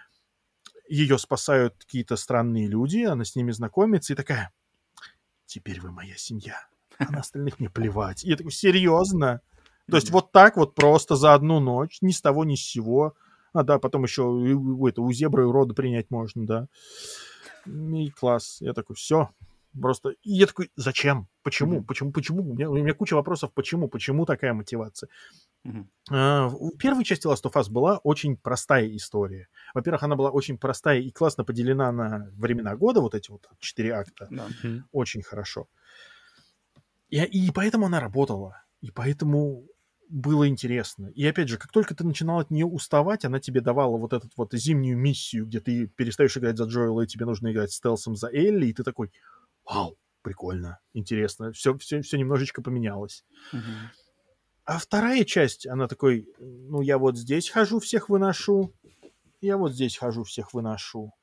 ее спасают какие-то странные люди, она с ними знакомится и такая: теперь вы моя семья. А на остальных мне плевать. И я такой: серьезно? То есть вот так вот просто за одну ночь, ни с того, ни с сего. Да, потом еще у зебры рода принять можно, да. И класс. Я такой: все. Просто... И я такой: зачем? Почему? Почему? У меня куча вопросов. Почему такая мотивация? У первой части Last of Us была очень простая история. Во-первых, она была очень простая и классно поделена на времена года, вот эти вот 4 акта. Очень хорошо. И поэтому она работала. И поэтому было интересно. И опять же, как только ты начинал от нее уставать, она тебе давала вот эту вот зимнюю миссию, где ты перестаешь играть за Джоэла, и тебе нужно играть стелсом за Элли, и ты такой: вау, прикольно, интересно. Все немножечко поменялось. А вторая часть, она такой: я вот здесь хожу, всех выношу. Я вот здесь хожу, всех выношу.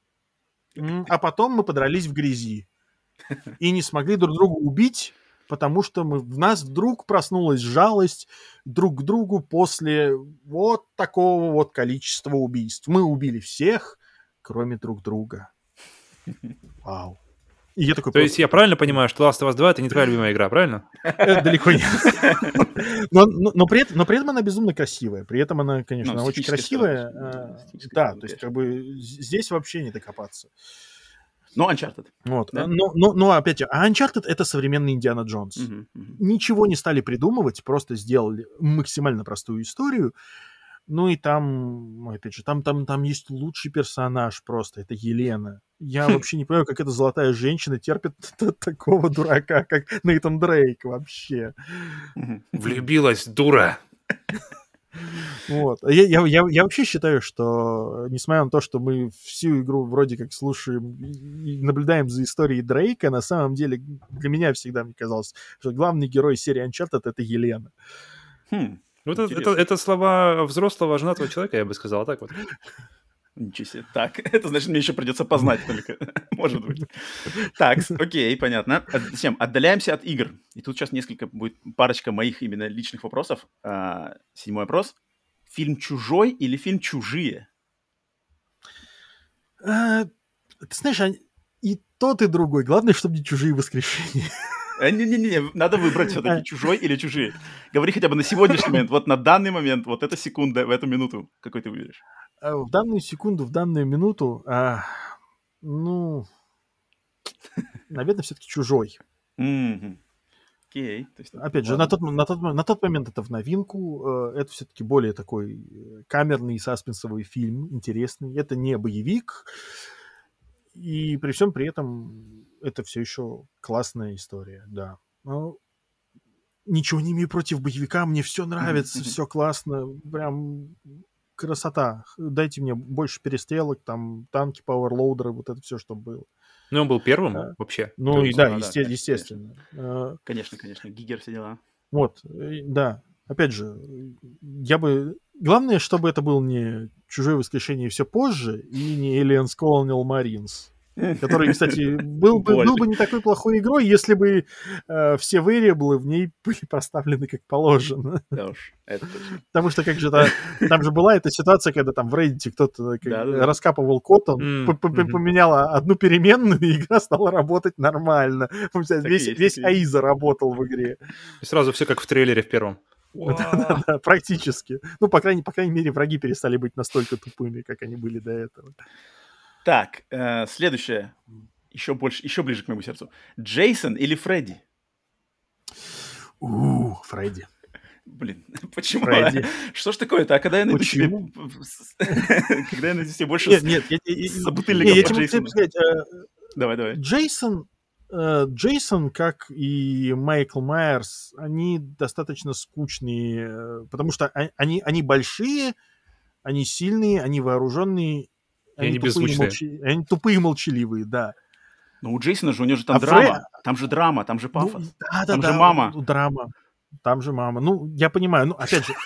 А потом мы подрались в грязи. И не смогли друг друга убить, потому что в нас вдруг проснулась жалость друг к другу после вот такого вот количества убийств. Мы убили всех, кроме друг друга. Вау. И я такой: То есть я правильно понимаю, что Last of Us 2 — это не твоя любимая игра, правильно? Далеко нет. Но при этом она безумно красивая. При этом она, конечно, она очень красивая. Да, то есть как бы здесь вообще не докопаться. Но Uncharted. Вот. Да? Но опять же, Uncharted — это современный Индиана Джонс. Ничего не стали придумывать, просто сделали максимально простую историю. Ну и там, опять же, там есть лучший персонаж просто, это Елена. Я вообще не понимаю, как эта золотая женщина терпит такого дурака, как Нейтан Дрейк вообще. Влюбилась, дура. Вот. Я вообще считаю, что, несмотря на то, что мы всю игру вроде как слушаем и наблюдаем за историей Дрейка, на самом деле для меня всегда мне казалось, что главный герой серии Uncharted — это Елена. Вот это слова взрослого женатого человека, я бы сказал, так вот. Ничего себе. Так, это значит, мне еще придется познать только. Может быть. Так, окей, понятно. Затем отдаляемся от игр. И тут сейчас будет парочка моих именно личных вопросов. 7-й вопрос. Фильм «Чужой» или фильм «Чужие»? Ты знаешь, и тот, и другой. Главное, чтобы не «Чужие воскрешения». Не-не-не, надо выбрать все-таки «Чужой» или «Чужие». Говори хотя бы на сегодняшний момент, вот на данный момент, вот эта секунда, в эту минуту, какой ты выберешь? В данную секунду, в данную минуту, наверное, все-таки «Чужой». Окей. Опять же, на тот момент это в новинку. Это все-таки более такой камерный саспенсовый фильм, интересный. Это не боевик. И при всем при этом это все еще классная история, да. Но ничего не имею против боевика, мне все нравится, все классно, прям красота. Дайте мне больше перестрелок, там, танки, пауэрлоудеры, вот это все, что было. Ну, он был первым вообще. Ну, и да, естественно. Конечно, Гигер, все дела. Вот, да. Опять же, главное, чтобы это был не «Чужое воскрешение» все позже, и не Aliens Colonial Marines, который, кстати, был бы не такой плохой игрой, если бы все вариаблы в ней были проставлены как положено. Да уж, это точно. Потому что там же была эта ситуация, когда там в Reddit кто-то раскапывал код, он поменял одну переменную, и игра стала работать нормально. Весь АИ заработал в игре. И сразу все как в трейлере в первом. Да, практически. Ну, по крайней мере, враги перестали быть настолько тупыми, как они были до этого. Так, следующее. Еще ближе к моему сердцу. Джейсон или Фредди? Фредди. Блин, почему? Фредди. Что ж такое-то? А когда я найду себе... Когда я найду себе больше собутыльников по Джейсону? Давай. Джейсон, как и Майкл Майерс, они достаточно скучные, потому что они большие, они сильные, они вооруженные, они тупые и молчаливые, да. Ну, у Джейсона же, у него же там драма. Там же драма, там же пафос. Там же мама. Драма. Там же мама. Ну, я понимаю. Ну, опять же,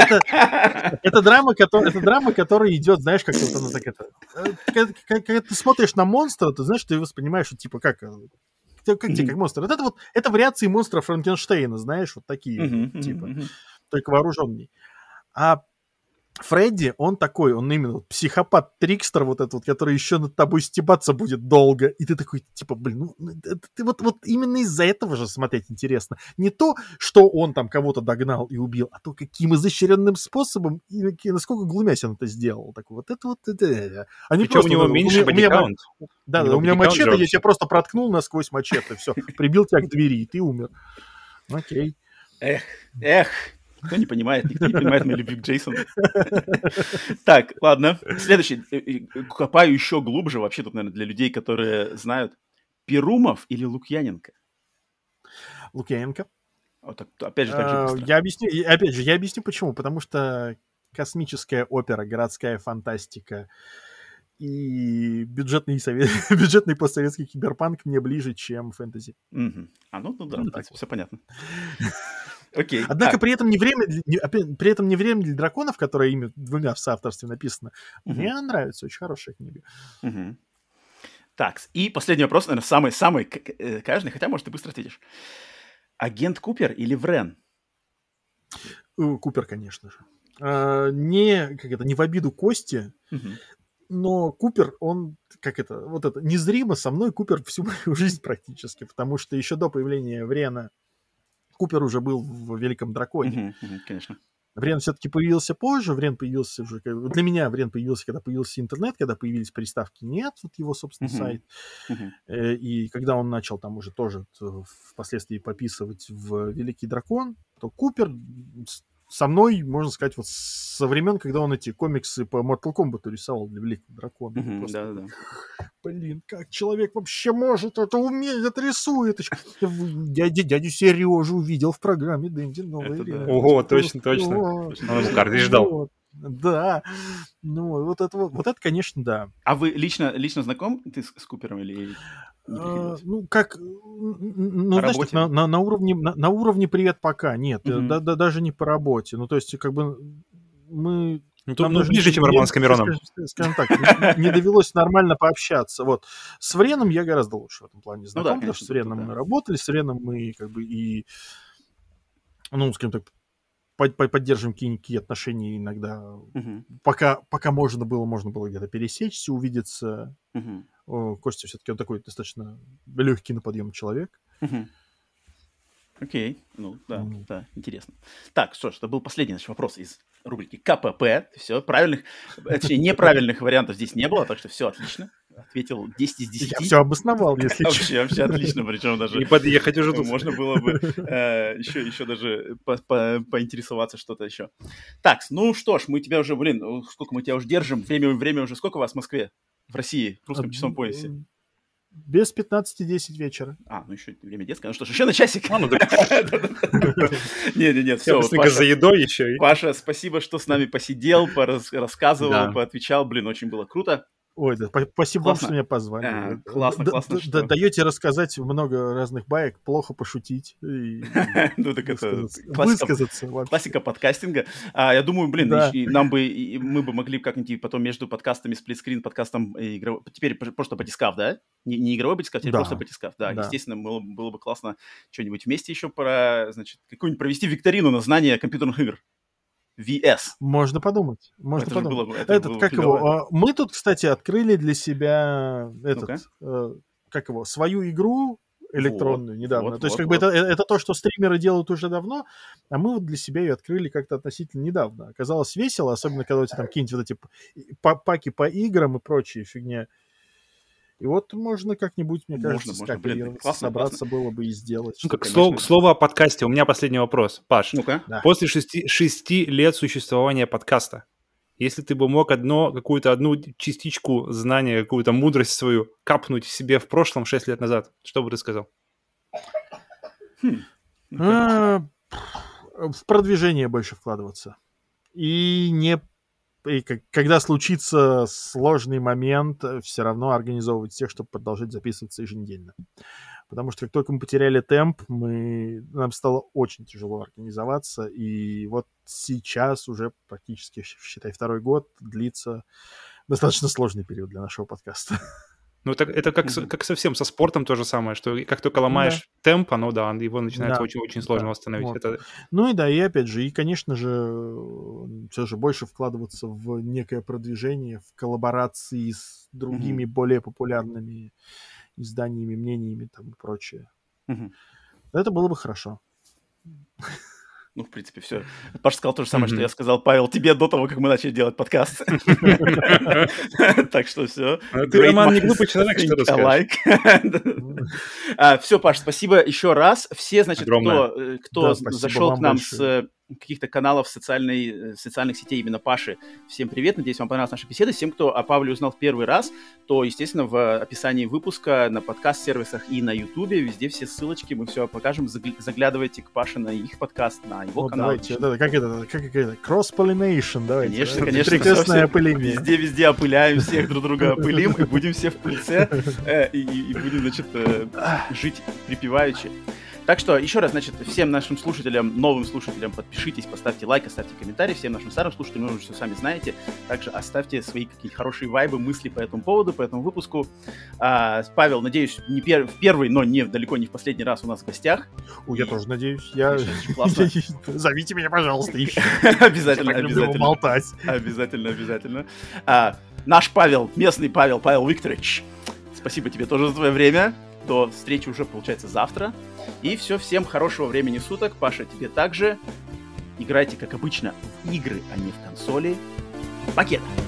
это драма, которая идет, знаешь, как вот она так это... Когда ты смотришь на монстра, ты знаешь, ты воспринимаешь, что типа как тебе как монстр. Это вариации монстра Франкенштейна, знаешь, вот такие, типа, только вооруженный. А Фредди, он такой, он именно психопат-трикстер вот этот вот, который еще над тобой стебаться будет долго. И ты такой, типа, блин, ты вот именно из-за этого же смотреть интересно. Не то, что он там кого-то догнал и убил, а то, каким изощренным способом и насколько глумясь он это сделал. Так вот это вот... Они причем у него меньше бодикаунт. Да, у меня мачете, я тебя просто проткнул насквозь мачете, все, прибил тебя к двери, и ты умер. Окей. Эх. Никто не понимает мою любви к Джейсону. Так, ладно. Следующий. Копаю еще глубже. Вообще тут, наверное, для людей, которые знают. Перумов или Лукьяненко? Лукьяненко. Вот так, опять же, так же быстро. Я объясню почему. Потому что космическая опера, городская фантастика и бюджетный постсоветский киберпанк мне ближе, чем фэнтези. Ну да, все понятно. Окей. Однако при этом не время для драконов, которое ими двумя в соавторстве написано. Мне нравится, очень хорошая книга. Так, и последний вопрос, наверное, самый каждый, хотя, может, ты быстро ответишь. Агент Купер или Врен? Купер, конечно же. Не в обиду Кости, но Купер, он, незримо со мной Купер всю мою жизнь практически, потому что еще до появления Врена Купер уже был в «Великом драконе». Конечно. Врен все-таки появился позже, Врен появился уже... Для меня Врен появился, когда появился интернет, когда появились приставки «Нет», вот его собственный сайт. И когда он начал там уже тоже впоследствии пописывать в «Великий дракон», то Купер со мной, можно сказать, вот со времен, когда он эти комиксы по Mortal Kombat рисовал для Великого Дракона. Да. Блин, как человек вообще может это уметь, это рисует. Дядю Сережу увидел в программе Дэнди Новое время. Ого, точно. Каждый ждал. Да. Ну, вот это, конечно, да. А вы лично знаком ты с Купером или... Ну, как, знаете, на уровне «Привет, пока» нет, даже не по работе. Ну, то есть, как бы мы... ближе, чем Роман с Камероном. Скажем так, не довелось нормально пообщаться. Вот. С Вреном я гораздо лучше в этом плане знаком, потому что с Вреном мы работали, с Вреном мы как бы и, ну, скажем так, поддерживаем какие отношения иногда. Пока можно было где-то пересечься, увидеться. Костя все-таки он такой достаточно легкий на подъем человек. Окей, ну да, интересно. Так, что ж, это был последний наш вопрос из рубрики КПП. Все, правильных, точнее, неправильных вариантов здесь не было, так что все отлично. Ответил 10 из 10. Я все обосновал, если честно. Вообще отлично, причем даже... Не подъехать уже тут. Можно было бы еще даже поинтересоваться что-то еще. Так, ну что ж, мы тебя уже, сколько мы тебя уже держим? Время уже сколько у вас в Москве? В России, в русском часовом поясе? Без 15:10 вечера. Ну еще время детское. Ну что ж, еще на часик. Нет, все. Быстренько за едой еще. Паша, спасибо, что с нами посидел, рассказывал, поотвечал. Очень было круто. Ой, да, спасибо вам, что меня позвали. Классно. Даете рассказать много разных баек, плохо пошутить. Ну, так это высказаться. Классика подкастинга. Я думаю, мы бы могли как-нибудь потом между подкастами сплитскрин, подкастом игровой... Теперь просто батискаф, да? Не игровой батискаф, теперь просто батискаф. Да, естественно, было бы классно что-нибудь вместе еще какую-нибудь провести викторину на знание компьютерных игр. VS. Можно подумать. Мы тут, кстати, открыли для себя свою игру электронную недавно. То есть, как бы это то, что стримеры делают уже давно, а мы вот для себя ее открыли как-то относительно недавно. Оказалось весело, особенно когда у тебя там какие-нибудь вот эти паки по играм и прочая фигня. И вот можно как-нибудь, мне кажется, скопироваться, собраться было бы и сделать. К слову о подкасте, у меня последний вопрос. Паш, после 6 лет существования подкаста, если ты бы мог какую-то одну частичку знания, какую-то мудрость свою капнуть себе в прошлом 6 лет назад, что бы ты сказал? В продвижение больше вкладываться. И когда случится сложный момент, все равно организовывать всех, чтобы продолжать записываться еженедельно. Потому что как только мы потеряли темп, нам стало очень тяжело организоваться. И вот сейчас уже практически, считай, 2-й год длится достаточно сложный период для нашего подкаста. Ну, это как совсем со спортом то же самое, что как только ломаешь темп, его начинается очень сложно восстановить. Вот. Ну и опять же, и, конечно же, все же больше вкладываться в некое продвижение, в коллаборации с другими более популярными изданиями, мнениями там, и прочее. Это было бы хорошо. Ну, в принципе, все. Паша сказал то же самое, что я сказал, Павел, тебе до того, как мы начали делать подкаст. Так что все. Ты, Роман, не глупый человек, что ты скажешь. Все, Паш, спасибо еще раз. Все, значит, кто зашел к нам с каких-то каналов социальных сетей именно Паши, всем привет. Надеюсь, вам понравилась наша беседа. Всем, кто о Павле узнал в первый раз, то, естественно, в описании выпуска на подкаст-сервисах и на Ютубе, везде все ссылочки, мы все покажем. Заглядывайте к Паше на их подкаст, на его канал. Давайте, как это? Cross-pollination, давайте. Конечно. Прекрасное опыление. Везде опыляем, всех друг друга опылим, и будем все в пыльце, и будем, значит, жить припеваючи. Так что, еще раз, значит, всем нашим слушателям, новым слушателям, подпишитесь, поставьте лайк, оставьте комментарий. Всем нашим старым слушателям, вы уже все сами знаете. Также оставьте свои какие-то хорошие вайбы, мысли по этому поводу, по этому выпуску. Павел, надеюсь, в первый, но далеко не в последний раз у нас в гостях. Я тоже надеюсь. Зовите меня, пожалуйста, еще. Обязательно. Обязательно. Наш Павел, местный Павел Викторович, спасибо тебе тоже за твое время. До встречи уже, получается, завтра. И все, всем хорошего времени суток. Паша, тебе также. Играйте, как обычно, в игры, а не в консоли. Покеда!